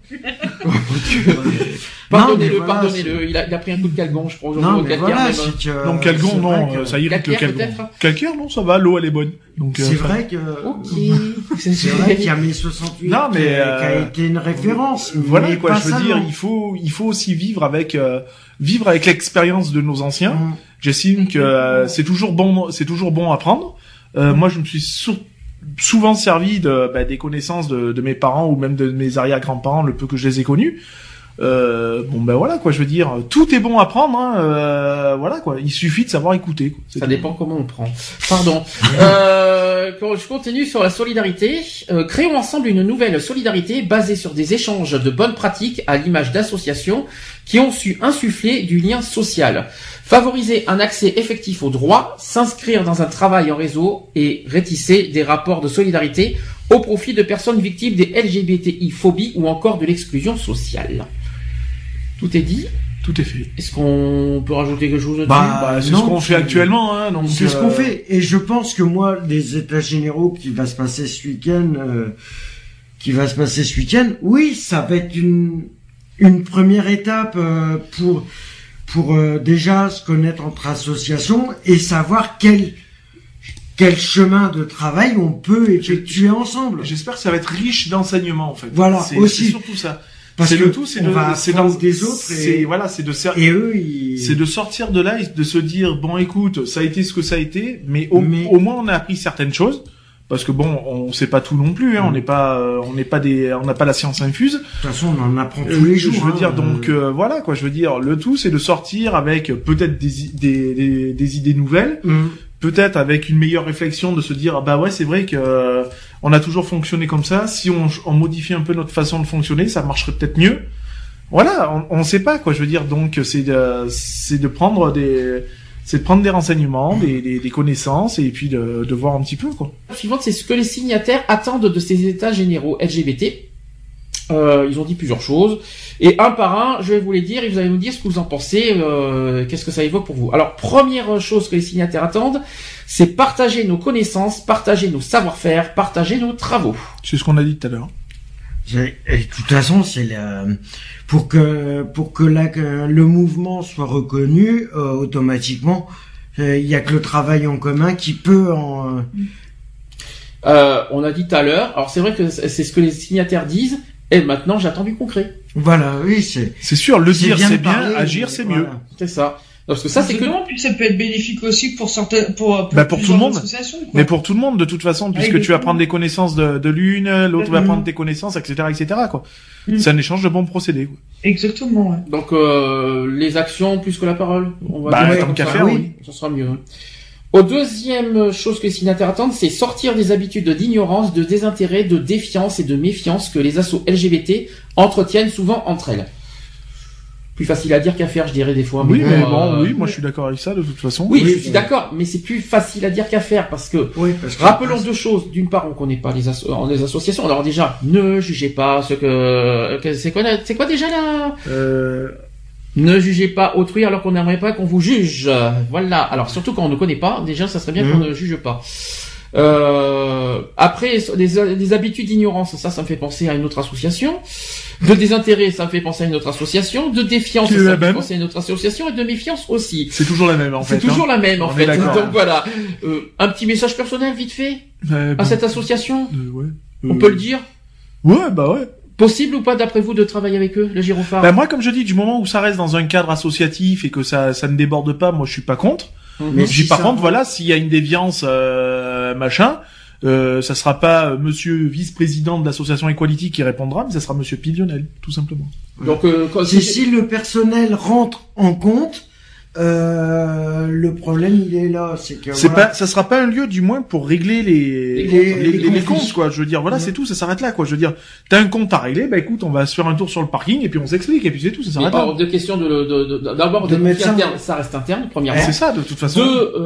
Pardonnez-le, il a pris un coup de calgon, je crois. Non, mais voilà, non, calgon, non, ça irrite le calgon. Calcaire, non, ça va, l'eau, elle est bonne. Donc, c'est vrai que, c'est vrai qu'il y a mai 68, non, mais, qui a été une référence. Voilà, quoi, je veux dire, il faut aussi vivre avec l'expérience de nos anciens. J'estime que, c'est toujours bon à prendre. Moi, je me suis souvent servi des connaissances de mes parents ou même de mes arrière-grands-parents, le peu que je les ai connus. Voilà quoi, je veux dire, tout est bon à prendre, voilà quoi, il suffit de savoir écouter, quoi. Ça dépend comment on prend. Pardon. Je continue sur la solidarité. Créons ensemble une nouvelle solidarité basée sur des échanges de bonnes pratiques à l'image d'associations qui ont su insuffler du lien social. Favoriser un accès effectif aux droits, s'inscrire dans un travail en réseau et rétisser des rapports de solidarité au profit de personnes victimes des LGBTI-phobies ou encore de l'exclusion sociale. Tout est dit. Tout est fait. Est-ce qu'on peut rajouter quelque chose dessus? C'est ce qu'on fait actuellement, hein, donc. C'est ce qu'on fait. Et je pense que moi, les états généraux qui va se passer ce week-end, oui, ça va être une première étape, pour déjà se connaître entre associations et savoir quel chemin de travail on peut effectuer ensemble. J'espère que ça va être riche d'enseignements, en fait. Voilà, aussi. C'est surtout ça. Parce c'est que le tout, c'est dans des autres c'est de sortir de là et de se dire bon écoute, ça a été ce que ça a été, mais au moins on a appris certaines choses. Parce que bon, on sait pas tout non plus, hein, on n'a pas la science infuse. De toute façon, on en apprend tous les jours. Je veux dire, donc voilà quoi. Je veux dire, le tout, c'est de sortir avec peut-être des idées nouvelles, peut-être avec une meilleure réflexion, de se dire ah bah ouais, c'est vrai que on a toujours fonctionné comme ça. Si on modifie un peu notre façon de fonctionner, ça marcherait peut-être mieux. Voilà, on sait pas quoi. Je veux dire, donc c'est de prendre des renseignements, des connaissances et puis de voir un petit peu quoi. La suivante, c'est ce que les signataires attendent de ces états généraux LGBT. Ils ont dit plusieurs choses et un par un, je vais vous les dire et vous allez nous dire ce que vous en pensez. Qu'est-ce que ça évoque pour vous? Alors, première chose que les signataires attendent, c'est partager nos connaissances, partager nos savoir-faire, partager nos travaux. C'est ce qu'on a dit tout à l'heure. Et de toute façon, c'est pour que le mouvement soit reconnu automatiquement, il y a que le travail en commun qui peut en. On a dit tout à l'heure. Alors c'est vrai que c'est ce que les signataires disent. Et maintenant, j'attends du concret. Voilà, oui, c'est sûr. Le dire, c'est bien. Agir, c'est mieux. C'est ça. Parce que ça, c'est que... Puis ça peut être bénéfique aussi pour certaines, pour tout le monde. Associations, quoi. Mais pour tout le monde, de toute façon, puisque tu vas prendre des connaissances de l'une, l'autre va prendre tes connaissances, etc., quoi. C'est un échange de bons procédés, quoi. Exactement, ouais. Donc, les actions plus que la parole. On va Bah, dire tant qu'à ça. faire, oui. Ça sera mieux. Au deuxième chose que c'est inintéressante, c'est sortir des habitudes d'ignorance, de désintérêt, de défiance et de méfiance que les assos LGBT entretiennent souvent entre elles. Plus facile à dire qu'à faire, je dirais des fois. Oui, mais bon, oui, moi je suis d'accord avec ça de toute façon. Oui, je suis d'accord, mais c'est plus facile à dire qu'à faire parce que, rappelons deux choses. D'une part, on connaît pas les associations. Alors déjà, ne jugez pas ce que c'est quoi déjà là Ne jugez pas autrui alors qu'on n'aimerait pas qu'on vous juge. Voilà. Alors surtout quand on ne connaît pas, déjà ça serait bien qu'on ne juge pas. Après, les habitudes d'ignorance, ça me fait penser à une autre association. De désintérêt, ça me fait penser à une autre association. De défiance, ça me fait penser à une autre association. Et de méfiance aussi. C'est toujours la même, en fait. C'est toujours la même, en fait. D'accord. Donc voilà. Un petit message personnel, vite fait, à cette association. Ouais. On peut le dire. Ouais, bah ouais. Possible ou pas, d'après vous, de travailler avec eux, le Gyrophare? Bah moi, comme je dis, du moment où ça reste dans un cadre associatif et que ça ne déborde pas, moi je suis pas contre. Mais Je dis par contre, voilà, s'il y a une déviance, machin, ça sera pas monsieur vice-président de l'association Equality qui répondra, mais ça sera monsieur Pillonel, tout simplement. Donc, si le personnel rentre en compte, le problème il est là, c'est que ça sera pas un lieu du moins pour régler les comptes, quoi. Je veux dire, voilà, c'est tout, ça s'arrête là, quoi. Je veux dire, t'as un compte à régler, bah écoute, on va se faire un tour sur le parking et puis on s'explique et puis c'est tout, ça s'arrête là. Alors, deux questions d'abord de conflits internes, ça reste interne, premièrement. C'est ça, de toute façon.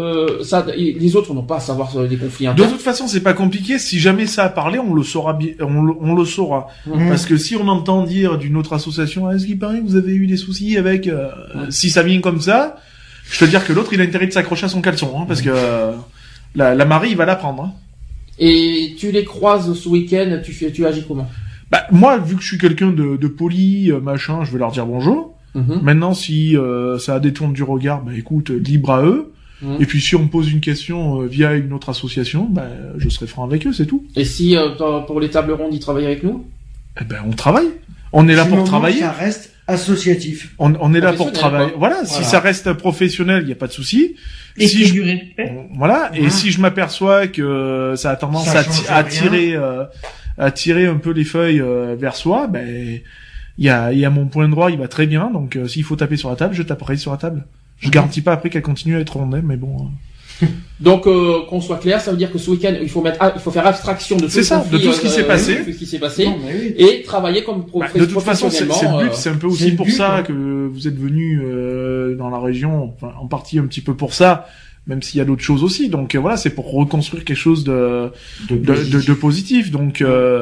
Les autres n'ont pas à savoir des conflits De internes. toute façon, c'est pas compliqué. Si jamais ça a parlé, on le saura bien, on le saura. Parce que si on entend dire d'une autre association, est-ce qu'il paraît que vous avez eu des soucis avec, si ça vient comme ça, je peux te dire que l'autre, il a intérêt de s'accrocher à son caleçon, parce que la Marie, il va la prendre. Hein. Et tu les croises ce week-end, tu agis comment? Bah moi, vu que je suis quelqu'un de poli, machin, je vais leur dire bonjour. Maintenant, si ça détourne du regard, bah écoute, libre à eux. Et puis si on me pose une question via une autre association, bah je serai franc avec eux, c'est tout. Et si pour les tables rondes, ils travaillent avec nous? Eh ben on travaille. On est là pour travailler. Ça reste associatif. On est là pour travailler. Voilà, si ça reste professionnel, il y a pas de souci. Et si voilà. Et si je m'aperçois que ça a tendance à tirer un peu les feuilles vers soi, ben il y a mon point droit, il va très bien. Donc s'il faut taper sur la table, je taperai sur la table. Je garantis pas après qu'elle continue à être rondée, mais bon. Donc qu'on soit clair, ça veut dire que ce week-end il faut faire abstraction de tout ce qui s'est passé, et travailler comme de toute façon c'est le but, c'est un peu aussi pour ça que vous êtes venus dans la région, enfin en partie un petit peu pour ça, même s'il y a d'autres choses aussi. Donc voilà, c'est pour reconstruire quelque chose de positif. Donc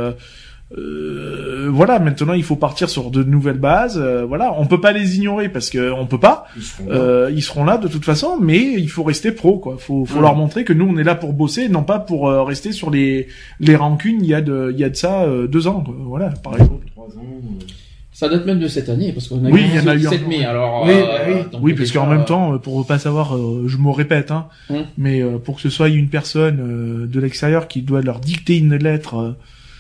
voilà, maintenant il faut partir sur de nouvelles bases. Voilà, on peut pas les ignorer parce que on peut pas. Ils seront là de toute façon, mais il faut rester pro, quoi. Faut leur montrer que nous on est là pour bosser, non pas pour rester sur les rancunes. Il y a de ça 2 ans, quoi. Voilà, par exemple. 3 ans. Ça date même de cette année parce qu'on a eu le 17 mai. Alors oui, parce qu'en même temps, pour pas savoir, je me répète, mais pour que ce soit une personne de l'extérieur qui doit leur dicter une lettre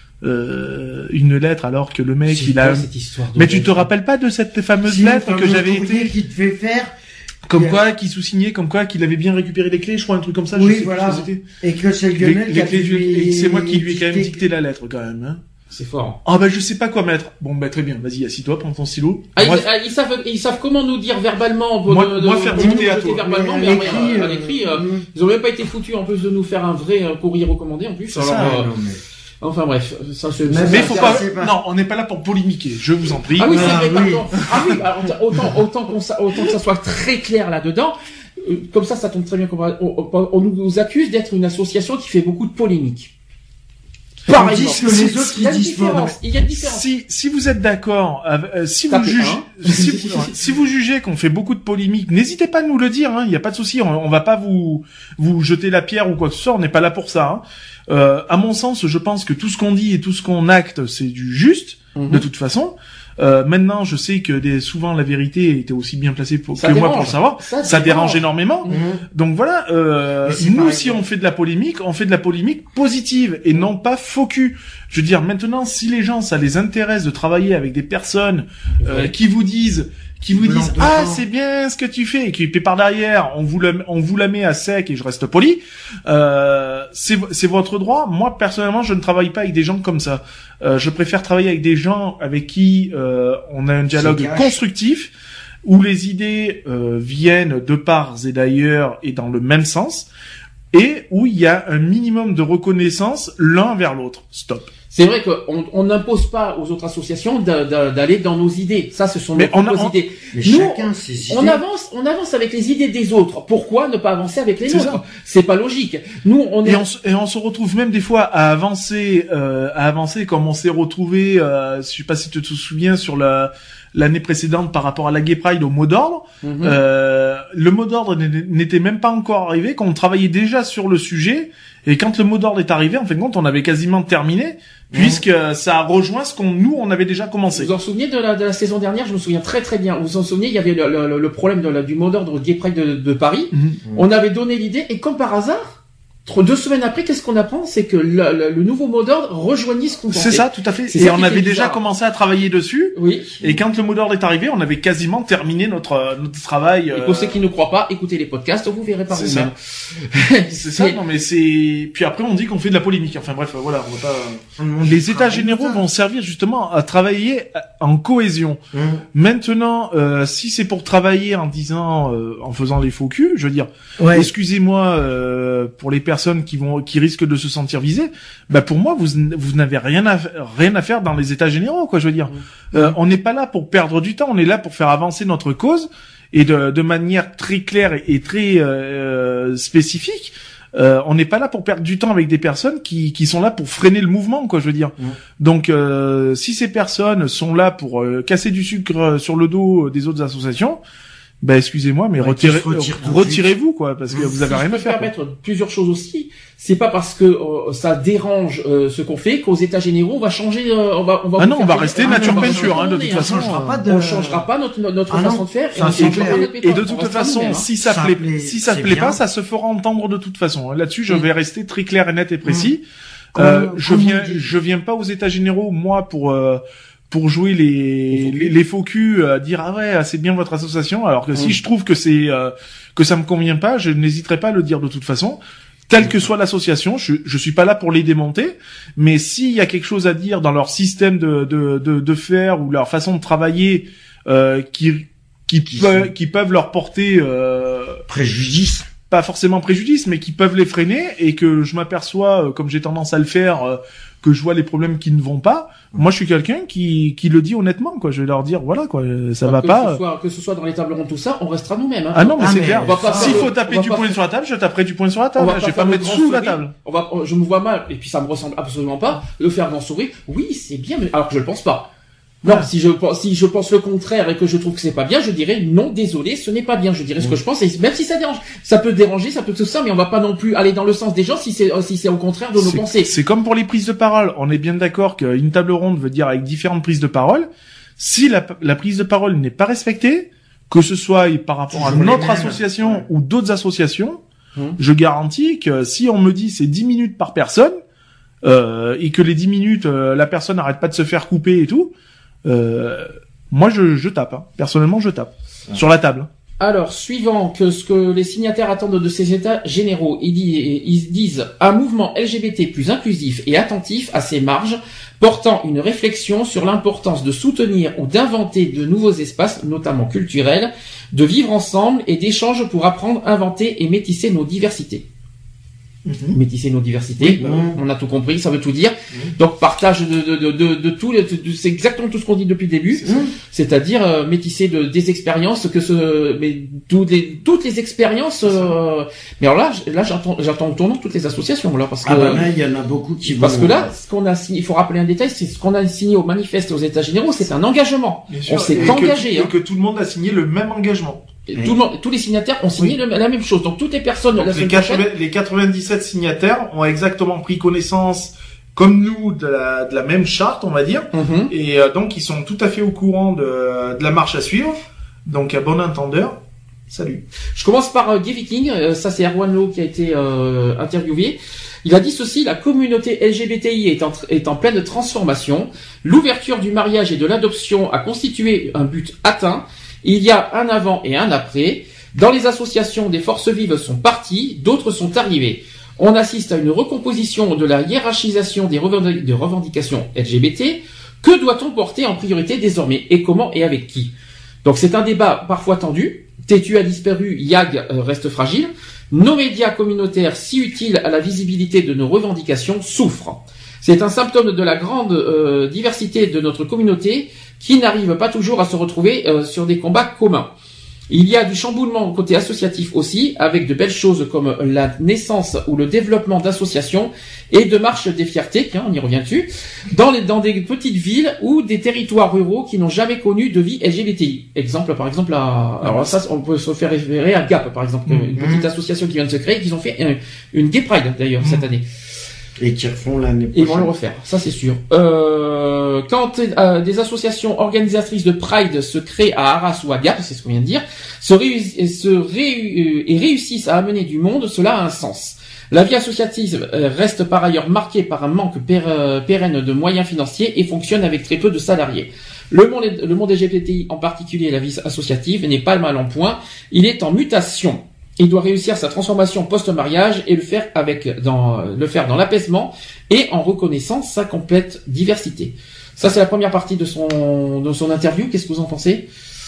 alors que le mec il a mais tu te rappelles pas de cette fameuse lettre que j'avais été qui te fait faire comme quoi qui sous-signait comme quoi qu'il avait bien récupéré les clés, je crois, un truc comme ça. Oui, voilà. Et que c'est Lionel et c'est moi qui lui ai quand même dicté la lettre quand même, hein. C'est fort. Ah bah je sais pas quoi mettre. Bon bah très bien, vas-y, assis-toi, prends ton stylo. Ils savent comment nous dire verbalement. Moi faire dicter à toi. Verbalement, mais à l'écrit, ils ont même pas été foutus en plus de nous faire un vrai courrier recommandé en plus. C'est ça. Enfin bref, ça se. Mais faut pas. Non, on n'est pas là pour polémiquer. Je vous en prie. Ah oui, c'est vrai. Pardon. Ah oui. Alors, autant que ça soit très clair là-dedans. Comme ça tombe très bien. On nous accuse d'être une association qui fait beaucoup de polémiques. Par exemple, que les autres il y a une différence. Si vous êtes d'accord, si vous jugez qu'on fait beaucoup de polémiques, n'hésitez pas à nous le dire. Il y a pas de souci. On va pas vous jeter la pierre ou quoi que ce soit. On n'est pas là pour ça. À mon sens, je pense que tout ce qu'on dit et tout ce qu'on acte, c'est du juste, de toute façon. Maintenant, je sais que souvent la vérité était aussi bien placée que moi pour le savoir. Ça dérange énormément. Donc voilà, nous, si on fait de la polémique, on fait de la polémique positive et non pas faux cul. Je veux dire, maintenant, si les gens, ça les intéresse de travailler avec des personnes qui vous disent qui vous Blanc disent de ah sang. c'est bien ce que tu fais et qui par derrière on vous la met à sec et je reste poli, c'est votre droit. Moi personnellement je ne travaille pas avec des gens comme ça. Je préfère travailler avec des gens avec qui on a un dialogue constructif où les idées viennent de parts et d'ailleurs et dans le même sens et où il y a un minimum de reconnaissance l'un vers l'autre. Stop. C'est vrai qu'on n'impose pas aux autres associations d'aller dans nos idées. Ça, ce sont nos propres idées. Mais nous, chacun ses idées. on avance avec les idées des autres. Pourquoi ne pas avancer avec les nôtres? C'est pas logique. Nous, on se retrouve même des fois à avancer comme on s'est retrouvé, je sais pas si tu te souviens sur l'année précédente par rapport à la Gay Pride au mot d'ordre. Le mot d'ordre n'était même pas encore arrivé, qu'on travaillait déjà sur le sujet. Et quand le mot d'ordre est arrivé, en fin de compte, on avait quasiment terminé, puisque ça a rejoint ce on avait déjà commencé. Vous vous en souvenez de la saison dernière? Je me souviens très très bien. Vous vous en souvenez? Il y avait le problème du mot d'ordre Gay Pride de Paris. On avait donné l'idée, et comme par hasard, 2 semaines après, qu'est-ce qu'on apprend? C'est que le nouveau mot d'ordre rejoignit ce qu'on pensait. C'est ça, tout à fait. Et on avait déjà commencé à travailler dessus. Oui. Et quand le mot d'ordre est arrivé, on avait quasiment terminé notre travail. Et pour ceux qui ne croient pas, écoutez les podcasts, vous verrez par vous-même. C'est ça, non mais c'est... Puis après on dit qu'on fait de la polémique. Enfin bref, voilà, on va pas... Les états généraux vont servir justement à travailler en cohésion. Maintenant, si c'est pour travailler en disant, en faisant les faux culs, je veux dire, excusez-moi, pour les personnes qui risquent de se sentir visées, bah pour moi vous n'avez rien à faire dans les états généraux, quoi, je veux dire. On n'est pas là pour perdre du temps, on est là pour faire avancer notre cause et de manière très claire et très spécifique. On n'est pas là pour perdre du temps avec des personnes qui sont là pour freiner le mouvement, quoi, je veux dire. Donc si ces personnes sont là pour casser du sucre sur le dos des autres associations, ben excusez-moi, mais retirez-vous, quoi, parce que vous avez rien à faire. Je peux permettre plusieurs choses aussi. C'est pas parce que ça dérange ce qu'on fait qu'aux états généraux on va changer. On va rester nature peinture, de toute façon. On changera pas notre façon de faire. Et de toute façon, si ça plaît pas, ça se fera entendre de toute façon. Là-dessus, je vais rester très clair et net et précis. Je viens pas aux états généraux, moi, pour jouer les faux culs, dire ah ouais c'est bien votre association, alors que si je trouve que que ça me convient pas, je n'hésiterai pas à le dire de toute façon, quelle que soit l'association. Je suis pas là pour les démonter, mais s'il y a quelque chose à dire dans leur système de faire ou leur façon de travailler qui peuvent leur porter préjudice, pas forcément préjudice, mais qui peuvent les freiner, et que je m'aperçois, comme j'ai tendance à le faire, que je vois les problèmes qui ne vont pas, moi je suis quelqu'un qui le dit honnêtement, quoi. Je vais leur dire voilà, quoi, ça va pas. Que ce soit dans les tables rondes, tout ça, on restera nous-mêmes. Ah non, mais c'est clair. S'il faut taper du poing sur la table, je taperai du poing sur la table. Je vais pas mettre sous la table. Je me vois mal, et puis ça me ressemble absolument pas, le faire grand sourire. Oui, c'est bien, mais alors que je le pense pas. Non, si je pense le contraire et que je trouve que c'est pas bien, je dirais non, désolé, ce n'est pas bien. Je dirais ce que je pense, et même si ça dérange, ça peut déranger, ça peut tout ça, mais on va pas non plus aller dans le sens des gens si c'est au contraire de nos pensées. C'est comme pour les prises de parole. On est bien d'accord qu'une table ronde veut dire avec différentes prises de parole. Si la prise de parole n'est pas respectée, que ce soit par rapport à notre association ou d'autres associations, je garantis que si on me dit c'est 10 minutes par personne, et que les 10 minutes, la personne n'arrête pas de se faire couper et tout, moi je tape, hein. Personnellement je tape sur la table. Alors, suivant que ce que les signataires attendent de ces états généraux, ils disent un mouvement LGBT plus inclusif et attentif à ses marges, portant une réflexion sur l'importance de soutenir ou d'inventer de nouveaux espaces, notamment culturels, de vivre ensemble et d'échanges pour apprendre, inventer et métisser nos diversités. Métisser nos diversités, on a tout compris, ça veut tout dire. Donc partage de tout, c'est exactement tout ce qu'on dit depuis le début, c'est-à-dire métisser des expériences, mais toutes les expériences. Mais alors là j'entends au tournant toutes les associations là, parce que là il y en a beaucoup qui parce que là ce qu'on a signé, il faut rappeler un détail, c'est ce qu'on a signé au manifeste aux États généraux, c'est un engagement. On s'est engagé, et que tout le monde a signé le même engagement. Tous les signataires ont signé la même chose. Donc toutes les personnes les 97 signataires ont exactement pris connaissance comme nous de la même charte, on va dire. Et donc ils sont tout à fait au courant de la marche à suivre. Donc à bon entendeur, salut. Je commence par Gay Viking, ça c'est Erwan Lowe qui a été interviewé. Il a dit ceci: la communauté LGBTI est en pleine transformation. L'ouverture du mariage et de l'adoption a constitué un but atteint. Il y a un avant et un après. Dans les associations, des forces vives sont parties, d'autres sont arrivées. On assiste à une recomposition de la hiérarchisation des revendications LGBT. Que doit-on porter en priorité désormais? Et comment et avec qui? Donc c'est un débat parfois tendu. Tétu a disparu, YAG reste fragile. Nos médias communautaires, si utiles à la visibilité de nos revendications, souffrent. C'est un symptôme de la grande diversité de notre communauté qui n'arrive pas toujours à se retrouver sur des combats communs. Il y a du chamboulement côté associatif aussi, avec de belles choses comme la naissance ou le développement d'associations et de marches des fiertés, on y revient dessus, dans des petites villes ou des territoires ruraux qui n'ont jamais connu de vie LGBTI. Par exemple, alors ça, on peut se faire référer à GAP, par exemple, une petite association qui vient de se créer, qu'ils ont fait une Gay Pride, d'ailleurs, cette année. Et qui refont l'année prochaine. Ils vont le refaire, ça c'est sûr. Quand des associations organisatrices de Pride se créent à Arras ou à Gap, c'est ce qu'on vient de dire, et réussissent à amener du monde, cela a un sens. La vie associative reste par ailleurs marquée par un manque pérenne de moyens financiers et fonctionne avec très peu de salariés. Le monde LGBTI, en particulier la vie associative, n'est pas mal en point, il est en mutation. Il doit réussir sa transformation post-mariage et le faire dans l'apaisement et en reconnaissant sa complète diversité. Ça, c'est la première partie de son interview. Qu'est-ce que vous en pensez?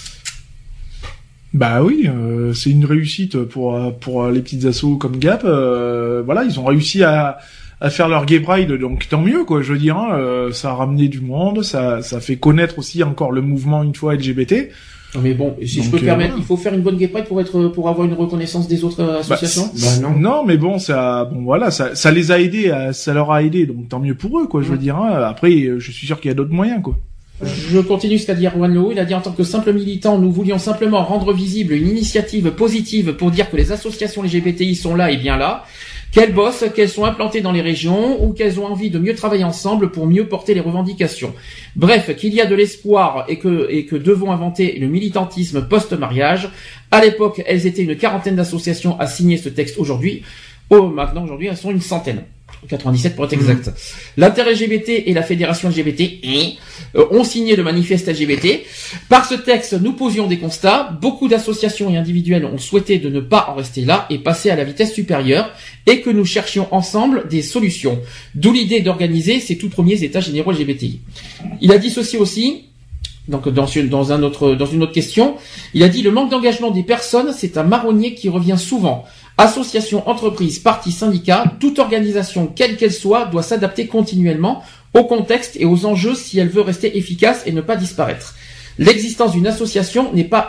Bah oui, c'est une réussite pour les petites assos comme Gap. Voilà, ils ont réussi à faire leur Gay Pride, donc tant mieux, quoi. Je veux dire, ça a ramené du monde, ça fait connaître aussi encore le mouvement une fois LGBT. Mais bon, si je peux me permettre, il faut faire une bonne Gay Pride pour avoir une reconnaissance des autres associations. Non, mais bon, ça les a aidés, ça leur a aidé, donc tant mieux pour eux, quoi. Je veux dire. Après, je suis sûr qu'il y a d'autres moyens, quoi. Je continue ce qu'a dit Erwan Lehoux. Il a dit: en tant que simple militant, nous voulions simplement rendre visible une initiative positive pour dire que les associations LGBTI sont là et bien là, qu'elles bossent, qu'elles sont implantées dans les régions ou qu'elles ont envie de mieux travailler ensemble pour mieux porter les revendications. Bref, qu'il y a de l'espoir et que devons inventer le militantisme post-mariage. À l'époque, elles étaient une quarantaine d'associations à signer ce texte aujourd'hui. Maintenant, aujourd'hui, elles sont une centaine. 97 pour être exact. L'inter-LGBT et la fédération LGBT ont signé le manifeste LGBT. Par ce texte, nous posions des constats. Beaucoup d'associations et individuels ont souhaité de ne pas en rester là et passer à la vitesse supérieure et que nous cherchions ensemble des solutions. D'où l'idée d'organiser ces tout premiers états généraux LGBTI. Il a dit ceci aussi. Donc dans une autre question, il a dit: le manque d'engagement des personnes, c'est un marronnier qui revient souvent. Associations, entreprises, partis, syndicats, toute organisation, quelle qu'elle soit, doit s'adapter continuellement au contexte et aux enjeux si elle veut rester efficace et ne pas disparaître. L'existence d'une association n'est pas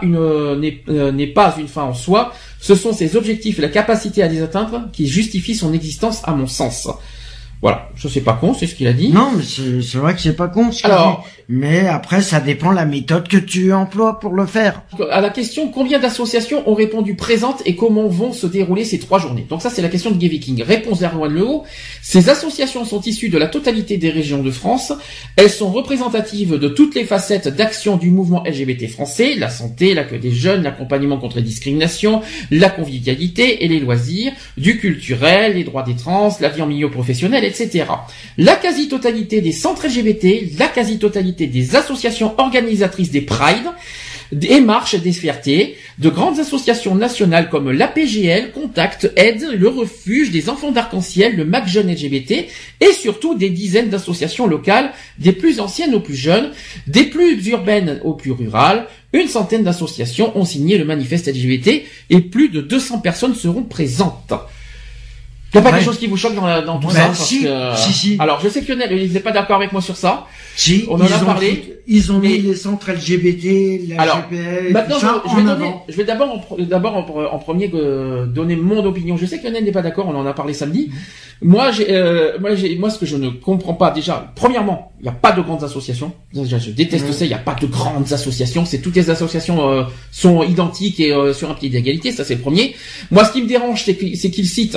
une fin en soi, ce sont ses objectifs et la capacité à les atteindre qui justifient son existence à mon sens. Voilà, ça c'est pas con, c'est ce qu'il a dit. Non, mais c'est vrai que c'est pas con ce qu'il dit. Mais après, ça dépend de la méthode que tu emploies pour le faire. À la question, combien d'associations ont répondu présentes et comment vont se dérouler ces 3 journées? Donc ça, c'est la question de Gay Viking. Réponse d'Erwan Lehoux. Ces associations sont issues de la totalité des régions de France. Elles sont représentatives de toutes les facettes d'action du mouvement LGBT français, la santé, l'accueil des jeunes, l'accompagnement contre les discriminations, la convivialité et les loisirs, du culturel, les droits des trans, la vie en milieu professionnel, etc. La quasi-totalité des centres LGBT, la quasi-totalité des associations organisatrices des Pride, des marches des fiertés, de grandes associations nationales comme l'APGL, Contact, Aide, le Refuge, des Enfants d'Arc-en-Ciel, le MAC Jeune LGBT, et surtout des dizaines d'associations locales, des plus anciennes aux plus jeunes, des plus urbaines aux plus rurales. Une centaine d'associations ont signé le manifeste LGBT et plus de 200 personnes seront présentes. Il n'y a pas quelque chose qui vous choque dans tout ça parce si. Alors, je sais que Lionel, il n'est pas d'accord avec moi sur ça. Si, on en a parlé. Ils ont mis les centres LGBT, la GPL, maintenant, ça je vais d'abord en premier donner mon opinion. Je sais que Lionel n'est pas d'accord, on en a parlé samedi. Moi, ce que je ne comprends pas, déjà, premièrement, il n'y a pas de grandes associations. Déjà, je déteste ça, il n'y a pas de grandes associations. Toutes les associations sont identiques et sur un pied d'égalité, ça c'est le premier. Moi, ce qui me dérange, c'est qu'il cite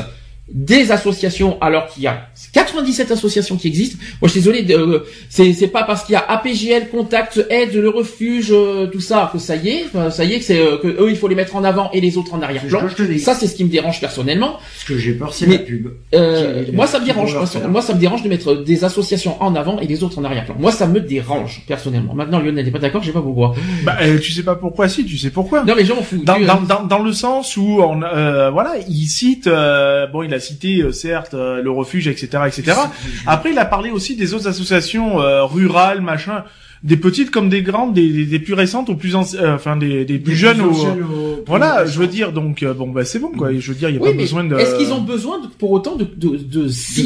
des associations alors qu'il y a 97 associations qui existent. Moi, je suis désolé, c'est pas parce qu'il y a APJL, Contact, Aide, le Refuge, tout ça que ça y est que c'est que eux il faut les mettre en avant et les autres en arrière-plan. Ça, c'est ce qui me dérange personnellement. Ce que j'ai peur, c'est la pub. Moi, ça me dérange. Moi, ça me dérange de mettre des associations en avant et les autres en arrière-plan. Moi, ça me dérange personnellement. Maintenant, Lionel n'est pas d'accord, je sais pas pourquoi. Tu sais pas pourquoi, si, tu sais pourquoi. Non, mais je m'en fous. Dans le sens où voilà, il cite, il a cité certes le Refuge, etc. Après, il a parlé aussi des autres associations rurales, machin, des petites comme des grandes, des plus récentes aux plus des plus jeunes voilà, je veux dire, donc c'est bon quoi. Je veux dire, il y a pas besoin de. Est-ce qu'ils ont besoin pour autant de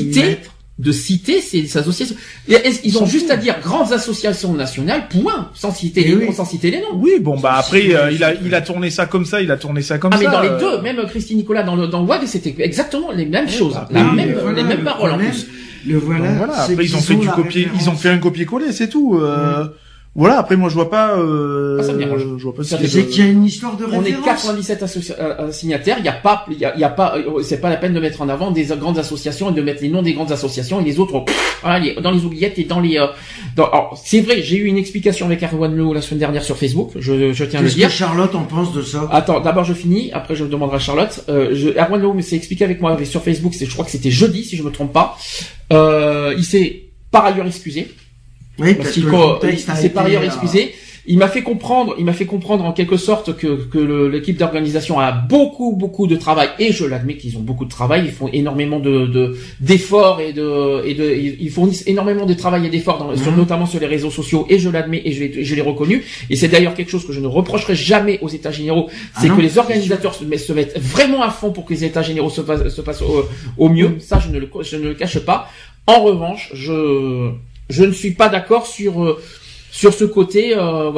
citer ces associations? Ils ont juste à dire grandes associations nationales, point, sans citer les noms. Oui, après il a tourné ça comme ça, mais dans les deux, même Christine Nicolas dans le WAG, c'était exactement les mêmes choses, les mêmes paroles en plus. Après ils ont fait ils ont fait un copier-coller, c'est tout. Voilà, après moi je vois pas ça me dérange. Je vois pas c'est qu'il y a une histoire de référence. On est 97 signataires, il y a pas c'est pas la peine de mettre en avant des grandes associations et de mettre les noms des grandes associations et les autres dans les oubliettes et dans les alors c'est vrai, j'ai eu une explication avec Erwan Lo la semaine dernière sur Facebook, je tiens à le dire. Qu'est-ce que Charlotte en pense de ça? Attends, d'abord je finis, après je demanderai à Charlotte. Erwan Lo s'est expliqué avec moi sur Facebook, je crois que c'était jeudi si je me trompe pas. Il s'est par ailleurs excusé. Oui, parce qu'il s'est par ailleurs excusé. Il m'a fait comprendre en quelque sorte que l'équipe d'organisation a beaucoup de travail, et je l'admets qu'ils ont beaucoup de travail. Ils font énormément d'efforts ils fournissent énormément de travail et d'efforts notamment sur les réseaux sociaux, et je l'admets et je l'ai reconnu. Et c'est d'ailleurs quelque chose que je ne reprocherai jamais aux États généraux, c'est que les organisateurs se mettent vraiment à fond pour que les États généraux se passent au mieux. Ça, je ne le cache pas. En revanche, je ne suis pas d'accord sur ce côté,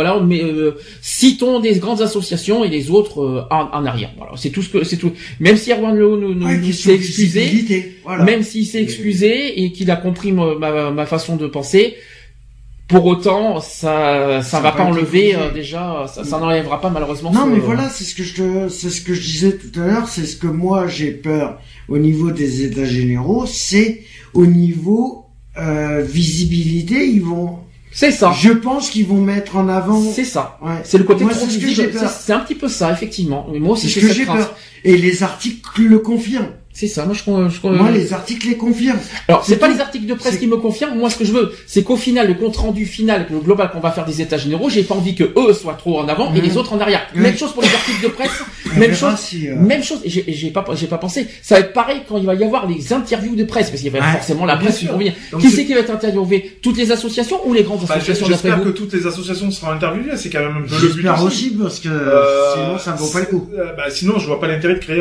citons des grandes associations et les autres en arrière. Voilà, c'est tout. Même si Erwan Lo nous s'est excusé, même s'il s'est excusé et qu'il a compris ma façon de penser, pour autant, ça va pas enlever déjà, ça n'enlèvera pas malheureusement. Non, mais voilà, c'est ce que je disais tout à l'heure, c'est ce que moi j'ai peur au niveau des États généraux, c'est au niveau visibilité, ils vont. C'est ça. Je pense qu'ils vont mettre en avant. C'est ça. Ouais. C'est le côté moi, trop visible. C'est un petit peu ça, effectivement. Mais moi aussi, c'est ce que j'ai peur. Et les articles le confirment. C'est ça. Moi, moi, les articles les confirment. Alors, c'est pas les articles de presse qui me confirment. Moi, ce que je veux, c'est qu'au final, le compte rendu final, le global qu'on va faire des États généraux, j'ai pas envie que eux soient trop en avant et les autres en arrière. Même chose pour les articles de presse. Même chose. Et j'ai pas pensé. Ça va être pareil quand il va y avoir les interviews de presse, parce qu'il va y avoir forcément la presse qui vont venir. Qui c'est qui va être interviewé? Toutes les associations ou les grandes associations? J'espère que toutes les associations seront interviewées. C'est quand même un peu le but aussi, parce que sinon ça ne vaut pas le coup. Sinon, je vois pas l'intérêt de créer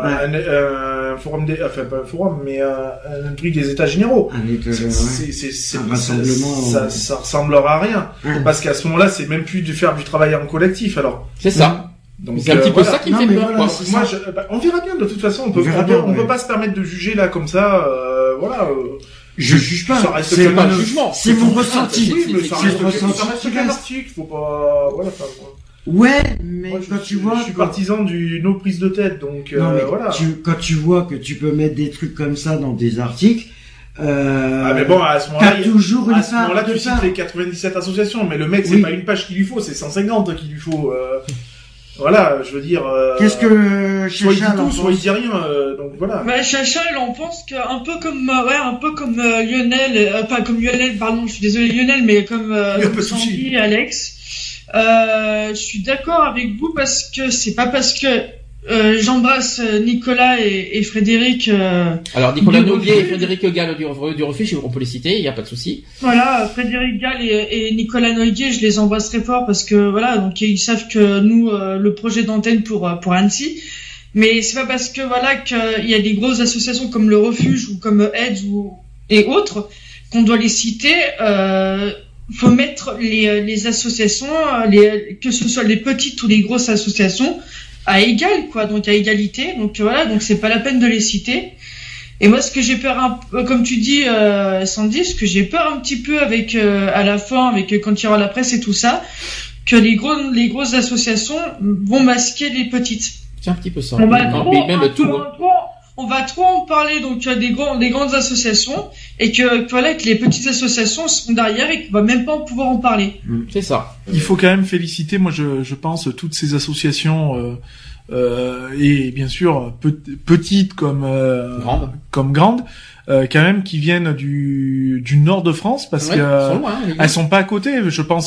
un forum pas un forum, mais un truc des États généraux. C'est un rassemblement. Ça ressemblera à rien. Parce qu'à ce moment-là, c'est même plus de faire du travail en collectif, alors. C'est ça. Donc c'est un petit peu ça qui me fait peur. Moi, on verra bien, de toute façon. On peut pas se permettre de juger là, comme ça, Je juge pas. C'est pas un jugement. C'est mon ressenti. Oui, mais ça reste qu'un article. Faut pas, Ouais, mais moi, quand tu vois, je suis partisan du no prise de tête, donc voilà. Quand tu vois que tu peux mettre des trucs comme ça dans des articles, mais bon, à ce moment-là, tu cites les 97 associations, mais le mec, c'est pas une page qu'il lui faut, c'est 150 qu'il lui faut. Voilà, je veux dire. Qu'est-ce que Chacha en pense? Soit il dit rien, donc voilà. Chacha, il en pense qu'un peu comme Lionel, pas comme Lionel, pardon, je suis désolé Lionel, mais comme Sandy et Alex. Je suis d'accord avec vous parce que c'est pas parce que j'embrasse Nicolas et Frédéric. Alors Nicolas Noguier et Frédéric Gall du Refuge, on peut les citer, il y a pas de souci. Voilà, Frédéric Gall et Nicolas Noguier, je les embrasse très fort parce que voilà, donc ils savent que nous le projet d'antenne pour Annecy. Mais c'est pas parce que voilà qu'il y a des grosses associations comme le Refuge ou comme AIDS et autres qu'on doit les citer. Faut mettre les associations, que ce soit les petites ou les grosses associations, à égal, quoi, donc à égalité. Donc voilà, donc c'est pas la peine de les citer. Et moi, ce que j'ai peur, comme tu dis, Sandy, ce que j'ai peur un petit peu avec à la fin, avec quand il y aura la presse et tout ça, que les grosses associations vont masquer les petites. C'est un petit peu ça. Mais même tout. on va trop en parler, donc tu as des grandes associations, et que voilà, que les petites associations sont derrière et qu'on va même pas pouvoir en parler. C'est ça. Il faut quand même féliciter, moi je pense, toutes ces associations et bien sûr petites comme grandes, quand même qui viennent du nord de France parce que elles sont pas à côté. Je pense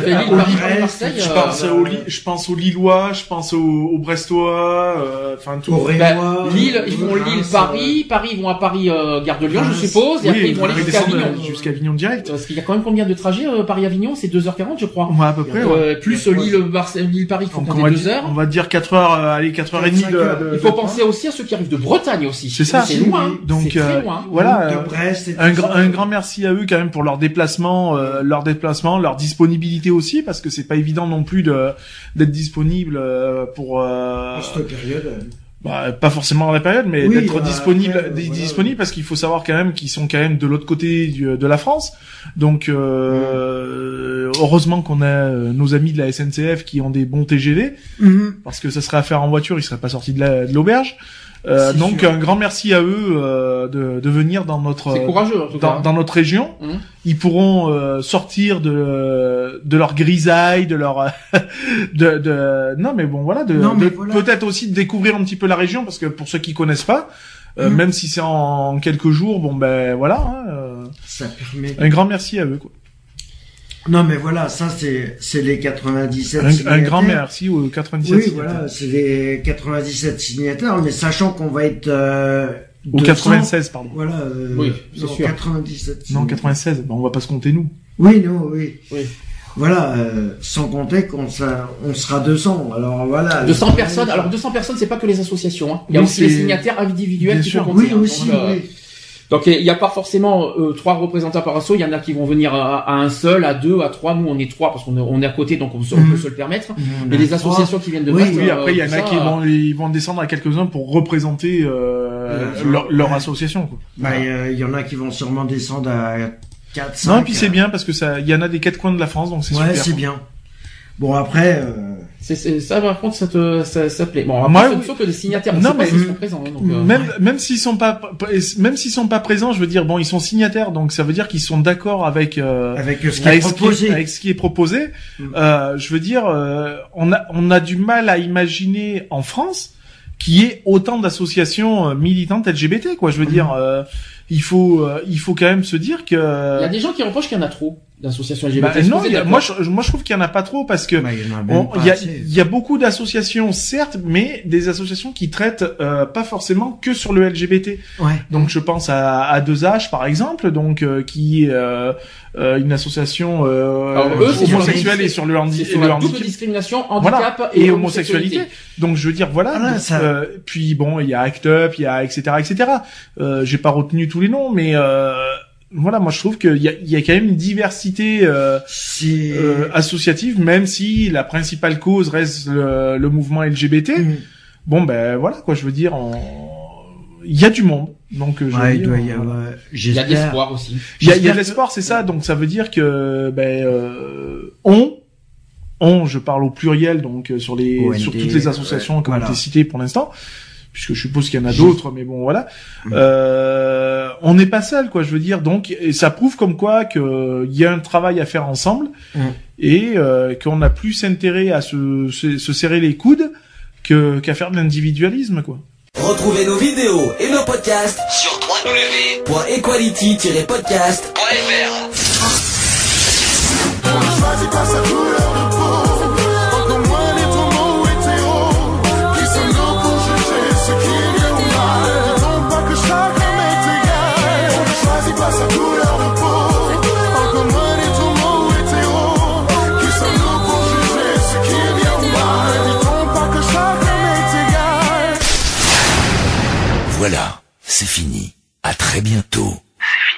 je pense aux Lillois, je pense aux Brestois, enfin tout. Lille, ils vont Lille, Paris ils vont à Paris, Gare de Lyon, je suppose, et après ils vont aller jusqu'à Avignon direct. Parce qu'il y a quand même combien de trajets Paris-Avignon, c'est 2h40 je crois. Ouais, à peu près. Plus Lille-Paris, il faut compter 2 heures. On va dire 4h, 4h30 il faut penser aussi à ceux qui arrivent de Bretagne aussi. C'est ça. C'est loin. Donc c'est très loin. Voilà, un grand merci à eux quand même pour leur déplacement, leur disponibilité aussi, parce que c'est pas évident non plus d'être disponible pour cette période. Pas forcément dans la période, mais d'être disponible parce qu'il faut savoir quand même qu'ils sont quand même de l'autre côté de la France. Donc heureusement qu'on a nos amis de la SNCF qui ont des bons TGV, parce que ça serait à faire en voiture, ils seraient pas sortis de l'auberge. Donc sûr. Un grand merci à eux de venir dans notre dans notre région. Ils pourront sortir de leur grisaille, de leur non mais bon voilà peut-être aussi de découvrir un petit peu la région, parce que pour ceux qui connaissent pas, même si c'est en quelques jours, bon ben voilà, ça permet. Un grand merci à eux quoi. Non mais voilà, ça c'est les 97 signataires. Un grand merci aux 97 signataires. Oui, voilà, c'est les 97 signataires, mais sachant qu'on va être au 96 pardon. Voilà, oui, c'est sûr. 97. Non, 96, on va pas se compter nous. Oui, non, oui. Voilà, sans compter on sera 200. Alors voilà. 200 personnes. Alors 200 personnes, c'est pas que les associations, hein. Il y a aussi les signataires individuels qui vont compter. Oui, aussi, oui. Donc il n'y a pas forcément 3 représentants par asso, il y en a qui vont venir à un seul, à 2, à 3, nous on est 3 parce qu'on est à côté, donc on peut se le permettre. Et les associations qui viennent de Brest, après il y en a qui vont descendre à quelques-uns pour représenter leur association quoi. Il y en a qui vont sûrement descendre à 4, 5. Non, et puis c'est bien parce que il y en a des 4 coins de la France, donc c'est super. Ouais, c'est bien. Bon après c'est ça par contre ça plaît. Bon après c'est sûr que les signataires on sait pas s'ils sont présents donc même s'ils sont pas présents, je veux dire bon, ils sont signataires, donc ça veut dire qu'ils sont d'accord avec ce qui est proposé. Je veux dire on a du mal à imaginer en France qu'il y ait autant d'associations militantes LGBT quoi, je veux dire il faut quand même se dire que il y a des gens qui reprochent qu'il y en a trop d'associations LGBT. Non, moi je trouve qu'il y en a pas trop, parce que il y a beaucoup d'associations certes, mais des associations qui traitent pas forcément que sur le LGBT. Ouais. Donc je pense à 2H par exemple, donc qui est une association homosexuelle et sur le handicap, double discrimination, handicap et homosexualité. Donc je veux dire voilà, puis bon, il y a ACT UP, il y a etc. J'ai pas retenu tous les noms, mais voilà, moi je trouve qu'il y a quand même une diversité associative, même si la principale cause reste le mouvement LGBT. Bon ben voilà quoi, je veux dire, il y a du monde, donc il y a de l'espoir aussi. Il y a de l'espoir, c'est ça. Donc ça veut dire que je parle au pluriel, donc sur toutes les associations qui ont été citées pour l'instant, puisque je suppose qu'il y en a d'autres, mais bon voilà. On n'est pas seul quoi, je veux dire, donc et ça prouve comme quoi que il y a un travail à faire ensemble et qu'on a plus intérêt à se serrer les coudes qu'à faire de l'individualisme quoi. Retrouvez nos vidéos et nos podcasts sur www.equality-podcast.fr. Voilà, c'est fini. À très bientôt. C'est fini.